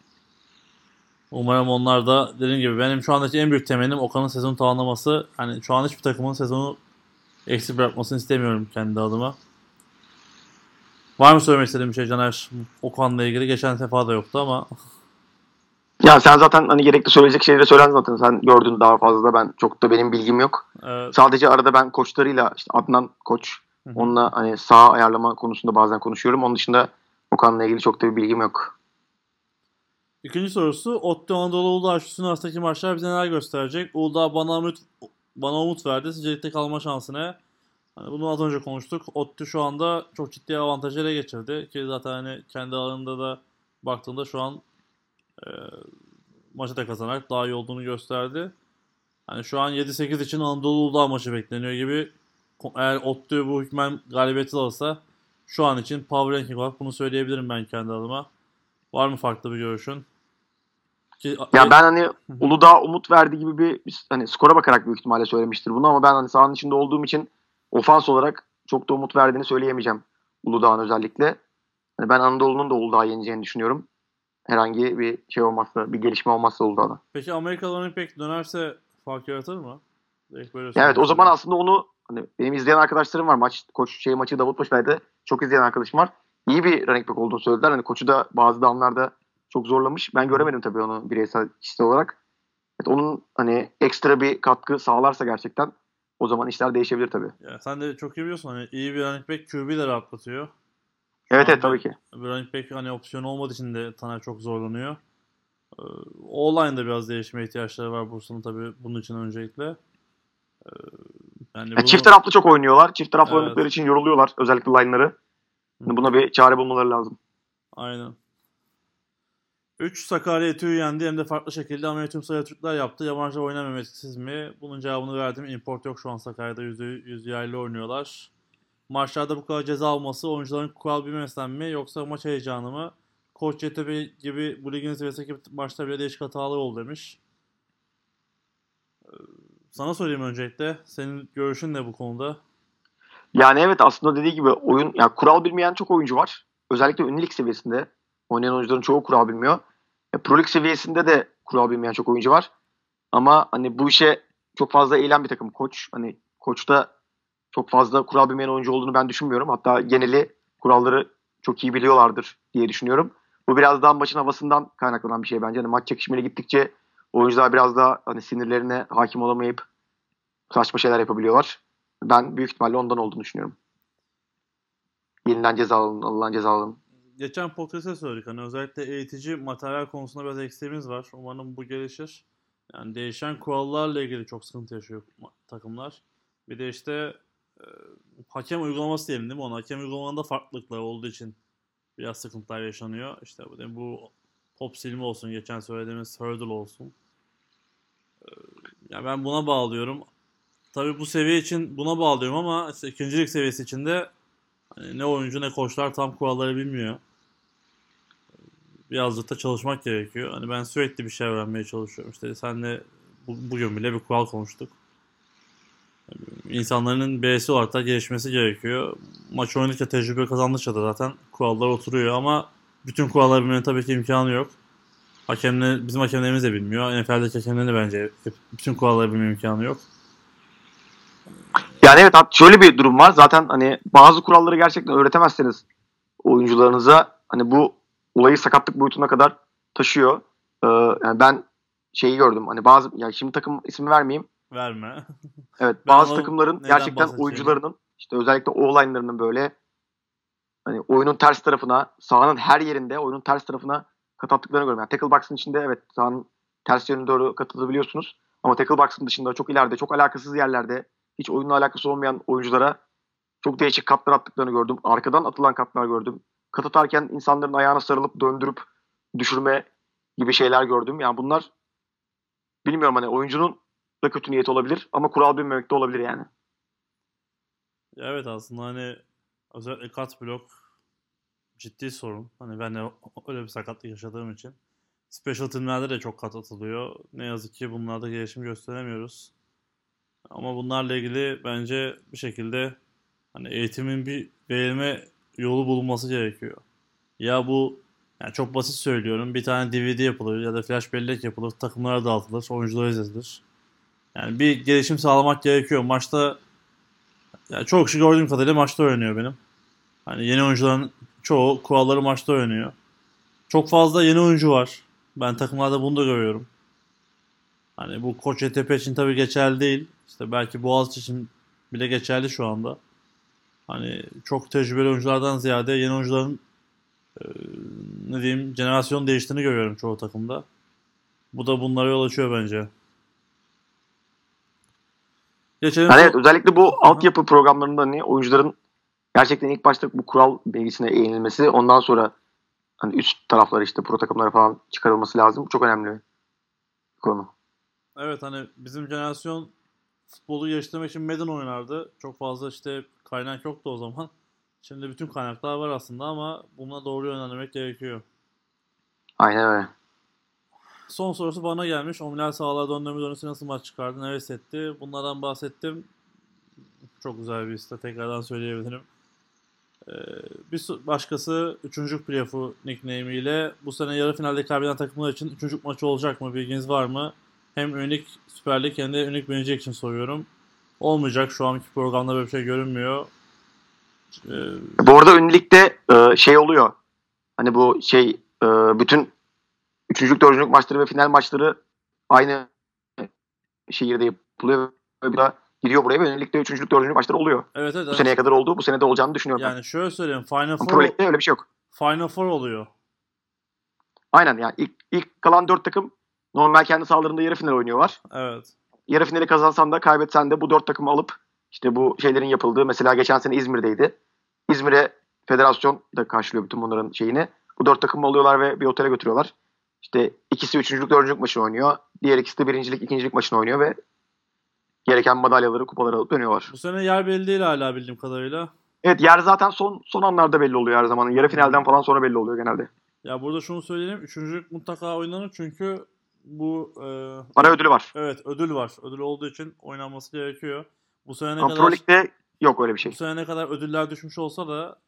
S1: Umarım onlar da dediğim gibi benim şu andaki en büyük temelim Okan'ın sezonu tamamlaması. Hani şu an hiçbir takımın sezonu eksik bırakmasını istemiyorum kendi adıma. Var mı söylemek istediğim bir şey Caner? Okan'la ilgili geçen sefer de yoktu ama.
S2: Ya sen zaten hani gerekli söyleyecek şeyleri söyledin zaten. Sen gördün daha fazla. Ben çok da benim bilgim yok.
S1: Evet.
S2: Sadece arada ben koçlarıyla işte Adnan koç
S1: Hı hı.
S2: onunla hani sağ ayarlama konusunda bazen konuşuyorum. Onun dışında Okan'la ilgili çok da bir bilgim yok.
S1: İkinci sorusu ODTÜ Anadolu Uludağ şu üniversitedeki maçlar bize neler gösterecek? Uludağ bana umut verdi. Sizce ligde kalma şansı ne? Hani bunu az önce konuştuk. ODTÜ şu anda çok ciddi avantajı ele geçirdi. Ki zaten hani kendi alanında da baktığında şu an e, maçı da kazanarak daha iyi olduğunu gösterdi. Hani şu an 7-8 için Anadolu Uludağ maçı bekleniyor gibi. Eğer ODTÜ bu hükmen galibiyeti alırsa şu an için power ranking olarak bunu söyleyebilirim ben kendi adıma. Var mı farklı bir görüşün? Ki,
S2: Ya ben hani Uludağ umut verdi gibi bir hani skora bakarak büyük ihtimalle söylemiştir bunu ama ben hani sahanın içinde olduğum için ofans olarak çok da umut verdiğini söyleyemeyeceğim Uludağ'ın özellikle. Hani ben Anadolu'nun da Uludağ'ı yeneceğini düşünüyorum. Herhangi bir şey olmazsa, bir gelişme olmazsa Uludağ'da.
S1: Peki Amerikalı Olimpik dönerse fark yaratır mı? Direkt böyle
S2: Ya evet,
S1: sormak
S2: o zaman
S1: istedim.
S2: aslında onu hani benim izleyen arkadaşlarım var. Maçı Davutpaşa'daydı. Çok izleyen arkadaşım var. İyi bir running back olduğunu söylediler. Hani koçu da bazı damlarda çok zorlamış. Ben
S1: Hı hı.
S2: göremedim tabii onu bireysel kişisel olarak. Evet, onun hani ekstra bir katkı sağlarsa gerçekten o zaman işler değişebilir tabii.
S1: Ya sen de çok iyi biliyorsun hani iyi bir running back QB de rahatlatıyor. Şu
S2: Evet, evet,
S1: an
S2: tabii ki.
S1: bir running back hani opsiyon olmadığı için de Taner çok zorlanıyor. Ee, O-line'da biraz değişime ihtiyaçları var Bursa'nın tabii bunun için öncelikle. Yani
S2: Ya çift
S1: bunu
S2: taraflı çok oynuyorlar. Çift taraflı
S1: evet.
S2: oynadıkları için yoruluyorlar. Özellikle line'ları.
S1: Hı
S2: Hani
S1: hı.
S2: buna bir çare bulmaları lazım.
S1: Aynen. 3 Sakarya Etü'yü yendi hem de farklı şekilde ama tüm sayı Türkler yaptı. Yabancı oynamam etkisiz mi? Bunun cevabını verdim. Import yok şu an Sakarya'da %100 yerli oynuyorlar. Maçlarda bu kadar ceza alması oyuncuların kural bilmesinden mi yoksa maç heyecanı mı? Koç Cetepe gibi bu ligin seviyesindeki maçta bile değişik hatalar oldu demiş. Sana sorayım öncelikle. Senin görüşün ne bu konuda?
S2: Yani evet, aslında dediği gibi oyun ya kural bilmeyen çok oyuncu var. Özellikle ünlü lig seviyesinde oynayan oyuncuların çoğu kural bilmiyor. Pro Lig seviyesinde de kural bilmeyen çok oyuncu var. Ama hani bu işe çok fazla eğilen bir takım koç. Hani koçta çok fazla kural bilmeyen oyuncu olduğunu ben düşünmüyorum. Hatta geneli kuralları çok iyi biliyorlardır diye düşünüyorum. Bu biraz daha maçın havasından kaynaklanan bir şey bence. Hani maç çekişmeli gittikçe oyuncular biraz daha hani sinirlerine hakim olamayıp saçma şeyler yapabiliyorlar. Ben büyük ihtimalle ondan olduğunu düşünüyorum. Yenilen cezaların, alınan cezaların.
S1: Geçen podcast'te söyledik hani özellikle eğitici materyal konusunda biraz eksiğimiz var. Umarım bu gelişir. Yani değişen kurallarla ilgili çok sıkıntı yaşıyor takımlar. Bir de işte e, hakem uygulaması diyelim değil mi? Ona hakem uygulamanında farklılıklar olduğu için biraz sıkıntılar yaşanıyor. İşte bu top silme olsun, geçen söylediğimiz hurdle olsun. Ya ben buna bağlıyorum. Tabii bu seviye için buna bağlıyorum ama işte ikincilik seviyesi için de hani ne oyuncu ne koçlar tam kuralları bilmiyor. Birazcık da çalışmak gerekiyor. Hani ben sürekli bir şey öğrenmeye çalışıyorum. İşte senle bugün bile bir kural konuştuk. İnsanların bireysel olarak da gelişmesi gerekiyor. Maç oynadıkça tecrübe kazandıkça da zaten kurallar oturuyor ama bütün kuralları bilmenin tabii ki imkanı yok. Bizim hakemlerimiz de bilmiyor. NFL'deki hakemlerin de bence bütün kuralları bilme imkanı yok.
S2: Yani evet şöyle bir durum var. Zaten hani bazı kuralları gerçekten öğretemezseniz oyuncularınıza hani bu olayı sakatlık boyutuna kadar taşıyor. Yani ben şeyi gördüm. Hani bazı yani şimdi takım ismi vermeyeyim.
S1: Verme.
S2: Evet
S1: Ben
S2: bazı
S1: anladım
S2: takımların
S1: neden
S2: gerçekten
S1: bahsedeceğini.
S2: oyuncularının işte özellikle O-line'larının böyle hani oyunun ters tarafına, sahanın her yerinde oyunun ters tarafına kat attıklarını görüyorum. Yani tackle box'ın içinde evet sahanın ters yönüne doğru kat atabiliyorsunuz. Ama tackle box'ın dışında çok ileride, çok alakasız yerlerde hiç oyunla alakası olmayan oyunculara çok değişik katlar attıklarını gördüm. Arkadan atılan katlar gördüm. Kat atarken insanların ayağına sarılıp döndürüp düşürme gibi şeyler gördüm. Yani bunlar bilmiyorum hani oyuncunun da kötü niyeti olabilir ama kural bilmemek de olabilir yani.
S1: Ya evet aslında hani özellikle cut block ciddi sorun. Hani ben de öyle bir sakatlık yaşadığım için. Special team'lerde de çok kat atılıyor. Ne yazık ki bunlarda gelişim gösteremiyoruz. Ama bunlarla ilgili bence bir şekilde hani eğitimin bir verilme yolu bulunması gerekiyor. Ya bu yani çok basit söylüyorum. Bir tane DVD yapılır ya da flash bellek yapılır. Takımlara dağıtılır. Oyunculara izletilir. Yani bir gelişim sağlamak gerekiyor. Maçta yani çok kişi gördüğüm kadarıyla maçta oynuyor benim. Hani yeni oyuncuların çoğu kuralları maçta oynuyor. Çok fazla yeni oyuncu var. Ben takımlarda bunu da görüyorum. Hani bu Koç için tabii geçerli değil. İşte belki Boğaziçi için bile geçerli şu anda. Hani çok tecrübeli oyunculardan ziyade yeni oyuncuların e, ne diyeyim jenerasyon değiştiğini görüyorum çoğu takımda. Bu da bunlara yol açıyor bence. Geçelim
S2: Yani evet özellikle bu altyapı programlarında hani oyuncuların gerçekten ilk başta bu kural bilgisine eğinilmesi ondan sonra hani üst taraflara işte pro takımlara falan çıkarılması lazım. Çok önemli bir konu.
S1: Evet hani bizim jenerasyon futbolu geliştirmek için Madden oynardı. Çok fazla işte kaynak yoktu o zaman. Şimdi bütün kaynaklar var aslında ama buna doğru yönlendirmek gerekiyor.
S2: Aynen öyle.
S1: Son sorusu bana gelmiş. Omnial sahalara döndüğümüz dönüşü nasıl maç çıkardı, ne hissetti? Bunlardan bahsettim. Çok güzel bir liste. Tekrardan söyleyebilirim. Ee, başkası üçüncü playoff'u nickname ile bu sene yarı finalde kaybeden takımlar için üçüncü maçı olacak mı? Bilginiz var mı? Hem Ünik Süper Lig hem de Ünik Birinci için soruyorum. Olmayacak. Şu anki programda böyle bir şey görünmüyor. Ee,
S2: Bu arada ünlülükte şey oluyor. Hani bu şey bütün üçüncülük, dördüncülük maçları ve final maçları aynı şehirde yapılıyor. Ve bir daha gidiyor buraya ve ünlülükte üçüncülük, dördüncülük maçları oluyor.
S1: evet evet
S2: Bu
S1: yani,
S2: seneye kadar oldu. Bu sene de olacağını düşünüyorum ben.
S1: yani şöyle söyleyeyim. Final
S2: Ama
S1: Four,
S2: Pro Lig'de öyle bir şey yok.
S1: Final Four oluyor.
S2: Aynen yani ilk kalan dört takım normal kendi sahalarında yarı final oynuyorlar.
S1: Evet.
S2: Yarı finali kazansan da kaybetsen de bu dört takımı alıp işte bu şeylerin yapıldığı mesela geçen sene İzmir'deydi. İzmir'e federasyon da karşılıyor bütün bunların şeyini. Bu dört takımı alıyorlar ve bir otele götürüyorlar. İşte ikisi üçüncülük, dördüncülük maçını oynuyor. Diğer ikisi de birincilik, ikincilik maçını oynuyor ve gereken madalyaları, kupaları alıp dönüyorlar.
S1: Bu sene yer belli değil hala bildiğim kadarıyla.
S2: Evet yer zaten son anlarda belli oluyor her zaman. Yarı finalden
S1: Hmm.
S2: falan sonra belli oluyor genelde.
S1: Ya burada şunu söyleyelim. Üçüncülük mutlaka oynanır çünkü bu
S2: Para ödülü var.
S1: evet ödül var. Ödül olduğu için oynanması gerekiyor. Bu sene ne
S2: Ama Pro
S1: kadar
S2: Lig'de yok öyle bir
S1: bu
S2: şey.
S1: sene ne kadar ödüller düşmüş olsa da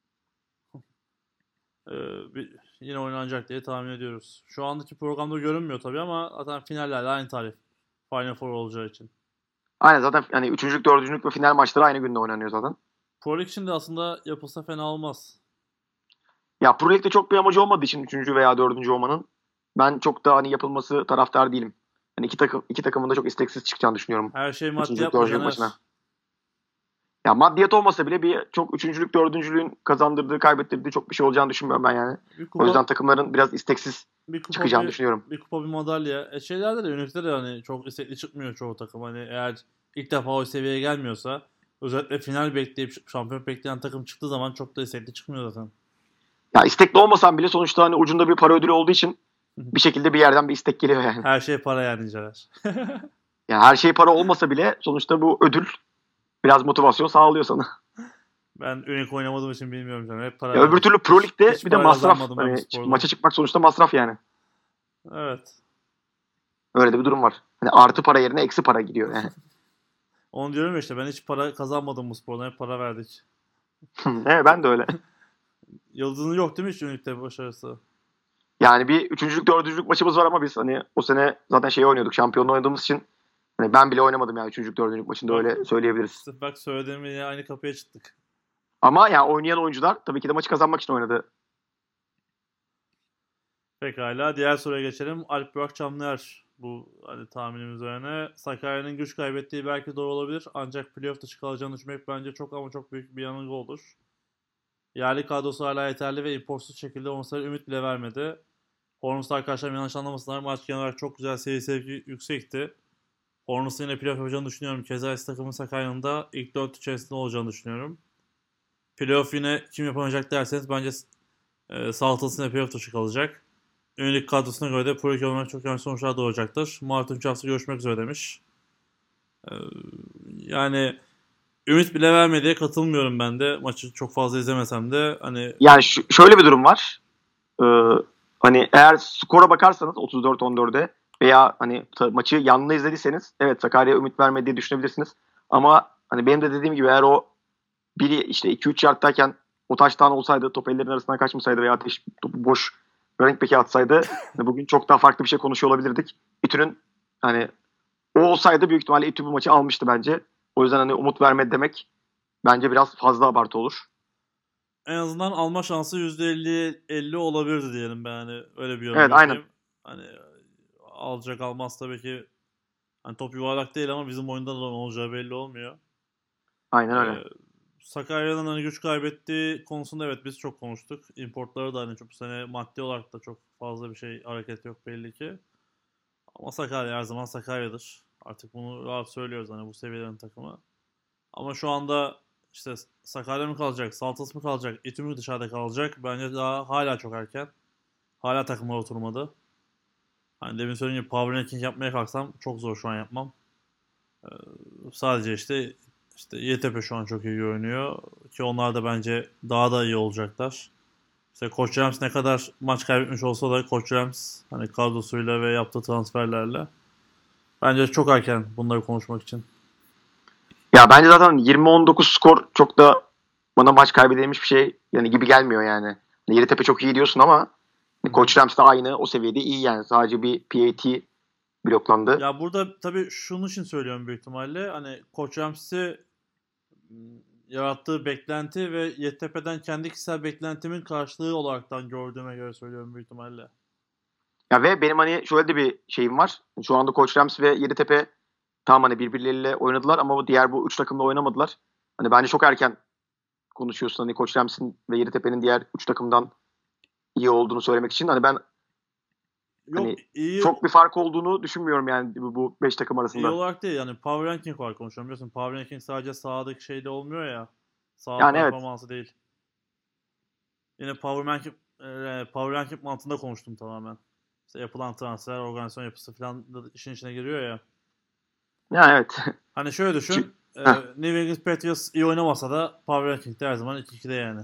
S1: e, yine oynanacak diye tahmin ediyoruz. Şu andaki programda görünmüyor tabii ama zaten finallerle aynı tarih. Final Four olacağı için.
S2: Aynen zaten hani üçüncülük, dördüncülük ve final maçları aynı günde oynanıyor zaten.
S1: Pro League için de aslında yapılsa fena olmaz.
S2: Ya Pro Lig'de çok bir amacı olmadığı için 3. veya 4. olmanın ben çok da hani yapılması taraftar değilim. Hani iki takımın da çok isteksiz çıkacağını düşünüyorum.
S1: Her şey maddi
S2: 3.
S1: yapma
S2: 4. maçına.
S1: Caner.
S2: Ya maddiyat olmasa bile bir çok 3. 4.'lüğün kazandırdığı, kaybettirdiği çok bir şey olacağını düşünmüyorum ben yani.
S1: Bir
S2: O yüzden
S1: kupa
S2: takımların biraz isteksiz
S1: bir kupa
S2: çıkacağını düşünüyorum.
S1: bir kupa bir madalya. Şeylerde de United'de de hani çok istekli çıkmıyor çoğu takım. Hani eğer ilk defa o seviyeye gelmiyorsa özellikle final bekleyip şampiyon bekleyen takım çıktığı zaman çok da istekli çıkmıyor zaten.
S2: Ya istekli olmasam bile sonuçta hani ucunda bir para ödülü olduğu için bir şekilde bir yerden bir istek geliyor yani.
S1: Her şey para yani Caner.
S2: Ya her şey para olmasa bile sonuçta bu ödül biraz motivasyon sağlıyor sana.
S1: Ben Unique oynamadığım için bilmiyorum canım. Hep para
S2: Ya öbür
S1: verdik.
S2: türlü Pro Lig'de
S1: Hiç
S2: bir de
S1: para
S2: masraf.
S1: kazanmadım ben bu
S2: Hani
S1: sporda.
S2: maça çıkmak sonuçta masraf yani.
S1: Evet.
S2: Öyle de bir durum var. Hani artı para yerine eksi para gidiyor yani.
S1: Onu diyorum ya işte ben hiç para kazanmadım bu sporda. Hep para verdik.
S2: Evet ben de öyle.
S1: Yıldızın yok değil mi hiç Unique'de başarısı?
S2: Yani bir üçüncülük, dördüncülük maçımız var ama biz hani o sene zaten şey oynuyorduk. Şampiyonluğu oynadığımız için hani ben bile oynamadım yani üçüncülük, dördüncülük maçında
S1: Bak,
S2: öyle söyleyebiliriz.
S1: işte bak söylediğimle yine aynı kapıya çıktık.
S2: Ama yani oynayan oyuncular tabii ki de maçı kazanmak için oynadı.
S1: Pekala. Diğer soruya geçelim. Alp Burak Çamlıer bu hani tahminimiz üzerine. Sakarya'nın güç kaybettiği belki doğru olabilir. Ancak playoff dışı kalacağını düşünmek bence çok ama çok büyük bir yanılgı olur. Yerli kadrosu hala yeterli ve imporsuz şekilde Hornets'a ümit bile vermedi. Hornets arkadaşlar yanlış anlamasınlar. Maç genel olarak çok güzel seyir zevki yüksekti. Hornets'ın yine playoff yapacağını düşünüyorum. Keza takımın Sakarya'nın da ilk 4 içerisinde olacağını düşünüyorum. Playoff yine kim yapamayacak derseniz bence Saltas'ın da playoff dışı kalacak. Üyelik kadrosuna göre de Pro 2 olmak çok yanlış sonuçlar doğacaktır. Mart 3 hafta görüşmek üzere demiş. Ee, Yani ümit bile vermediğe katılmıyorum ben de. Maçı çok fazla izlemesem de hani
S2: Yani şöyle bir durum var. Ee, Hani eğer skora bakarsanız 34-14'e veya hani maçı yanlı izlediyseniz evet Sakarya'ya ümit vermediği düşünebilirsiniz. Ama hani benim de dediğim gibi eğer o biri işte 2-3 yardtayken o taştan olsaydı top ellerin arasından kaçmasaydı veya ateş topu boş running back'e atsaydı hani bugün çok daha farklı bir şey konuşuyor olabilirdik. İTÜ'nün hani o olsaydı büyük ihtimalle İTÜ bu maçı almıştı bence. O yüzden hani umut vermedi demek bence biraz fazla abartı olur.
S1: en azından alma şansı %50 olabilirdi diyelim ben hani öyle bir yorum
S2: Evet aynen.
S1: yapayım. Hani alacak almaz tabii ki hani top yuvarlak değil ama bizim oyunda da ne olacağı belli olmuyor.
S2: Aynen öyle.
S1: Ee, Sakarya'nın hani güç kaybettiği konusunda evet biz çok konuştuk. Importları da hani çok bu sene maddi olarak da çok fazla bir şey hareket yok belli ki. Ama Sakarya her zaman Sakarya'dır. Artık bunu rahat söylüyoruz hani bu seviyelerin takımı. Ama şu anda işte Sakarya mı kalacak, Saltas mı kalacak, İTÜ mü dışarıda kalacak? Bence daha hala çok erken. Hala takımlar oturmadı. Hani demin söylediğim gibi power ranking yapmaya kalksam çok zor şu an yapmam. Ee, Sadece işte YTP şu an çok iyi oynuyor. Ki onlar da bence daha da iyi olacaklar. İşte Koç Rams ne kadar maç kaybetmiş olsa da Koç Rams hani kadrosuyla ve yaptığı transferlerle bence çok erken bunları konuşmak için.
S2: Ya bence zaten 20-19 skor çok da bana maç kaybedilmiş bir şey yani gibi gelmiyor yani. Hani Yeditepe çok iyi diyorsun ama Koç Rams de aynı o seviyede iyi yani. Sadece bir PAT bloklandı.
S1: Ya burada tabii şunun için söylüyorum büyük ihtimalle. Hani Koç Rams'i yarattığı beklenti ve YTP'den kendi kişisel beklentimin karşılığı olaraktan gördüğüme göre söylüyorum büyük ihtimalle.
S2: Ya ve benim hani şöyle de bir şeyim var. Şu anda Koç Rams ve Yeditepe tamam hani birbirleriyle oynadılar ama bu 3 takımla oynamadılar. Hani bence çok erken konuşuyorsun hani Koç Rams'in ve Yeditepe'nin diğer 3 takımdan iyi olduğunu söylemek için. Hani ben
S1: Yok
S2: hani
S1: iyi
S2: çok bir fark olduğunu düşünmüyorum yani bu 5 takım
S1: iyi
S2: arasında.
S1: olarak değil yani Power Ranking olarak konuşuyorum biliyorsun. Power Ranking sadece sahadaki şeyde olmuyor ya. Saha
S2: Yani evet.
S1: performansı değil. Yine Power Ranking mantığında konuştum tamamen. İşte yapılan transfer, organizasyon yapısı falan da işin içine giriyor ya.
S2: Yani evet.
S1: Hani şöyle düşün.
S2: Heh.
S1: New England Patriots iyi oynamasa da Power Ranking'de her zaman 2-2'de yani.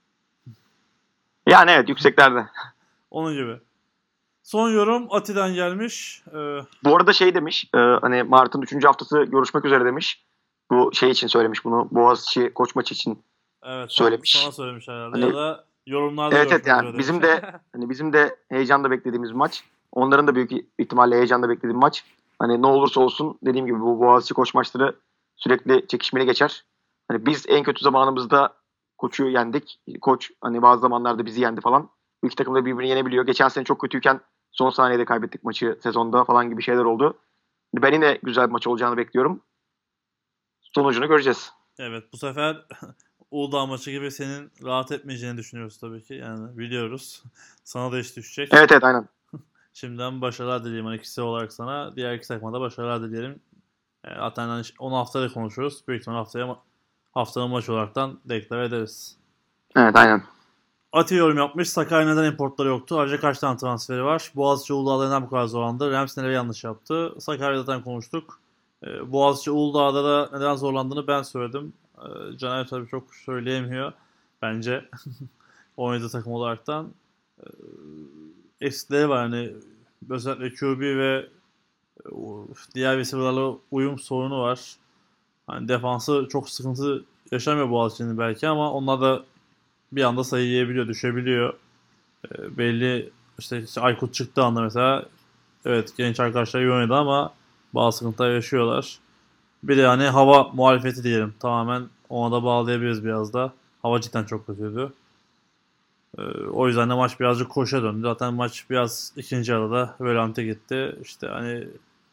S2: Yani evet yükseklerde.
S1: Onun gibi. Son yorum Ati'den gelmiş.
S2: Bu arada şey demiş hani Mart'ın 3. haftası görüşmek üzere demiş. Bu şey için söylemiş bunu. Boğaziçi koç maçı için
S1: Evet sana
S2: söylemiş.
S1: söylemiş herhalde ya
S2: Hani
S1: da yorumlarda
S2: evet evet
S1: görüşmek
S2: yani
S1: üzere demiş.
S2: bizim de heyecanla beklediğimiz bir maç. Onların da büyük ihtimalle heyecanla beklediğim maç. Hani ne olursa olsun dediğim gibi bu Boğaziçi koç maçları sürekli çekişmeli geçer. Hani biz en kötü zamanımızda Koç'u yendik. Koç hani bazı zamanlarda bizi yendi falan. Bu iki takım da birbirini yenebiliyor. Geçen sene çok kötüyken son saniyede kaybettik maçı sezonda falan gibi şeyler oldu. Ben yine güzel bir maç olacağını bekliyorum. Sonucunu göreceğiz.
S1: Evet, bu sefer Uludağ maçı gibi senin rahat etmeyeceğini düşünüyoruz tabii ki. Yani biliyoruz. Sana da iş düşecek.
S2: Evet evet aynen.
S1: Şimdiden başarılar dileyim hani kişisel olarak sana. Diğer iki takıma da başarılar dileyelim. Zaten hani onu haftaya konuşuruz. Büyük ihtimalle haftanın maç olaraktan deklar ederiz.
S2: Evet aynen.
S1: Ati yorum yapmış. Sakarya neden importları yoktu? Ayrıca kaç tane transferi var? Boğaziçi Uludağ'da neden bu kadar zorlandı? Rams neleri yanlış yaptı? Sakarya'da zaten konuştuk. Boğaziçi Uludağ'da da neden zorlandığını ben söyledim. Caner tabii çok söyleyemiyor. Bence oynadığı takım olaraktan. Ee, Eksikleri var hani. Özellikle QB ve diğer receiver'larla uyum sorunu var. Hani defansı çok sıkıntı yaşamıyor Boğaziçi'nin belki ama onlar da bir anda sayı yiyebiliyor, düşebiliyor. Belli işte Aykut çıktığı anda mesela evet genç arkadaşlar iyi oynadı ama bazı sıkıntılar yaşıyorlar. Bir de hani hava muhalefeti diyelim. Tamamen ona da bağlayabiliriz biraz da. Hava cidden çok kötüydü. O yüzden de maç birazcık koşa döndü. Zaten maç biraz ikinci yarıda Velant'e gitti. İşte hani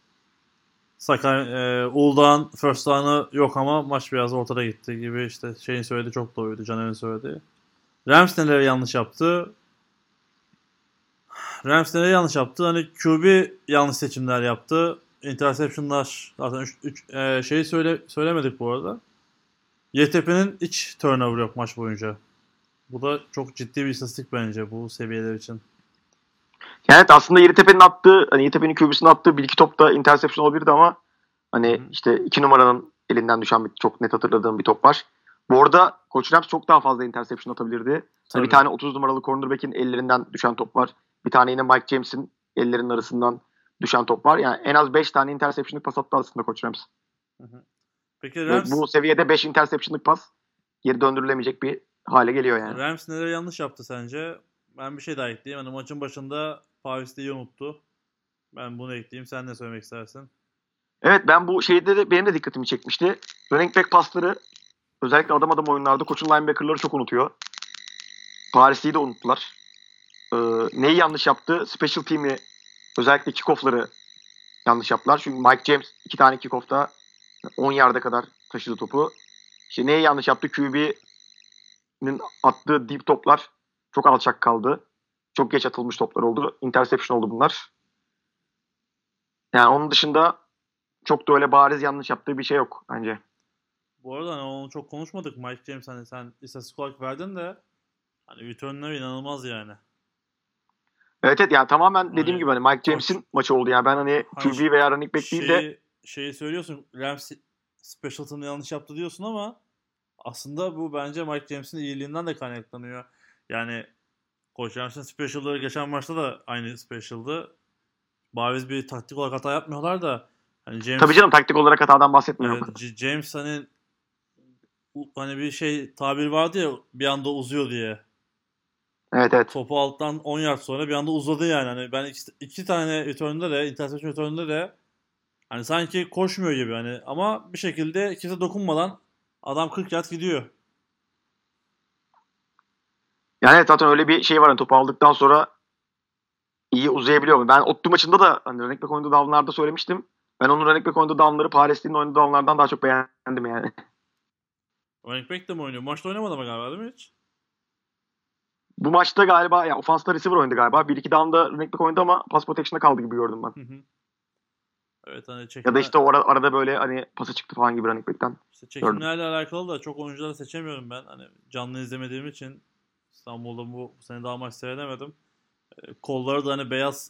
S1: Uludağ'ın first down'ı yok ama maç biraz ortada gitti gibi işte şeyin söylediği çok doğruydu. Caner'in söylediği. Rams neleri yanlış yaptı? Rams neleri yanlış yaptı? Hani QB yanlış seçimler yaptı. Interception'lar zaten şeyi söylemedik bu arada. YTP'nin hiç turnover yok maç boyunca. Bu da çok ciddi bir istatistik bence bu seviyeler için.
S2: Yani evet, aslında Yeditepe'nin attığı, hani Yeditepe'nin QB'sinin attığı bir iki top da interception olabilirdi ama hani
S1: Hı-hı.
S2: işte 2 numaranın elinden düşen bir çok net hatırladığım bir top var. Bu arada Koç Rams çok daha fazla interception atabilirdi. Hani bir
S1: Tabii.
S2: tane 30 numaralı cornerback'in ellerinden düşen top var. Bir tane yine Mike James'in ellerinin arasından düşen top var. Yani en az 5 tane interception'lık pas attı aslında Koç Rams.
S1: Hı-hı. Peki
S2: Ve bu seviyede 5 interception'lık pas geri döndürülemeyecek bir hale geliyor yani.
S1: Rams neleri yanlış yaptı sence? Ben bir şey daha ekleyeyim. Hani maçın başında Paris iyi unuttu. Ben bunu ekleyeyim. Sen ne söylemek istersin?
S2: Evet ben bu şeyde de benim de dikkatimi çekmişti. Running back pasları özellikle adam adam oyunlarda koçun linebacker'ları çok unutuyor. Paris'i de unuttular. Neyi yanlış yaptı? Special team'i özellikle kickoff'ları yanlış yaptılar. Çünkü Mike James 2 tane kickoff'ta 10 yarda kadar taşıdı topu. İşte neyi yanlış yaptı? QB'nin attığı deep toplar çok alçak kaldı. Çok geç atılmış toplar oldu. Interception oldu bunlar. Yani onun dışında çok da öyle bariz yanlış yaptığı bir şey yok bence.
S1: Bu arada hani onu çok konuşmadık. Mike James hani sen istatistik olarak verdin de hani return'ler inanılmaz yani.
S2: Evet evet yani tamamen dediğim
S1: Hani
S2: gibi hani Mike
S1: koç
S2: James'in maçı oldu. Yani ben hani
S1: hani
S2: QB veya running back değil de
S1: şeyi söylüyorsun Rams special team'de yanlış yaptı diyorsun ama aslında bu bence Mike James'in iyiliğinden de kaynaklanıyor. Yani Koç Rams'ın special'ları geçen maçta da aynı special'dı. Bariz bir taktik olarak hata yapmıyorlar da hani
S2: tabii
S1: James
S2: canım taktik olarak hatadan
S1: evet
S2: bahsetmiyorum.
S1: James hani bir şey tabir vardı ya bir anda uzuyor diye.
S2: Evet evet.
S1: Topu alttan 10 yard sonra bir anda uzadı yani. Hani ben iki tane return'de de interception return'de de hani sanki koşmuyor gibi hani ama bir şekilde kimse dokunmadan adam 40 yard gidiyor.
S2: Yani evet zaten öyle bir şey var. Hani topu aldıktan sonra iyi uzayabiliyor mu? Ben Ottu maçında da hani running back oynadığı down'larda söylemiştim. Ben onun running back oynadığı down'ları Paris'in oynadığı down'lardan daha çok beğendim yani.
S1: Running back de mi oynuyor? Maçta oynamadı ama galiba değil mi hiç?
S2: Bu maçta galiba ya ofansta receiver oynadı galiba. Bir iki down'da running back oynadı ama pass protection'da kaldı gibi gördüm ben.
S1: Hı hı. Evet hani
S2: Ya da işte arada böyle hani pası çıktı falan gibi running back'ten gördüm.
S1: çekimlerle alakalı da çok oyuncuları seçemiyorum ben. Hani canlı izlemediğim için İstanbul'da bu sene daha maç seyredemedim. Kolları da hani beyaz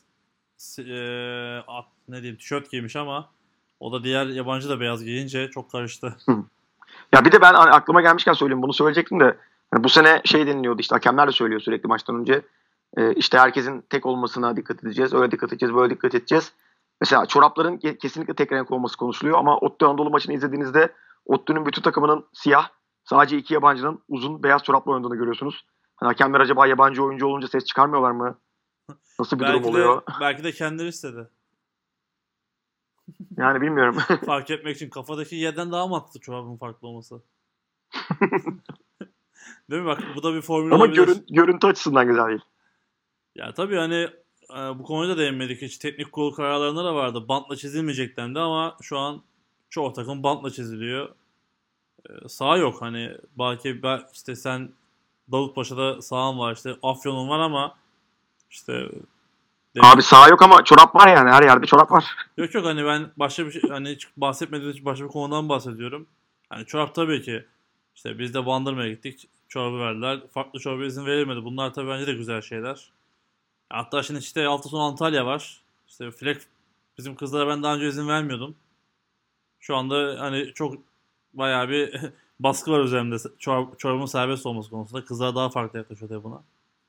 S1: ne diyeyim tişört giymiş ama o da diğer yabancı da beyaz giyince çok karıştı.
S2: Hı. Ya bir de ben hani aklıma gelmişken söyleyeyim bunu söyleyecektim de hani bu sene şey deniliyordu işte hakemler de söylüyor sürekli maçtan önce. İşte herkesin tek olmasına dikkat edeceğiz. Öyle dikkat edeceğiz, böyle dikkat edeceğiz. Mesela çorapların kesinlikle tek renk olması konuşuluyor ama Ottu Anadolu maçını izlediğinizde Ottu'nun bütün takımının siyah, sadece 2 yabancının uzun beyaz çorapla oynadığını görüyorsunuz. Hani hakemler acaba yabancı oyuncu olunca ses çıkarmıyorlar mı? Nasıl bir durum oluyor?
S1: Belki de kendileri istedi.
S2: Yani bilmiyorum.
S1: Fark etmek için kafadaki yerden daha mantıklı çorabın farklı olması. Değil mi? Bak bu da bir formül
S2: Ama
S1: olabilir.
S2: görüntü açısından güzel değil.
S1: Ya tabii hani bu konuda da değinmedik hiç. Teknik kurul kararlarında da vardı. Bantla çizilmeyecek dendi ama şu an çoğu takım bantla çiziliyor. Sağ yok hani belki işte sen Davutpaşa'da sağın var işte Afyon'un var ama işte
S2: Abi sağ yok ama çorap var yani. Her yerde çorap var.
S1: yok yok hani ben başka bir şey hani hiç bahsetmediğim için başka bir konudan bahsediyorum. Hani çorap tabii ki işte biz de Bandırma'ya gittik. Çorabı verdiler. Farklı çoraba izin verilmedi. Bunlar tabii bence de güzel şeyler. Hatta şimdi işte hafta sonu Antalya var. İşte Flex bizim kızlara ben daha önce izin vermiyordum. Şu anda hani çok bayağı bir baskı var üzerimde çorabın serbest olması konusunda. Kızlar daha farklı yaklaşıyor tabii buna.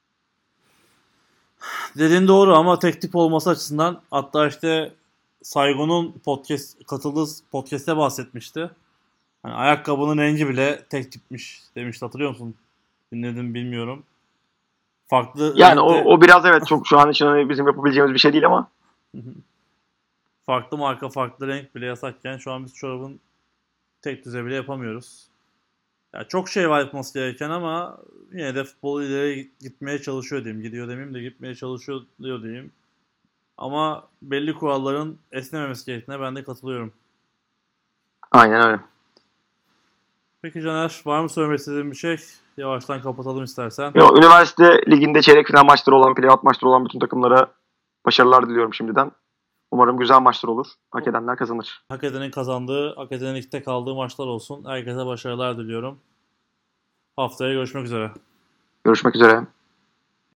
S1: Dediğin doğru ama tek tip olması açısından hatta işte Saygun'un katıldığı podcast'te bahsetmişti. Hani ayakkabının rengi bile tek tipmiş demişti hatırlıyor musun? Dinledim bilmiyorum. Farklı
S2: Yani
S1: renkte
S2: o biraz evet çok şu an için hani bizim yapabileceğimiz bir şey değil ama
S1: farklı marka farklı renk bile yasakken şu an biz çorabın tek düze bile yapamıyoruz. Ya çok şey var yapması gereken ama yine de futbol ileri gitmeye çalışıyor diyeyim. Gidiyor demeyeyim de gitmeye çalışıyor diyeyim. Ama belli kuralların esnememesi gerektiğine ben de katılıyorum.
S2: aynen öyle.
S1: Peki Caner, var mı söylemek istediğin bir şey? Yavaştan kapatalım istersen.
S2: Üniversite liginde çeyrek final maçları olan, playout maçları olan bütün takımlara başarılar diliyorum şimdiden. Umarım güzel maçlar olur. Hak edenler kazanır.
S1: Hak edenin kazandığı, hak edenin ligde kaldığı maçlar olsun. Herkese başarılar diliyorum. Haftaya görüşmek üzere.
S2: Görüşmek üzere.